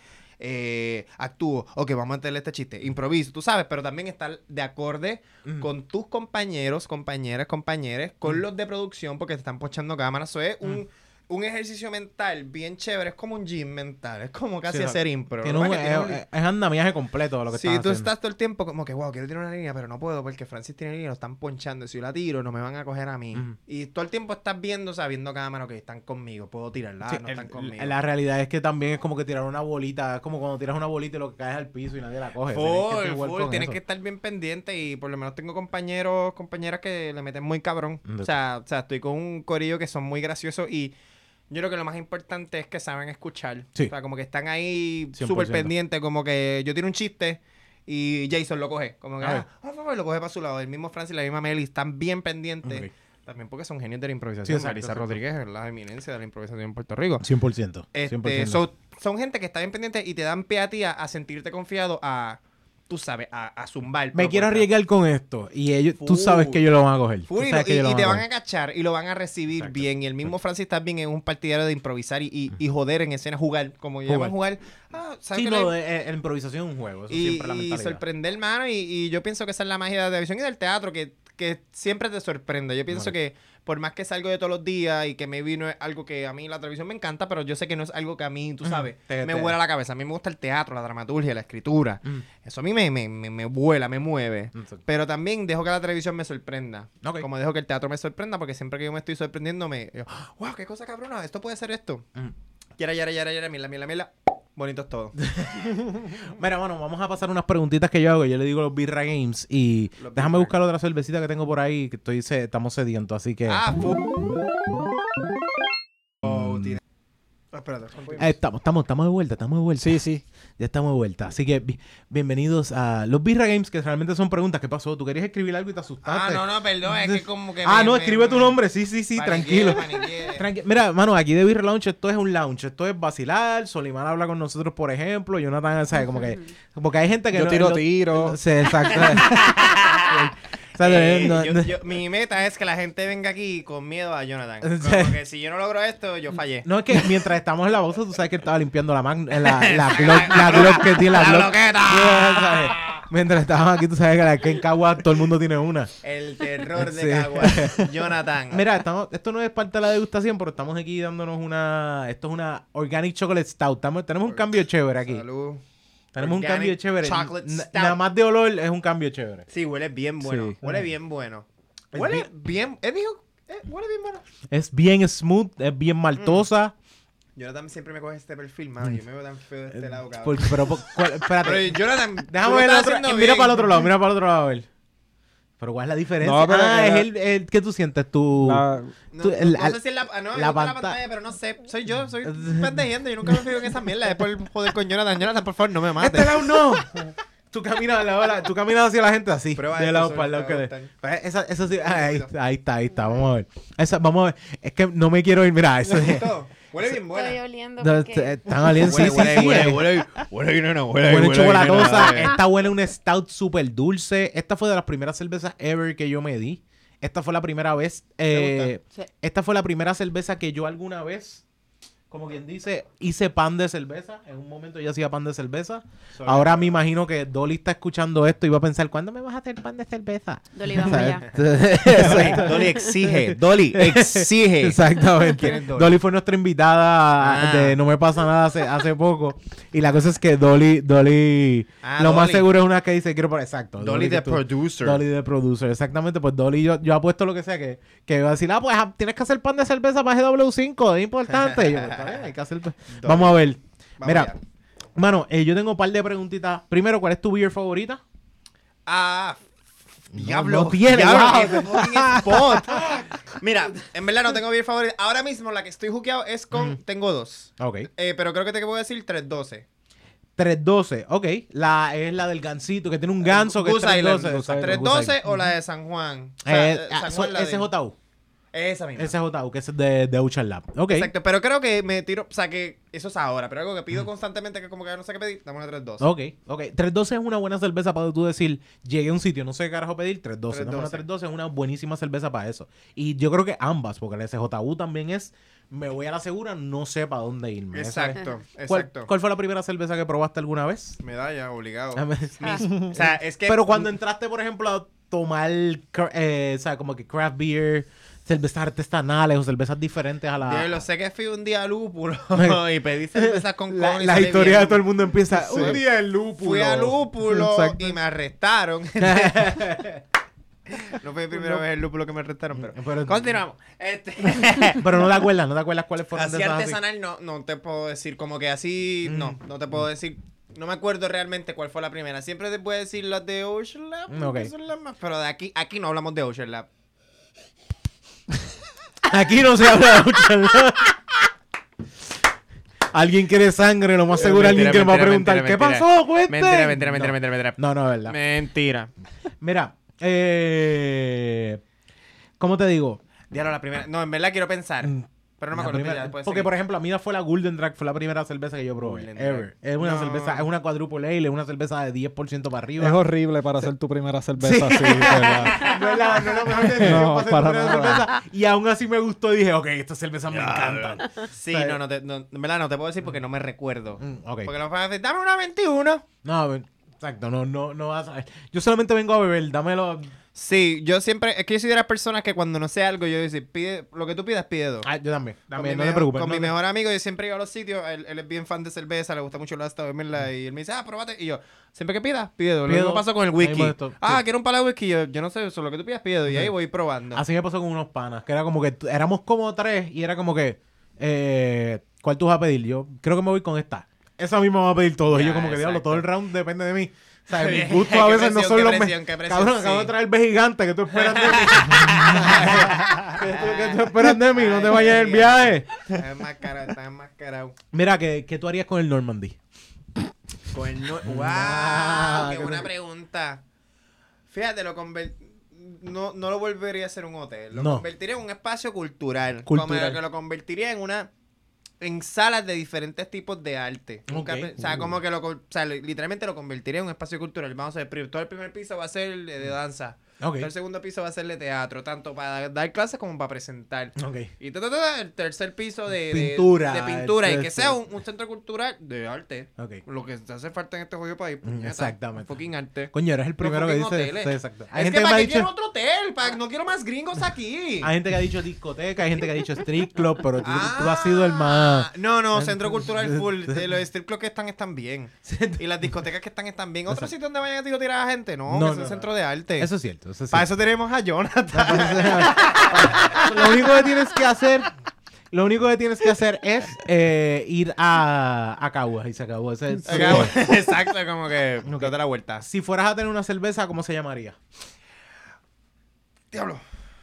S3: actúo, ok, vamos a meterle este chiste, improviso, tú sabes, pero también estar de acorde con tus compañeros, compañeras, con los de producción, porque te están ponchando cámaras. Eso es un ejercicio mental bien chévere, es como un gym mental, es como casi
S2: Sí,
S3: hacer impro.
S2: Tiene
S3: Lo que
S2: un-
S3: pasa es que tiene un-
S2: es andamiaje completo lo que
S3: Sí,
S2: estás
S3: tú
S2: haciendo.
S3: estás todo el tiempo como que, wow, quiero tirar una línea, pero no puedo porque Francis tiene línea, lo están ponchando. Si yo la tiro, no me van a coger a mí.
S2: Ujú.
S3: Y todo el tiempo estás viendo, sabiendo cámara, que están conmigo, puedo tirarla,
S2: Sí,
S3: no están conmigo.
S2: la realidad es que también es como que tirar una bolita, es como cuando tiras una bolita y lo que caes al piso y nadie la coge.
S3: Tienes que estar bien pendiente y por lo menos tengo compañeras que le meten muy cabrón. O sea, estoy con un corillo que son muy graciosos y yo creo que lo más importante es que saben escuchar.
S2: Sí.
S3: O sea, como que están ahí
S2: 100%.
S3: súper pendientes, como que yo tiro un chiste y Jason lo coge. Como que,
S2: Ok.
S3: lo coge para su lado. El mismo Francis y la misma Meli están bien pendientes.
S2: Ok.
S3: También porque son genios de la improvisación.
S2: Sí, exacto,
S3: Marisa
S2: exacto.
S3: Rodríguez es la eminencia de la improvisación en Puerto Rico.
S2: 100%. 100%.
S3: Son gente que está bien pendiente y te dan pie a ti a sentirte confiado a, tú sabes, a zumbar.
S2: Me quiero arriesgar con esto y ellos, tú
S3: Full.
S2: sabes que ellos lo van a coger. Tú
S3: Full,
S2: sabes que ellos lo
S3: y te
S2: a
S3: van a
S2: coger.
S3: cachar y lo van a recibir
S2: Exacto.
S3: bien. Y el mismo Francis también es un partidario de improvisar y joder en escena, jugar, como llaman jugar. ¿Sabes
S2: Sí,
S3: qué?
S2: no, la improvisación es un juego. Eso siempre es la
S3: Y
S2: mentalidad.
S3: sorprender, mano. Y yo pienso que esa es la magia de la televisión y del teatro, que siempre te sorprende. Yo pienso que por más que es algo de todos los días y que maybe no es algo que a mí la televisión me encanta, pero yo sé que no es algo que a mí, tú sabes, me vuela la cabeza. A mí me gusta el teatro, la dramaturgia, la escritura. Eso a mí me vuela, me mueve.
S2: Exacto.
S3: Pero también dejo que la televisión me sorprenda.
S2: Ok.
S3: Como dejo que el teatro me sorprenda, porque siempre que yo me estoy sorprendiendo, yo, wow, qué cosa cabrona, esto puede ser esto. Yara, mila. Bonito es todo.
S2: Mira, bueno, vamos a pasar unas preguntitas que yo hago. Yo le digo los Birra Games y
S3: Los
S2: déjame
S3: Birra.
S2: buscar otra cervecita que tengo por ahí que estamos sedientos, así que...
S3: Espérate.
S2: Estamos de vuelta,
S4: Sí, sí.
S2: Ya estamos de vuelta. Así que bienvenidos a los Birra Games, que realmente son preguntas. ¿Qué pasó? ¿Tú querías escribir algo y te asustaste?
S3: Perdón, es que como que...
S2: No, escribe tu nombre. Sí, tranquilo.
S3: Tranquilo.
S2: Mira, mano, aquí de Birra Lounge esto es un lounge. Esto es vacilar. Solimán habla con nosotros, por ejemplo. Jonathan, ¿sabes? Como que... Porque hay gente que
S4: Yo
S2: no...
S4: tiro
S2: no-
S4: tiro.
S2: Sí, exacto. O sea, no-
S3: Mi meta es que la gente venga aquí con miedo a Jonathan.
S2: Sí.
S3: Como que si yo no logro esto, yo fallé.
S2: No, es que mientras estamos en la bolsa, tú sabes que él estaba limpiando la Glock que tiene la
S3: ¡La
S2: Glock.
S3: bloqueta!
S2: ¿Sabes? Mientras estábamos aquí, tú sabes que aquí en Cagua todo el mundo tiene una.
S3: El terror de
S2: Sí.
S3: Caguas. Jonathan.
S2: Mira, esto no es parte de la degustación, pero estamos aquí dándonos una... Esto es una Organic Chocolate Stout. Tenemos un cambio chévere aquí.
S3: Salud.
S2: Tenemos un
S3: Organic
S2: cambio chévere.
S3: chocolate stout.
S2: Nada más de olor es un cambio chévere.
S3: Sí, huele bien bueno.
S4: Sí.
S3: Huele bien bueno.
S2: Es
S3: Huele bien... huele bien bueno.
S2: Es bien smooth, es bien maltosa.
S3: Jonathan siempre me coge este perfil, mano. Yo me veo tan feo de este lado, cabrón.
S2: Espérate.
S3: Pero Jonathan, tú
S2: Déjame
S3: lo
S2: ver el
S3: estás
S2: otro.
S3: haciendo
S2: Mira
S3: bien.
S2: para el otro lado, mira para el otro lado a ver. Pero ¿cuál es la diferencia?
S4: No, pero
S2: es
S4: era-
S2: el ¿qué tú sientes? Tu...
S4: La-
S3: No,
S2: tú-
S3: no,
S2: el-
S3: no sé si es la... No,
S2: la
S3: la
S2: pantalla-
S3: pantalla, pero no sé. Soy yo, soy pendejiendo. Yo nunca me fijo en esa mierda. Es por joder con Jonathan. Jonathan, por favor, no me mates.
S2: Este lado no. Tú caminas hacia la gente así.
S3: Prueba
S2: de
S3: esto,
S2: lado
S3: Sol,
S2: para el lado
S3: te va
S2: que
S3: a
S2: de.
S3: gustar.
S2: Pues eso sí. Ahí está. Vamos a ver. Vamos a ver. Es que no me quiero ir. Mira, eso
S3: ¿Te
S2: es.
S3: gustó? Huele bien
S6: Estoy
S3: buena.
S6: oliendo
S2: No,
S6: porque...
S2: Están oliendo. Sí, sí, sí.
S5: Huele bien, no,
S2: Huele chocolatosa. Esta huele una stout súper dulce. Esta fue de las primeras cervezas ever que yo me di. Esta fue la primera vez.
S6: Sí.
S2: Esta fue la primera cerveza que yo alguna vez, como quien dice, hice pan de cerveza. En un momento yo hacía pan de cerveza. Ahora me imagino que Dolly está escuchando esto y va a pensar, ¿cuándo me vas a hacer pan de cerveza?
S6: Dolly, vamos allá.
S2: Exacto.
S3: Dolly exige. Dolly exige.
S2: Exactamente.
S3: ¿Quién es Dolly?
S2: Dolly fue nuestra invitada
S3: Ah.
S2: de No Me Pasa Nada hace poco. Y la cosa es que Dolly lo más
S3: Dolly.
S2: seguro es una que dice, quiero por exacto.
S3: Dolly
S2: que
S3: the producer.
S2: Dolly the producer, exactamente. Pues Dolly, yo apuesto lo que sea, que va a decir, pues tienes que hacer pan de cerveza para GW5, es importante. Y yo, está bien, hay que hacer. Vamos a ver.
S3: Vamos
S2: Mira,
S3: allá.
S2: mano, yo tengo un par de preguntitas. Primero, ¿cuál es tu beer favorita?
S3: Diablo.
S2: no tiene,
S3: diablo,
S2: wow.
S3: qué fucking spot. Mira, en verdad no tengo beer favorita. Ahora mismo la que estoy jukeado es con... Tengo dos.
S2: Ok.
S3: Pero creo que te voy a decir 312.
S2: 312, ok. Es la del gansito, que tiene un ganso que es
S3: Goose Island.
S2: 312. exacto,
S3: 312
S2: Goose
S3: o la de San Juan. O sea, San Juan, la de-
S2: SJU.
S3: Esa misma.
S2: SJU, que es de Ocean Lab. Ok.
S3: Exacto, pero creo que me tiro... O sea, que eso es ahora. Pero algo que pido constantemente que como que no sé qué pedir, dame una 312.
S2: Ok. 312 es una buena cerveza para tú decir, llegué a un sitio, no sé qué carajo pedir, 312. Dame una 312 es una buenísima cerveza para eso. Y yo creo que ambas, porque la SJU también es, me voy a la segura, no sé para dónde irme. Esa es-
S3: Exacto,
S2: ¿Cuál,
S3: exacto.
S2: cuál fue la primera cerveza que probaste alguna vez?
S3: Medalla, obligado.
S2: A ver.
S3: O sea, es que...
S2: Pero cuando entraste, por ejemplo, a tomar, o sea, como que craft beer, cervezas artesanales o cervezas diferentes a la...
S3: Diablo, sé que fui un día a Lúpulo y pedí cervezas con
S2: La,
S3: cono y
S2: la
S3: salí
S2: historia
S3: bien.
S2: de todo el mundo empieza
S3: Sí.
S2: un día en Lúpulo.
S3: Fui a Lúpulo
S2: Exacto.
S3: y me arrestaron. No fue mi primera vez el Lúpulo que me arrestaron, pero... Continuamos.
S2: Pero no te acuerdas cuáles fueron de
S3: Así
S2: esas así?
S3: artesanal no te puedo decir. Como que así, no te puedo decir. No me acuerdo realmente cuál fue la primera. Siempre te puedo decir las de Ocean Lab. porque
S2: Ok.
S3: son las más, pero de aquí no hablamos de Ocean Lab.
S2: Aquí no se habla de Ocean Lab. Alguien quiere sangre, lo más seguro alguien que me va a preguntar, ¿qué pasó? Cuente.
S3: Mentira.
S2: No, es verdad.
S3: Mentira.
S2: Mira, ¿cómo te digo?
S3: Diablo, la primera. No, en verdad quiero pensar. Pero no me
S2: La
S3: acuerdo.
S2: primera-
S3: ya, después
S2: porque,
S3: seguir.
S2: por ejemplo, a mí fue la Golden Drag, fue la primera cerveza que yo probé.
S3: Golden
S2: Ever.
S3: Drag.
S2: Es una
S3: No.
S2: cerveza, es una quadruple ale, es una cerveza de 10% para arriba.
S4: Es horrible para hacer tu primera cerveza así, ¿verdad?
S2: No es la mejor decisión
S4: No,
S2: para hacer
S4: para
S2: tu primera
S4: nada.
S2: cerveza. Y aún así me gustó y dije, ok, estas cervezas me encantan.
S3: Sí,
S2: ¿sabes?
S3: no, en verdad no te puedo decir porque no me recuerdo.
S2: Ok.
S3: Porque no vas a decir, dame una 21.
S2: No, exacto, no vas a ver. Yo solamente vengo a beber, dámelo.
S3: Sí, yo siempre, es que yo soy de las personas que cuando no sé algo, yo digo, pide, lo que tú pidas, pide dos.
S2: Ah, yo también,
S3: Con
S2: no
S3: mi
S2: te
S3: mejor-
S2: preocupes.
S3: Con
S2: no
S3: mi
S2: te-
S3: mejor amigo, yo siempre iba a los sitios, él es bien fan de cerveza, le gusta mucho la esta beberla, y él me dice, pruébate. Y yo, siempre que pidas, pide dos. Lo
S2: Pide
S3: mismo
S2: dos.
S3: pasó con el
S2: Ahí
S3: whisky.
S2: va esto,
S3: Ah,
S2: sí.
S3: quiero un palo de whisky. Yo no sé, eso, lo que tú pidas, pide dos. Y ahí voy probando.
S2: Así me pasó con unos panas, que era como que éramos como tres y era como que, ¿cuál tú vas a pedir? Yo creo que me voy con esta. Esa misma me va a pedir todos. Y yo
S3: Ya,
S2: como que, diablo,
S3: exacto.
S2: todo el round depende de mí. O sea, mis
S3: Qué
S2: gustos a veces no
S3: presión,
S2: son
S3: qué
S2: los
S3: presión, qué presión,
S2: Cabrón,
S3: sí.
S2: acabo de traer el B gigante que tú esperas de mí. ¿Qué tú esperas de mí? No te vayas en el viaje.
S3: Está enmascarado.
S2: Mira, ¿qué tú harías con el Normandy?
S3: Con el ¡Wow! ¡Qué
S2: qué
S3: buena
S2: te-
S3: pregunta! Fíjate, no lo volvería a ser un hotel. Lo
S2: No.
S3: convertiría en un espacio cultural.
S2: Cultural.
S3: Como que lo convertiría en salas de diferentes tipos de arte.
S2: Ok.
S3: O sea, como que literalmente lo convertiría en un espacio cultural. Vamos a ver, todo el primer piso va a ser de danza.
S2: Ok.
S3: El segundo piso va a ser de teatro, tanto para dar clases como para presentar.
S2: Ok.
S3: Y el tercer piso de
S2: Pintura.
S3: de pintura. Y que
S2: Este-
S3: sea un centro cultural de arte.
S2: Ok.
S3: Lo que hace falta en este jodido país. puñeta,
S2: Exactamente.
S3: Fucking arte.
S2: Coño, eres el
S3: Pero
S2: primero que
S3: fucking
S2: dice.
S3: hoteles.
S2: Sí, exacto.
S3: Es que
S2: me
S3: ¿para
S2: ha
S3: qué
S2: dicho.
S3: quiero otro hotel? No quiero más gringos aquí.
S2: Hay gente que ha dicho discoteca, hay gente que ha dicho street club, pero tú has sido el más.
S3: No, centro cultural full. Los strip clubs que están bien. Y las discotecas que están bien. ¿Otro sitio donde vayan a tirar a la gente? No, que es un centro de arte.
S2: Eso es cierto. Eso es
S3: Para
S2: cierto.
S3: eso tenemos a Jonathan.
S2: Lo único que tienes que hacer. Lo único que tienes que hacer es ir a Caguas y se acabó. Ese es-
S3: Exacto, como que date la vuelta.
S2: Si fueras a tener una cerveza, ¿cómo se llamaría?
S3: Diablo.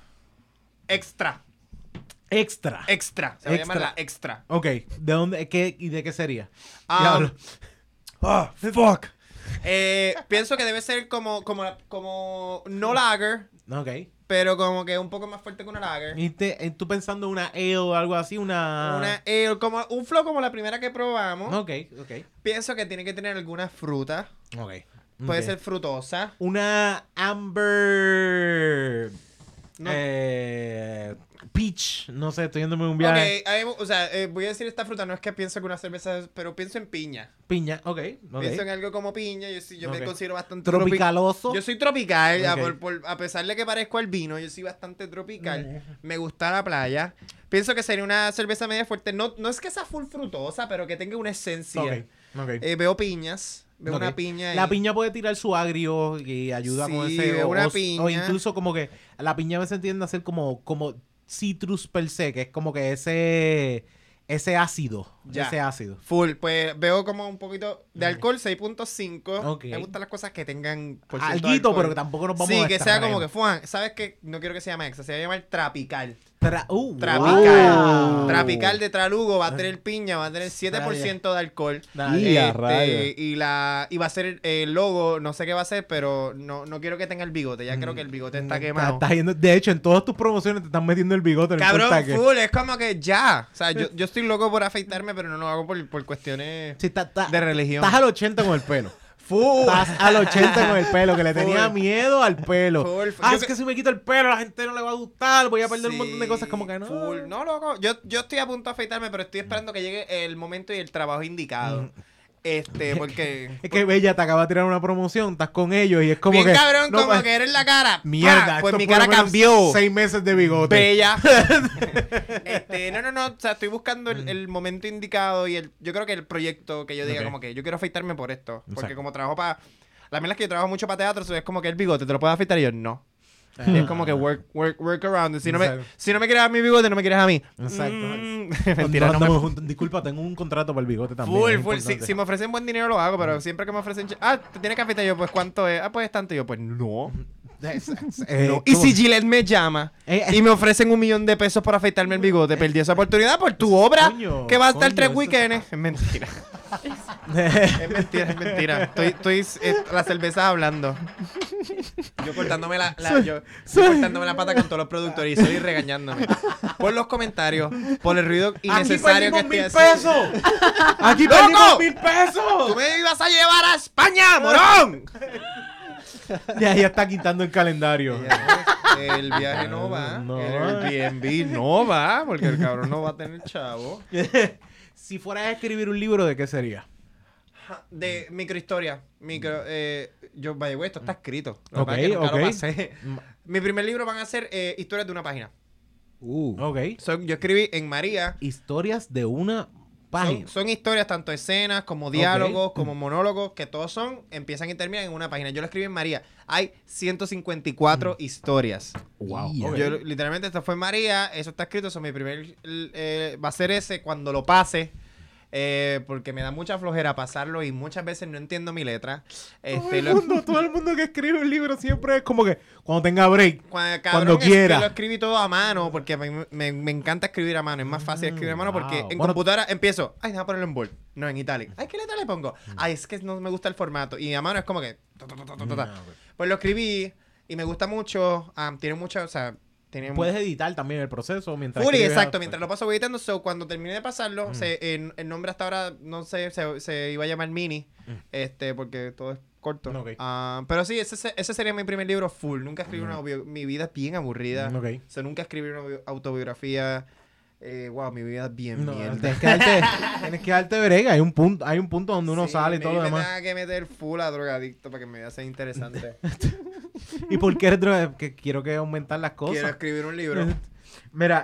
S3: Extra.
S2: Extra.
S3: Extra. Se va a llamar
S2: Extra.
S3: la extra.
S2: Ok. ¿De dónde? ¿Y de qué sería?
S3: Ah,
S2: Diablo.
S3: Oh, fuck. Pienso que debe ser como no lager,
S2: Ok.
S3: pero como que un poco más fuerte que una lager.
S2: ¿Y tú pensando una ale o algo así?
S3: Una ale, como un flow como la primera que probamos.
S2: Ok.
S3: Pienso que tiene que tener alguna fruta.
S2: Ok.
S3: Puede
S2: Ok.
S3: ser frutosa.
S2: Una amber...
S3: No.
S2: Peach. No sé, estoy yéndome un
S3: Ok,
S2: viaje.
S3: o sea, voy a decir esta fruta, no es que pienso que una cerveza, pero pienso en piña.
S2: Piña. Ok.
S3: Pienso en algo como piña, yo
S2: Ok.
S3: me considero bastante
S2: Tropicaloso.
S3: Yo soy tropical,
S2: Ok.
S3: a pesar de que parezco al vino, yo soy bastante tropical. Me gusta la playa. Pienso que sería una cerveza media fuerte. No es que sea full frutosa, pero que tenga una esencia.
S2: Ok.
S3: Veo piñas. Veo
S2: Ok.
S3: una piña.
S2: La
S3: ahí.
S2: piña puede tirar su agrio y ayuda con
S3: Sí,
S2: ese.
S3: una
S2: o
S3: piña.
S2: incluso como que la piña a veces tiende a ser como citrus per se, que es como que ese ácido.
S3: Ya.
S2: Ese ácido.
S3: Full. Pues veo como un poquito de alcohol, 6.5.
S2: Ok.
S3: Me gustan las cosas que tengan por ciento de
S2: Alguito,
S3: alcohol.
S2: pero que tampoco nos vamos a
S3: Sí, que sea como
S2: extraer.
S3: que fuan. ¿Sabes qué? No quiero que se llame extra, se va a llamar trapical.
S2: Tropical.
S3: Wow. Trapical de Tralugo va a tener piña, va a tener 7% de alcohol.
S2: Dale.
S4: Y a rayos.
S3: Y va a ser el logo, no sé qué va a ser, pero no quiero que tenga el bigote. Ya creo que el bigote está quemado.
S2: Estás yendo- de hecho, en todas tus promociones te están metiendo el bigote. no
S3: Cabrón,
S2: importa qué.
S3: full, es como que ya. O sea, yo estoy loco por afeitarme, pero no lo hago por cuestiones
S2: Sí,
S3: de religión.
S2: Estás al 80 con el pelo.
S3: Full.
S2: Estás al 80 con el pelo, que le tenía
S3: Full.
S2: miedo al pelo.
S3: Full.
S2: Ah,
S3: Yo
S2: es
S3: que-
S2: que si me quito el pelo, a la gente no le va a gustar, voy a perder un montón de
S3: Sí,
S2: cosas como que no.
S3: full. No, loco. Yo estoy a punto de afeitarme, pero estoy esperando que llegue el momento y el trabajo indicado. Porque...
S2: Es que Bella te acaba de tirar una promoción, estás con ellos y es como
S3: bien
S2: que.
S3: cabrón,
S2: no,
S3: como
S2: pues,
S3: que eres la cara.
S2: Mierda,
S3: ¡Pah! Pues
S2: esto
S3: mi
S2: por lo
S3: cara
S2: menos
S3: cambió.
S2: 6 meses de bigote.
S3: Bella. No. O sea, estoy buscando el momento indicado y yo creo que el proyecto que yo diga
S2: Ok.
S3: como que yo quiero afeitarme por esto. Porque
S2: Exacto.
S3: como trabajo para... La verdad es que yo trabajo mucho para teatro, so es como que el bigote, ¿te lo puedo afeitar? Y yo, no. Y es como que work around. Si no
S2: Exacto.
S3: me quieres a mi bigote, no me quieres a mí.
S2: Exacto.
S3: Mentira, no me...
S2: Andamos juntos. Disculpa, tengo un contrato para el bigote también.
S3: Full,
S2: es
S3: full.
S2: importante.
S3: Si me ofrecen buen dinero lo hago, pero siempre que me ofrecen... te tienes que afeitar yo, pues ¿cuánto es? Ah, pues es tanto. Y yo, pues no. No. Y
S2: ¿cómo?
S3: si Gillette me llama y me ofrecen $1,000,000 por afeitarme el bigote, perdí esa oportunidad por tu obra
S2: Coño,
S3: que va a estar
S2: coño,
S3: 3
S2: eso-
S3: weekends. Es mentira. Es mentira. Estoy la cerveza hablando. Yo cortándome yo cortándome la pata con todos los productores y soy regañándome. Por los comentarios, por el ruido innecesario que
S2: ¡Aquí
S3: estoy
S2: perdimos
S3: haciendo.
S2: $1,000! ¡Aquí
S3: ¡Loco!
S2: perdimos
S3: ¡Tú
S2: $1,000!
S3: me ibas a llevar a España, morón!
S2: Ya está quitando el calendario.
S3: El viaje no va.
S2: No.
S3: El Airbnb no va, porque el cabrón no va a tener chavo.
S2: Si fueras a escribir un libro, ¿de qué sería?
S3: De microhistoria. Yo, by the way, esto está escrito. Lo que
S2: Ok,
S3: pasa es que nunca
S2: ok.
S3: lo pasé. Mi primer libro van a ser historias de una página.
S2: Ok.
S3: Yo escribí en María.
S2: Historias de una página.
S3: Son historias, tanto escenas como diálogos, como monólogos, que todos empiezan y terminan en una página. Yo lo escribí en María. Hay 154 historias.
S2: Wow.
S4: Yeah.
S2: ok.
S3: Yo, literalmente, esto fue en María. Eso está escrito. Eso mi primer... va a ser ese cuando lo pase. Porque me da mucha flojera pasarlo y muchas veces no entiendo mi letra.
S2: Todo el mundo que escribe un libro siempre es como que cuando tenga break.
S3: Cuando
S2: quiera.
S3: Yo lo escribí todo a mano porque a mí me encanta escribir a mano. Es más fácil escribir a mano porque
S2: wow.
S3: en
S2: Bueno,
S3: computadora empiezo. Ay, déjame ponerlo en Word. No, en italic. Ay, ¿qué letra le pongo? Ay, es que no me gusta el formato. Y a mano es como que... Pues lo escribí y me gusta mucho. Tiene mucho... O sea, tiene
S2: Puedes editar también el proceso mientras
S3: Full,
S2: escribes.
S3: exacto, mientras lo paso editando, cuando termine de pasarlo, el nombre hasta ahora, no sé, se iba a llamar Mini, porque todo es corto.
S2: Ok.
S3: Pero sí, ese sería mi primer libro full. Nunca escribí mi vida es bien aburrida.
S2: Ok.
S3: O sea, nunca escribí una autobiografía. Wow, mi vida es bien
S2: No,
S3: mierda.
S2: tienes que darte brega. Hay un punto donde uno
S3: Sí,
S2: sale y todo lo
S3: maybe me
S2: demás.
S3: tenga que meter full a drogadicto para que mi vida sea interesante.
S2: ¿Y por qué eres droga? Que quiero que aumentar las cosas.
S3: Quiero escribir un libro.
S2: Mira,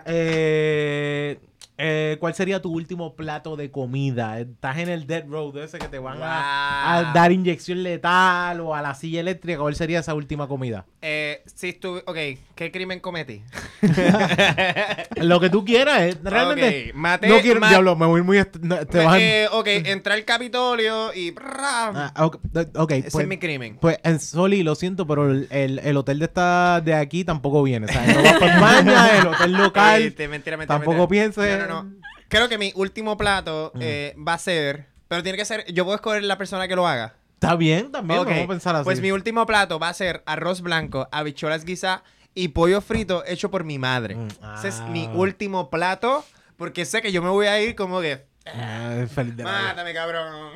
S2: ¿cuál sería tu último plato de comida? ¿Estás en el dead road ese que te van a dar inyección letal o a la silla eléctrica? ¿Cuál sería esa última comida?
S3: Si estuve... Ok, ¿qué crimen cometí?
S2: Lo que tú quieras, realmente.
S3: Ok, maté...
S2: No quiero, diablo, me voy muy... te vas a...
S3: Ok, entré al Capitolio y...
S2: ok,
S3: Ese
S2: pues,
S3: es mi crimen.
S2: pues en Soli, lo siento, pero el hotel de aquí tampoco viene. O sea, no va para España, el hotel local.
S3: Mentira.
S2: Tampoco pienses...
S3: No. Creo que mi último plato va a ser... Pero tiene que ser... Yo puedo escoger la persona que lo haga.
S2: Está bien, también,
S3: Ok,
S2: vamos a pensar así.
S3: pues mi último plato va a ser arroz blanco, habichuelas guisadas y pollo frito hecho por mi madre. Ese es mi último plato porque sé que yo me voy a ir como que...
S2: Feliz de la vida.
S3: Mátame, cabrón.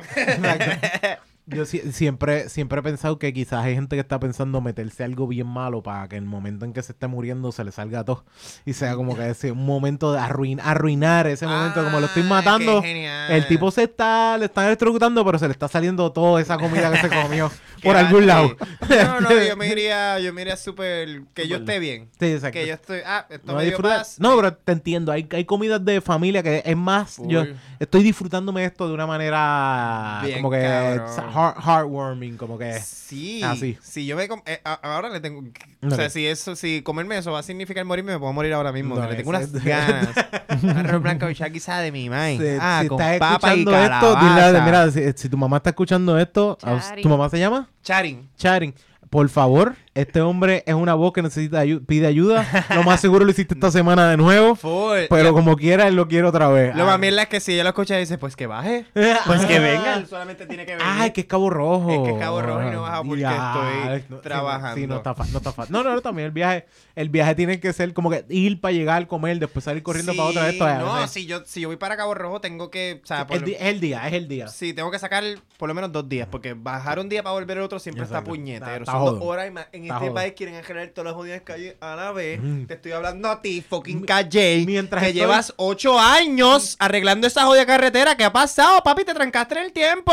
S2: Yo siempre he pensado que quizás hay gente que está pensando meterse algo bien malo para que en el momento en que se esté muriendo se le salga todo y sea como que ese un momento de arruinar ese momento, como lo estoy matando.
S3: Qué genial.
S2: El tipo le están electrocutando, pero se le está saliendo toda esa comida que se comió por
S3: Qué
S2: algún lado.
S3: No, yo me iría súper... Que yo esté bien.
S2: Sí, exacto.
S3: Que yo estoy... esto
S2: No
S3: me dio
S2: disfrutar-
S3: paz.
S2: No, pero te entiendo. Hay comidas de familia que es más. Yo
S3: Full.
S2: estoy disfrutándome esto de una manera
S3: Bien
S2: como que
S3: cabrón.
S2: heartwarming, como que.
S3: Sí.
S2: Así.
S3: Si yo me... ahora le tengo...
S2: Ok.
S3: O sea, si comerme eso va a significar morirme, me puedo morir ahora mismo.
S2: No,
S3: le tengo
S2: ese-
S3: unas ganas. Arroz blanco y quizá de mi mai.
S2: Si
S3: Con
S2: estás
S3: papa y
S2: escuchando esto,
S3: calabaza.
S2: dile, mira, si tu mamá está escuchando esto,
S6: Charin.
S2: ¿tu mamá se llama?
S3: Charin.
S2: Charin. Por favor, este hombre es una voz que necesita pide ayuda. Lo más seguro lo hiciste esta semana de nuevo.
S3: Full.
S2: Pero como quiera, él lo quiere otra vez.
S3: Lo más mierda es que si ella lo escucha dice, pues que baje. Pues que venga. Él solamente tiene que venir.
S2: Ay, que es Cabo Rojo.
S3: Es que es Cabo Rojo y no baja porque estoy
S2: no,
S3: trabajando.
S2: Sí, no está fácil. No, también el viaje tiene que ser como que ir para llegar, comer, después salir corriendo para otra vez.
S3: No, si yo voy para Cabo Rojo tengo que... O sea,
S2: Es el día.
S3: Sí, tengo que sacar por lo menos 2 días, porque bajar un día para volver el otro siempre está
S2: Exacto.
S3: puñetero.
S2: Está
S3: Son 2
S2: jodido.
S3: horas y más. En
S2: Está
S3: este
S2: jodido.
S3: país quieren arreglar todas las jodidas calles a la vez.
S2: Mm.
S3: Te estoy hablando a ti, fucking KJ,
S2: Mientras
S3: que
S2: estoy-
S3: llevas 8 años arreglando esa jodida carretera. ¿Qué ha pasado, papi? Te trancaste en el tiempo.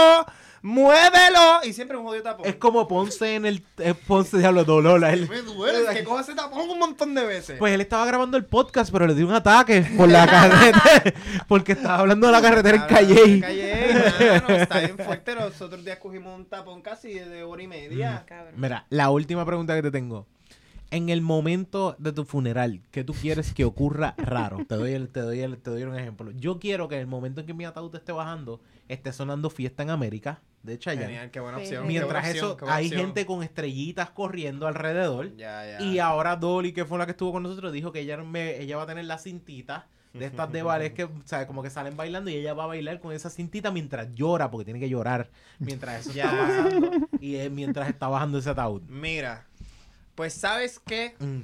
S3: ¡Muévelo! Y siempre un jodido tapón.
S2: Es como Ponce en el... Ponce, diablo, dolor.
S3: Me duele, es que coge ese tapón un montón de veces.
S2: Pues él estaba grabando el podcast, pero le dio un ataque por la carretera. Porque estaba hablando de la carretera en Calle.
S3: Mano, está bien fuerte. Los otros días cogimos un tapón casi de 1 hora y media.
S6: Cabrón.
S2: Mira, la última pregunta que te tengo. En el momento de tu funeral, ¿qué tú quieres que ocurra raro? Te doy un ejemplo. Yo quiero que en el momento en que mi ataúd esté bajando, esté sonando Fiesta en América de Chayanne.
S3: Genial, qué buena
S6: Sí.
S3: opción.
S2: Mientras
S3: qué buena
S2: eso,
S3: opción, qué buena
S2: hay
S3: opción.
S2: gente con estrellitas corriendo alrededor.
S3: Ya.
S2: Y ahora Dolly, que fue la que estuvo con nosotros, dijo que ella va a tener la cintita de estas de ballet que, ¿sabes? Como que salen bailando y ella va a bailar con esa cintita mientras llora, porque tiene que llorar mientras eso está
S3: Ya.
S2: pasando y mientras está bajando ese ataúd.
S3: Mira, pues ¿sabes qué?
S2: Mm.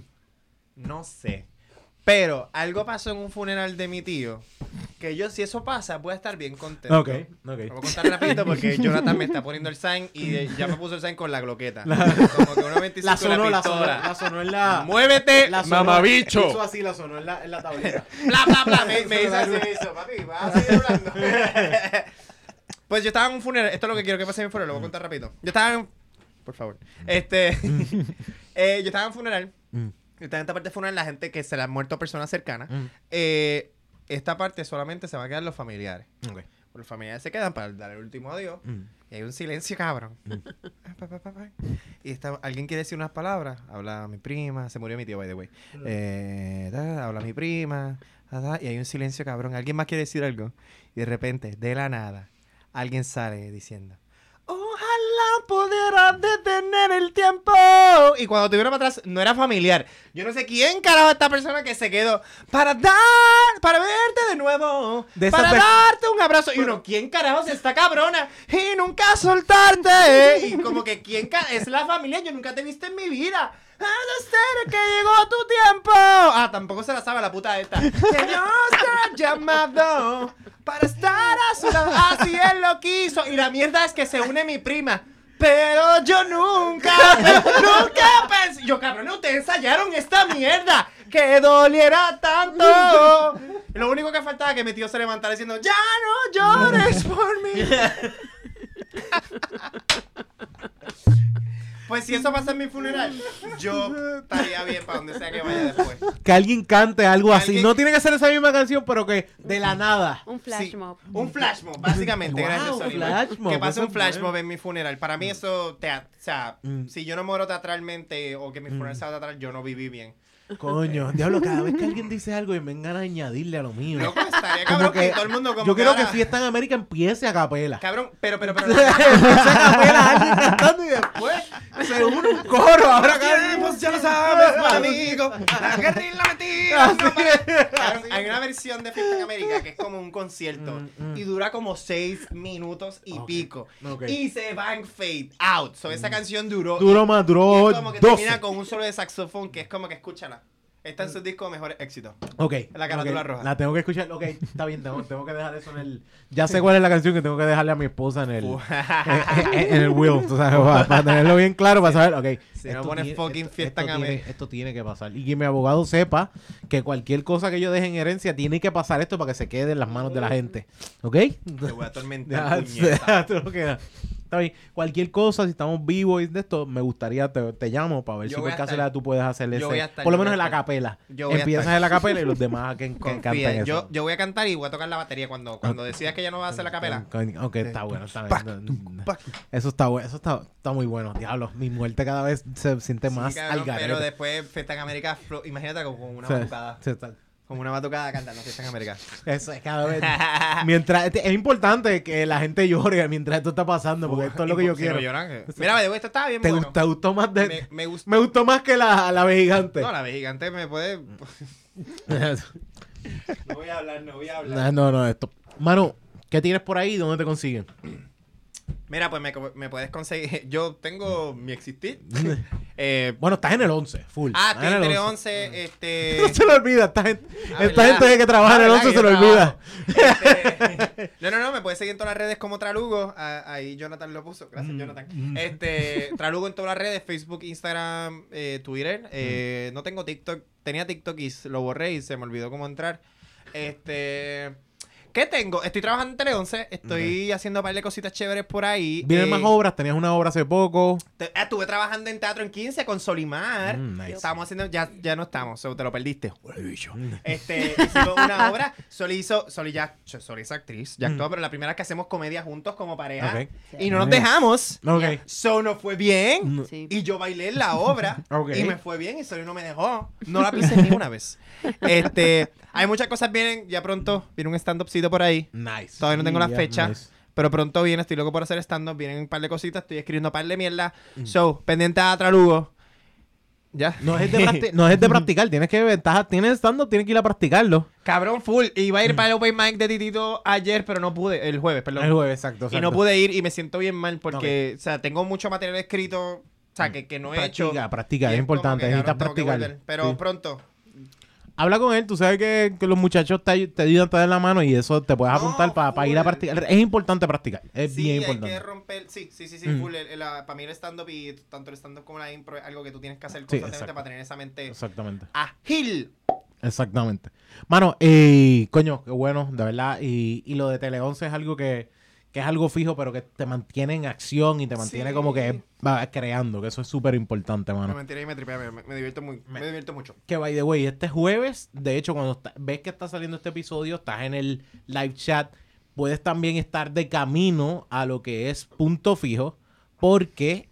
S3: No sé. Pero algo pasó en un funeral de mi tío que yo, si eso pasa, voy a estar bien contento.
S2: Ok.
S3: Lo voy a contar rapidito porque Jonathan me está poniendo el sign y ya me puso el sign con la gloqueta. Como que 1.25
S2: La sonó,
S3: la pistola.
S2: sonó en la...
S3: ¡Muévete,
S2: la sonó-
S3: mamabicho!
S2: Hizo así, la sonó en la tableta.
S3: Bla, bla, bla. Me hizo así, eso, papi. Vas a seguir hablando. Pues yo estaba en un funeral. Esto es lo que quiero que pase en mi funeral. Lo voy a contar rapidito. Yo estaba en... Por favor. Yo estaba en un funeral.
S2: Mm.
S3: Está en esta parte del funeral la gente que se le han muerto personas cercanas.
S2: Mm.
S3: Esta parte solamente se van a quedar los familiares.
S2: Ok.
S3: Los familiares se quedan para dar el último adiós.
S2: Mm.
S3: Y hay un silencio, cabrón. Y alguien quiere decir unas palabras. Habla mi prima. Se murió mi tío, by the way. Habla mi prima. Y hay un silencio, cabrón. Alguien más quiere decir algo. Y de repente, de la nada, alguien sale diciendo: ojalá pudiera detener el tiempo. Y cuando te vieron para atrás, no era familiar. Yo no sé quién carajo esta persona que se quedó para verte de nuevo,
S2: De esa
S3: para
S2: pe-
S3: darte un abrazo. Y uno, ¿quién carajo es esta cabrona? Y nunca soltarte. Y como que, ¿quién es la familia? Yo nunca te he visto en mi vida. Ha de ser que llegó tu tiempo. Tampoco se la sabe la puta esta. Que Dios te ha llamado para estar a su lado. Así él lo quiso. Y la mierda es que se une mi prima. Pero yo nunca pensé. Yo, cabrón, ustedes ensayaron esta mierda. Que doliera tanto. Lo único que faltaba es que mi tío se levantara diciendo, ya no llores por mí. Pues si eso pasa en mi funeral, yo estaría bien para donde sea que vaya después.
S2: Que alguien cante algo
S3: Que
S2: así.
S3: alguien-
S2: No tiene que ser esa misma canción, pero que de la nada.
S6: Un flash
S3: Sí,
S6: mob.
S3: un flash mob, básicamente.
S2: Wow,
S3: gracias, Sony.
S2: flash mob,
S3: Que pase
S2: eso
S3: un flash
S2: es
S3: mob
S2: bueno.
S3: en mi funeral. Para mí eso, o sea,
S2: Mm.
S3: si yo no muero teatralmente o que mi funeral sea teatral, yo no viví bien.
S2: Coño, diablo, cada vez que alguien dice algo y me vengan a añadirle a lo mío.
S3: Loco, estaría
S2: Como
S3: cabrón
S2: que-
S3: que todo el mundo como
S2: Yo quiero que
S3: ahora-
S2: Fiesta en América empiece a capela.
S3: Cabrón, pero
S2: Empiece a capela alguien cantando y después se une un coro. Ahora
S3: tiempos ya lo sabes, amigo. La guerra y la mentira. no para- Cabrón, hay una versión de Fiesta en América que es como un concierto y dura como 6 minutos y
S2: Ok,
S3: pico.
S2: ok.
S3: Y se va en fade out. So, esa canción duró.
S2: Duró más,
S3: y
S2: duró
S3: es como que
S2: 12.
S3: termina con un solo de saxofón que es como que escúchala. Está en su disco de mejores éxitos.
S2: Ok.
S3: La carátula
S2: ok,
S3: roja.
S2: La tengo que escuchar. Ok, está bien, tengo que dejar eso en el... Ya sé cuál es la canción que tengo que dejarle a mi esposa en el... en el will, tú sabes, para tenerlo bien claro, para saber, ok.
S3: Si no pones fucking Fiesta en América.
S2: Esto tiene que pasar. Y que mi abogado sepa que cualquier cosa que yo deje en herencia tiene que pasar esto para que se quede en las manos de la gente. ¿Ok?
S3: Te voy a atormentar,
S2: Ya,
S3: puñeta.
S2: tú lo que- Está bien. Cualquier cosa, si estamos vivos y de esto, me gustaría, te llamo para ver
S3: Yo
S2: si
S3: voy
S2: por
S3: a
S2: casualidad
S3: estar.
S2: tú puedes hacer
S3: Yo
S2: ese.
S3: voy a estar,
S2: Por lo
S3: yo voy
S2: menos
S3: a
S2: en la
S3: estar.
S2: capela.
S3: Yo voy a
S2: Empiezas
S3: estar.
S2: en la capela y los demás que
S3: Confía,
S2: canten eso.
S3: yo voy a cantar y voy a tocar la batería cuando decidas que ya no vas a hacer la capela.
S2: Ok, está bueno, está bien. Eso está bueno, está muy bueno, diablo. Mi muerte cada vez se siente más
S3: Sí, cabrón,
S2: al garete.
S3: pero después Fiesta en América, imagínate como una batucada. Como una batucada cantando Fiesta en América.
S2: Eso es cada vez. Mientras, es importante que la gente llore mientras esto está pasando, porque esto es lo que yo
S3: Si no
S2: quiero.
S3: lloran, Mira, by the way, esto estaba bien
S2: ¿Te,
S3: bueno.
S2: te gustó más de,
S3: Me gustó.
S2: me gustó más que la ave gigante.
S3: No, la vez gigante me puede... No voy a hablar.
S2: No, esto. Mano, ¿qué tienes por ahí? ¿Dónde te consiguen?
S3: Mira, pues me puedes conseguir... Yo tengo mi existir.
S2: Bueno, estás en el 11, full.
S3: Estoy
S2: Estás en
S3: en
S2: el
S3: el
S2: 11.
S3: 11,
S2: No se le olvida, esta gente
S3: ¿verdad?
S2: que trabaja en el 11 se le olvida.
S3: No, me puedes seguir en todas las redes como Tralugo. Ahí Jonathan lo puso. Gracias, Jonathan. Tralugo en todas las redes, Facebook, Instagram, Twitter. No tengo TikTok. Tenía TikTok y lo borré y se me olvidó cómo entrar. ¿Qué tengo? Estoy trabajando en Tele 11. Estoy haciendo un par de cositas chéveres por ahí.
S2: Vienen más obras, tenías una obra hace poco.
S3: Estuve trabajando en Teatro en 15 con Solimar.
S2: Nice.
S3: Estábamos haciendo, ya no estamos, te lo perdiste. Hicimos una obra. Soli es actriz, ya actuó, pero la primera vez que hacemos comedia juntos como pareja.
S2: Ok.
S3: Y no nos dejamos.
S2: Ok.
S3: So nos fue bien.
S6: Sí.
S3: Y yo bailé en la obra.
S2: Ok.
S3: Y me fue bien. Y Soli no me dejó. No la pisé ni una vez. Hay muchas cosas vienen. Ya pronto viene un stand-upcito por ahí.
S2: Nice.
S3: Todavía no tengo la
S2: Yeah,
S3: fecha.
S2: nice.
S3: Pero pronto viene, estoy loco por hacer stand-up. Vienen un par de cositas, estoy escribiendo un par de mierda. So, pendiente a Tralugo. ¿Ya?
S2: No es de practicar, tienes stand-up, tienes que ir a practicarlo.
S3: Cabrón, full. Iba a ir para el open mic de Titito ayer, pero no pude. El jueves, perdón.
S2: El jueves, exacto.
S3: Y no pude ir y me siento bien mal porque, o sea, tengo mucho material escrito, o sea, que no he hecho.
S2: Practica,
S3: Y
S2: es
S3: como
S2: importante,
S3: que,
S2: necesitas
S3: cabrón, tengo que
S2: practicar.
S3: volver. Pero
S2: Sí.
S3: pronto.
S2: Habla con él, tú sabes que los muchachos te ayudan, te dan la mano y eso te puedes
S3: No,
S2: apuntar para ir a
S3: full.
S2: practicar. Es importante practicar, es
S3: Sí,
S2: bien
S3: hay
S2: importante.
S3: que romper. Sí, full. Para mí el stand-up y tanto el stand-up como la impro es algo que tú tienes que hacer
S2: Sí,
S3: constantemente
S2: exacto.
S3: para tener esa mente
S2: Exactamente.
S3: ágil.
S2: Exactamente. Mano, coño, qué bueno, de verdad. Y lo de Tele 11 es algo que es algo fijo, pero que te mantiene en acción y te mantiene
S3: Sí.
S2: como que va creando, que eso es súper importante,
S3: No
S2: mano.
S3: mentira y me tripea, me divierto me divierto mucho.
S2: Que by the way, este jueves, de hecho, cuando ves que está saliendo este episodio, estás en el live chat, puedes también estar de camino a lo que es Punto Fijo, porque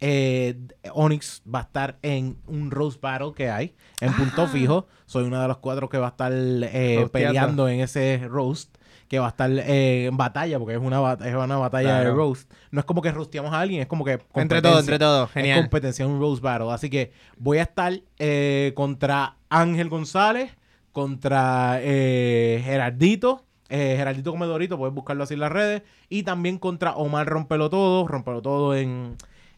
S2: Onyx va a estar en un roast battle que hay en Punto Fijo. Soy uno de los 4 que va a estar peleando en ese roast, que va a estar en batalla, porque es una batalla de
S3: Claro.
S2: roast. No es como que rosteamos a alguien, es como que
S3: Entre
S2: competencia.
S3: todo.
S2: Es
S3: Genial.
S2: competencia, un roast battle. Así que voy a estar contra Ángel González, contra Gerardito. Gerardito Comedorito, puedes buscarlo así en las redes. Y también contra Omar Rompelo Todo en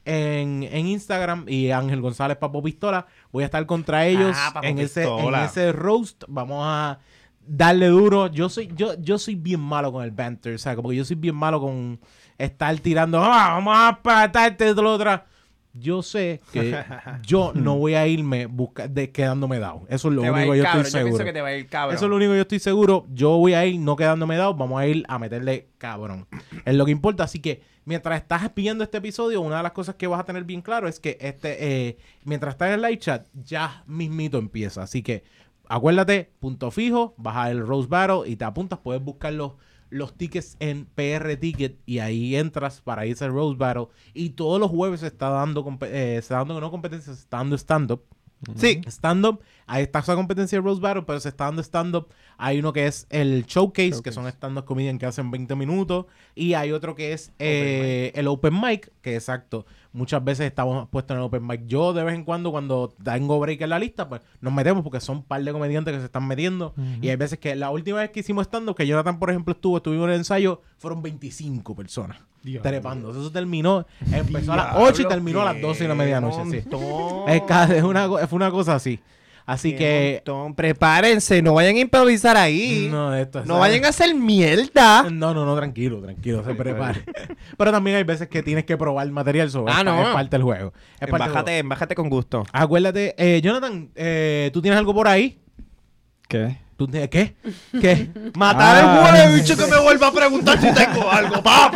S2: Instagram. Y Ángel González Papo Pistola. Voy a estar contra ellos
S3: Papo
S2: en
S3: Pistola.
S2: ese roast. Vamos a darle duro. Yo soy bien malo con el banter, o sea, como que yo soy bien malo con estar tirando, vamos a patarte de lo otra. Yo sé que yo no voy a irme quedándome dado. Eso es lo
S3: Te va a
S2: único
S3: ir
S2: que yo
S3: cabrón.
S2: estoy
S3: Yo pienso
S2: seguro.
S3: que te va a ir cabrón.
S2: Eso es lo único que yo estoy seguro. Yo voy a ir no quedándome dado. Vamos a ir a meterle cabrón. Es lo que importa. Así que mientras estás viendo este episodio, una de las cosas que vas a tener bien claro es que mientras estás en el live chat, ya mismito empieza. Así que acuérdate, punto fijo, vas a el Rose Battle y te apuntas. Puedes buscar los tickets en PR Ticket y ahí entras para irse al Rose Battle. Y todos los jueves se está dando no competencia, se está dando stand-up.
S3: Sí.
S2: Stand-up, ahí está esa competencia de Rose Battle, pero se está dando stand-up. Hay uno que es el Showcase, que son stand-up comedian que hacen 20 minutos. Y hay otro que es el Open Mic, que exacto. Muchas veces estamos puestos en el Open Mic. Yo de vez en cuando tengo break en la lista, pues nos metemos porque son un par de comediantes que se están metiendo. Y hay veces que la última vez que hicimos stand-up, que Jonathan, por ejemplo, estuvimos en el ensayo, fueron 25 personas trepando. Eso terminó, empezó a las 8 y terminó a las 12 de la medianoche. Sí. Fue una cosa así. Así que...
S3: Prepárense, no vayan a improvisar ahí.
S2: No, esto
S3: No vayan a hacer mierda.
S2: No, tranquilo, se prepare. Pero también hay veces que tienes que probar el material, es parte del juego. Es parte del juego.
S3: Embájate con gusto.
S2: Acuérdate, Jonathan, ¿tú tienes algo por ahí?
S4: ¿Qué?
S2: ¿Tú tienes qué? ¿Qué?
S3: Matar el huele bicho que me vuelva a preguntar si tengo algo, papi.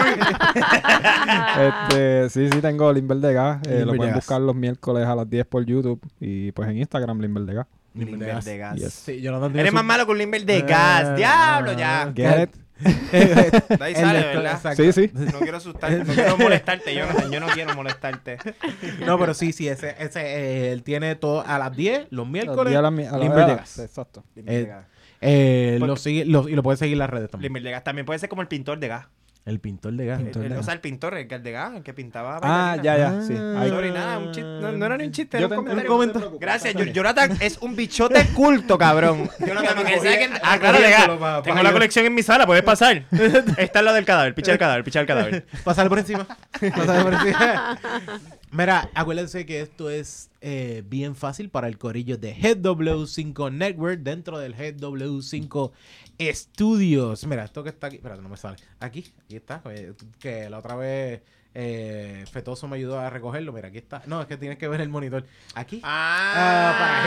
S4: Sí, tengo Limber de Gas.
S2: Limber
S4: Lo
S2: de
S4: pueden
S2: Gas.
S4: buscar los miércoles a las 10 por YouTube. Y pues en Instagram, Limber de Gas.
S3: Limber de gas.
S4: Yes.
S2: Sí, Jonathan tiene
S3: Eres
S2: su-
S3: más malo con Limber de gas. Diablo, ya.
S4: Get it?
S3: De ahí
S2: El
S3: sale,
S2: de-
S3: ¿verdad?
S2: exacto.
S4: Sí, sí.
S3: No quiero asustarte, no quiero molestarte, Jonathan. Yo no quiero molestarte.
S2: No, pero sí, él tiene todo a las 10, los miércoles,
S4: A la
S2: Limber de Gas.
S4: Exacto.
S3: Limber de
S2: Eh,
S3: gas.
S2: Lo sigue, y lo puedes seguir en las redes también.
S3: Limber de gas también puede ser como el pintor de gas.
S2: El pintor de gas.
S3: O sea, el pintor, el de gas, el que pintaba.
S4: Ah,
S3: bailarinas.
S4: ya. Sí.
S2: Ah.
S4: Ahí-
S3: Sorry, nada, un chiste. No era ni un chiste,
S4: Yo
S3: era un
S4: te
S3: comentario.
S2: comentario.
S3: Gracias, Jonathan es un bichote culto, cabrón. Jonathan, porque sabe que... Ah, claro, de gas. Tengo la colección en mi sala, puedes pasar. Está en la del cadáver, picha el cadáver.
S2: Pasar por encima. Pasar por encima. Mira, acuérdense que esto es bien fácil para el corillo de GW5 Network dentro del GW5 Studios. Mira, esto que está aquí. Espérate, no me sale. Aquí está. Que la otra vez Fetoso me ayudó a recogerlo. Mira, aquí está. No, es que tienes que ver el monitor. Aquí. para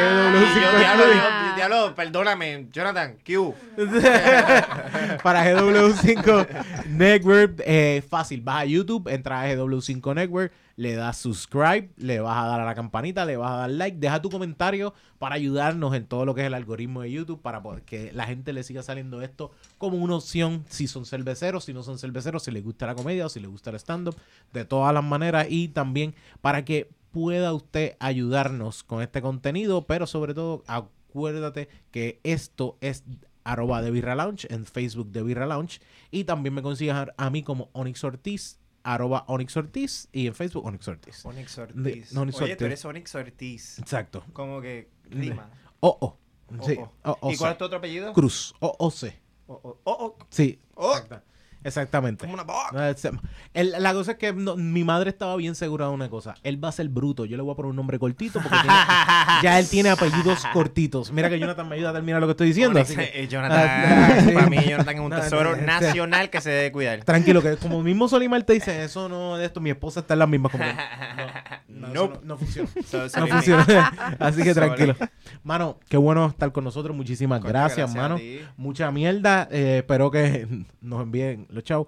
S2: GW5
S3: Diablo, perdóname, Jonathan, Q.
S2: para GW5 Network. Fácil, vas a YouTube, entras a GW5 Network, le das subscribe, le vas a dar a la campanita, le vas a dar like, deja tu comentario para ayudarnos en todo lo que es el algoritmo de YouTube, para que la gente le siga saliendo esto como una opción si son cerveceros, si no son cerveceros, si les gusta la comedia o si les gusta el stand-up, de todas las maneras, y también para que pueda usted ayudarnos con este contenido, pero sobre todo acuérdate que esto es @The Birra Lounge en Facebook de Birra Lounge, y también me consigues a mí como Onyx Ortiz, @Onyx Ortiz, y en Facebook Onyx Ortiz.
S3: Onyx
S2: De-
S3: Ortiz.
S2: no, Onyx
S3: Oye,
S2: Ortiz.
S3: tú eres Onyx Ortiz.
S2: Exacto.
S3: Como que rima.
S2: Sí.
S3: ¿Y cuál es tu otro apellido?
S2: Cruz. O-O-C. Sí.
S3: Oh.
S2: Exactamente.
S3: Como una boca.
S2: La cosa es que mi madre estaba bien segura de una cosa. Él va a ser bruto. Yo le voy a poner un nombre cortito porque ya él tiene apellidos cortitos. Mira que Jonathan me ayuda a terminar lo que estoy diciendo.
S3: Onyx,
S2: así que-
S3: Jonathan,
S2: sí.
S3: para mí Jonathan es un
S2: No,
S3: tesoro
S2: no,
S3: nacional que se debe cuidar.
S2: Tranquilo, que como mismo Solimar te dice, eso no de esto, mi esposa está en las mismas como que, no,
S3: Nope.
S2: eso no funciona.
S3: So,
S2: No
S3: sorry,
S2: funciona. Así que
S3: Sorry.
S2: tranquilo. Mano, qué bueno estar con nosotros. Muchísimas
S3: Coño,
S2: gracias,
S3: a
S2: mano.
S3: ti.
S2: Mucha mierda. Espero que nos envíen los chavos.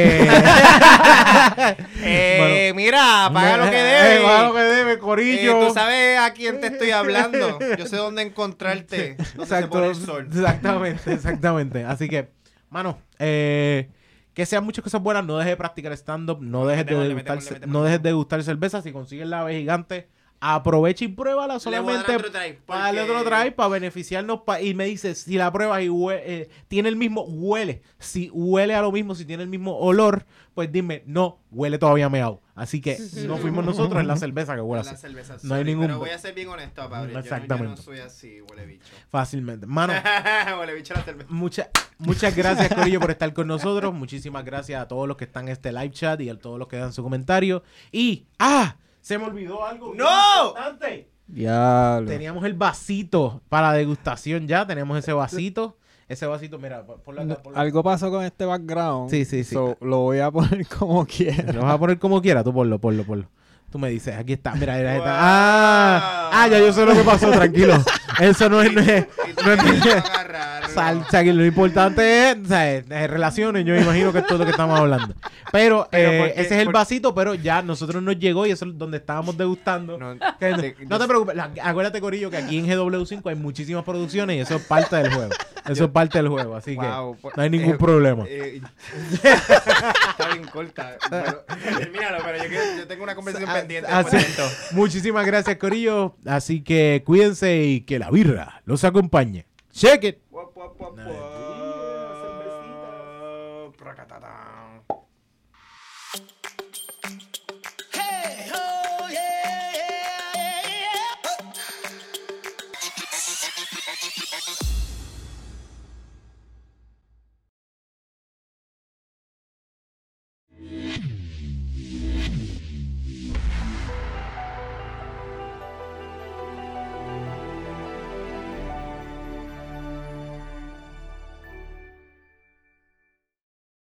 S3: Mira, paga lo que debe.
S2: Paga lo que debe, corillo.
S3: Tú sabes a quién te estoy hablando. Yo sé dónde encontrarte. Donde se pone el sol.
S2: Exactamente. Así que, mano, que sean muchas cosas buenas. No dejes de practicar stand-up. No dejes de
S3: Métele,
S2: degustar,
S3: métele,
S2: no dejes de degustar cerveza. Si consigues la ave gigante, aprovecha y pruébala solamente.
S3: otro try,
S2: Para darle
S3: porque-
S2: otro try, para beneficiarnos. Y me dices, si la pruebas y tiene el mismo, huele. Si huele a lo mismo, si tiene el mismo olor, pues dime, no, huele todavía meado. Así que no fuimos nosotros, es la cerveza que huele
S3: La
S2: así.
S3: cerveza,
S2: No hay
S3: sorry,
S2: ningún-
S3: Pero voy a ser bien honesto, Pablo.
S2: Exactamente.
S3: Yo no soy así, huele bicho.
S2: Fácilmente. Mano,
S3: Huele bicho la cerveza.
S2: muchas gracias, Corillo, por estar con nosotros. Muchísimas gracias a todos los que están en este live chat y a todos los que dan su comentario. Y, se me olvidó algo bien
S3: ¡No!
S2: importante.
S4: Diablo.
S2: Teníamos el vasito para la degustación ya. Tenemos ese vasito. Ese vasito, mira, ponlo acá, ponlo acá.
S4: Algo pasó con este background.
S2: Sí, sí, sí.
S4: So, lo voy a poner como quiera.
S2: Lo vas a poner como quieras, tú ponlo. Tú me dices, aquí está, mira,
S3: Wow.
S2: ya yo sé lo que pasó, tranquilo. Eso no es
S3: Agarrarlo.
S2: salsa, que lo importante es, o sea, relaciones, yo imagino que es todo lo que estamos hablando. Pero,
S3: Pero ¿por qué?
S2: ese es el
S3: ¿Por-
S2: vasito, pero ya nosotros nos llegó y eso es donde estábamos degustando.
S3: No,
S2: Que
S3: de-
S2: no te preocupes, acuérdate, Corillo, que aquí en GW5 hay muchísimas producciones y eso es parte del juego. Eso es parte del juego, así
S3: Wow,
S2: que no hay ningún problema.
S3: Está bien corta. Pero, termínalo, pero yo tengo una conversación pendiente.
S2: Así-
S3: después de esto.
S2: Muchísimas gracias, Corillo. Así que cuídense y que la birra los acompañe. Check it.
S3: Pracatata.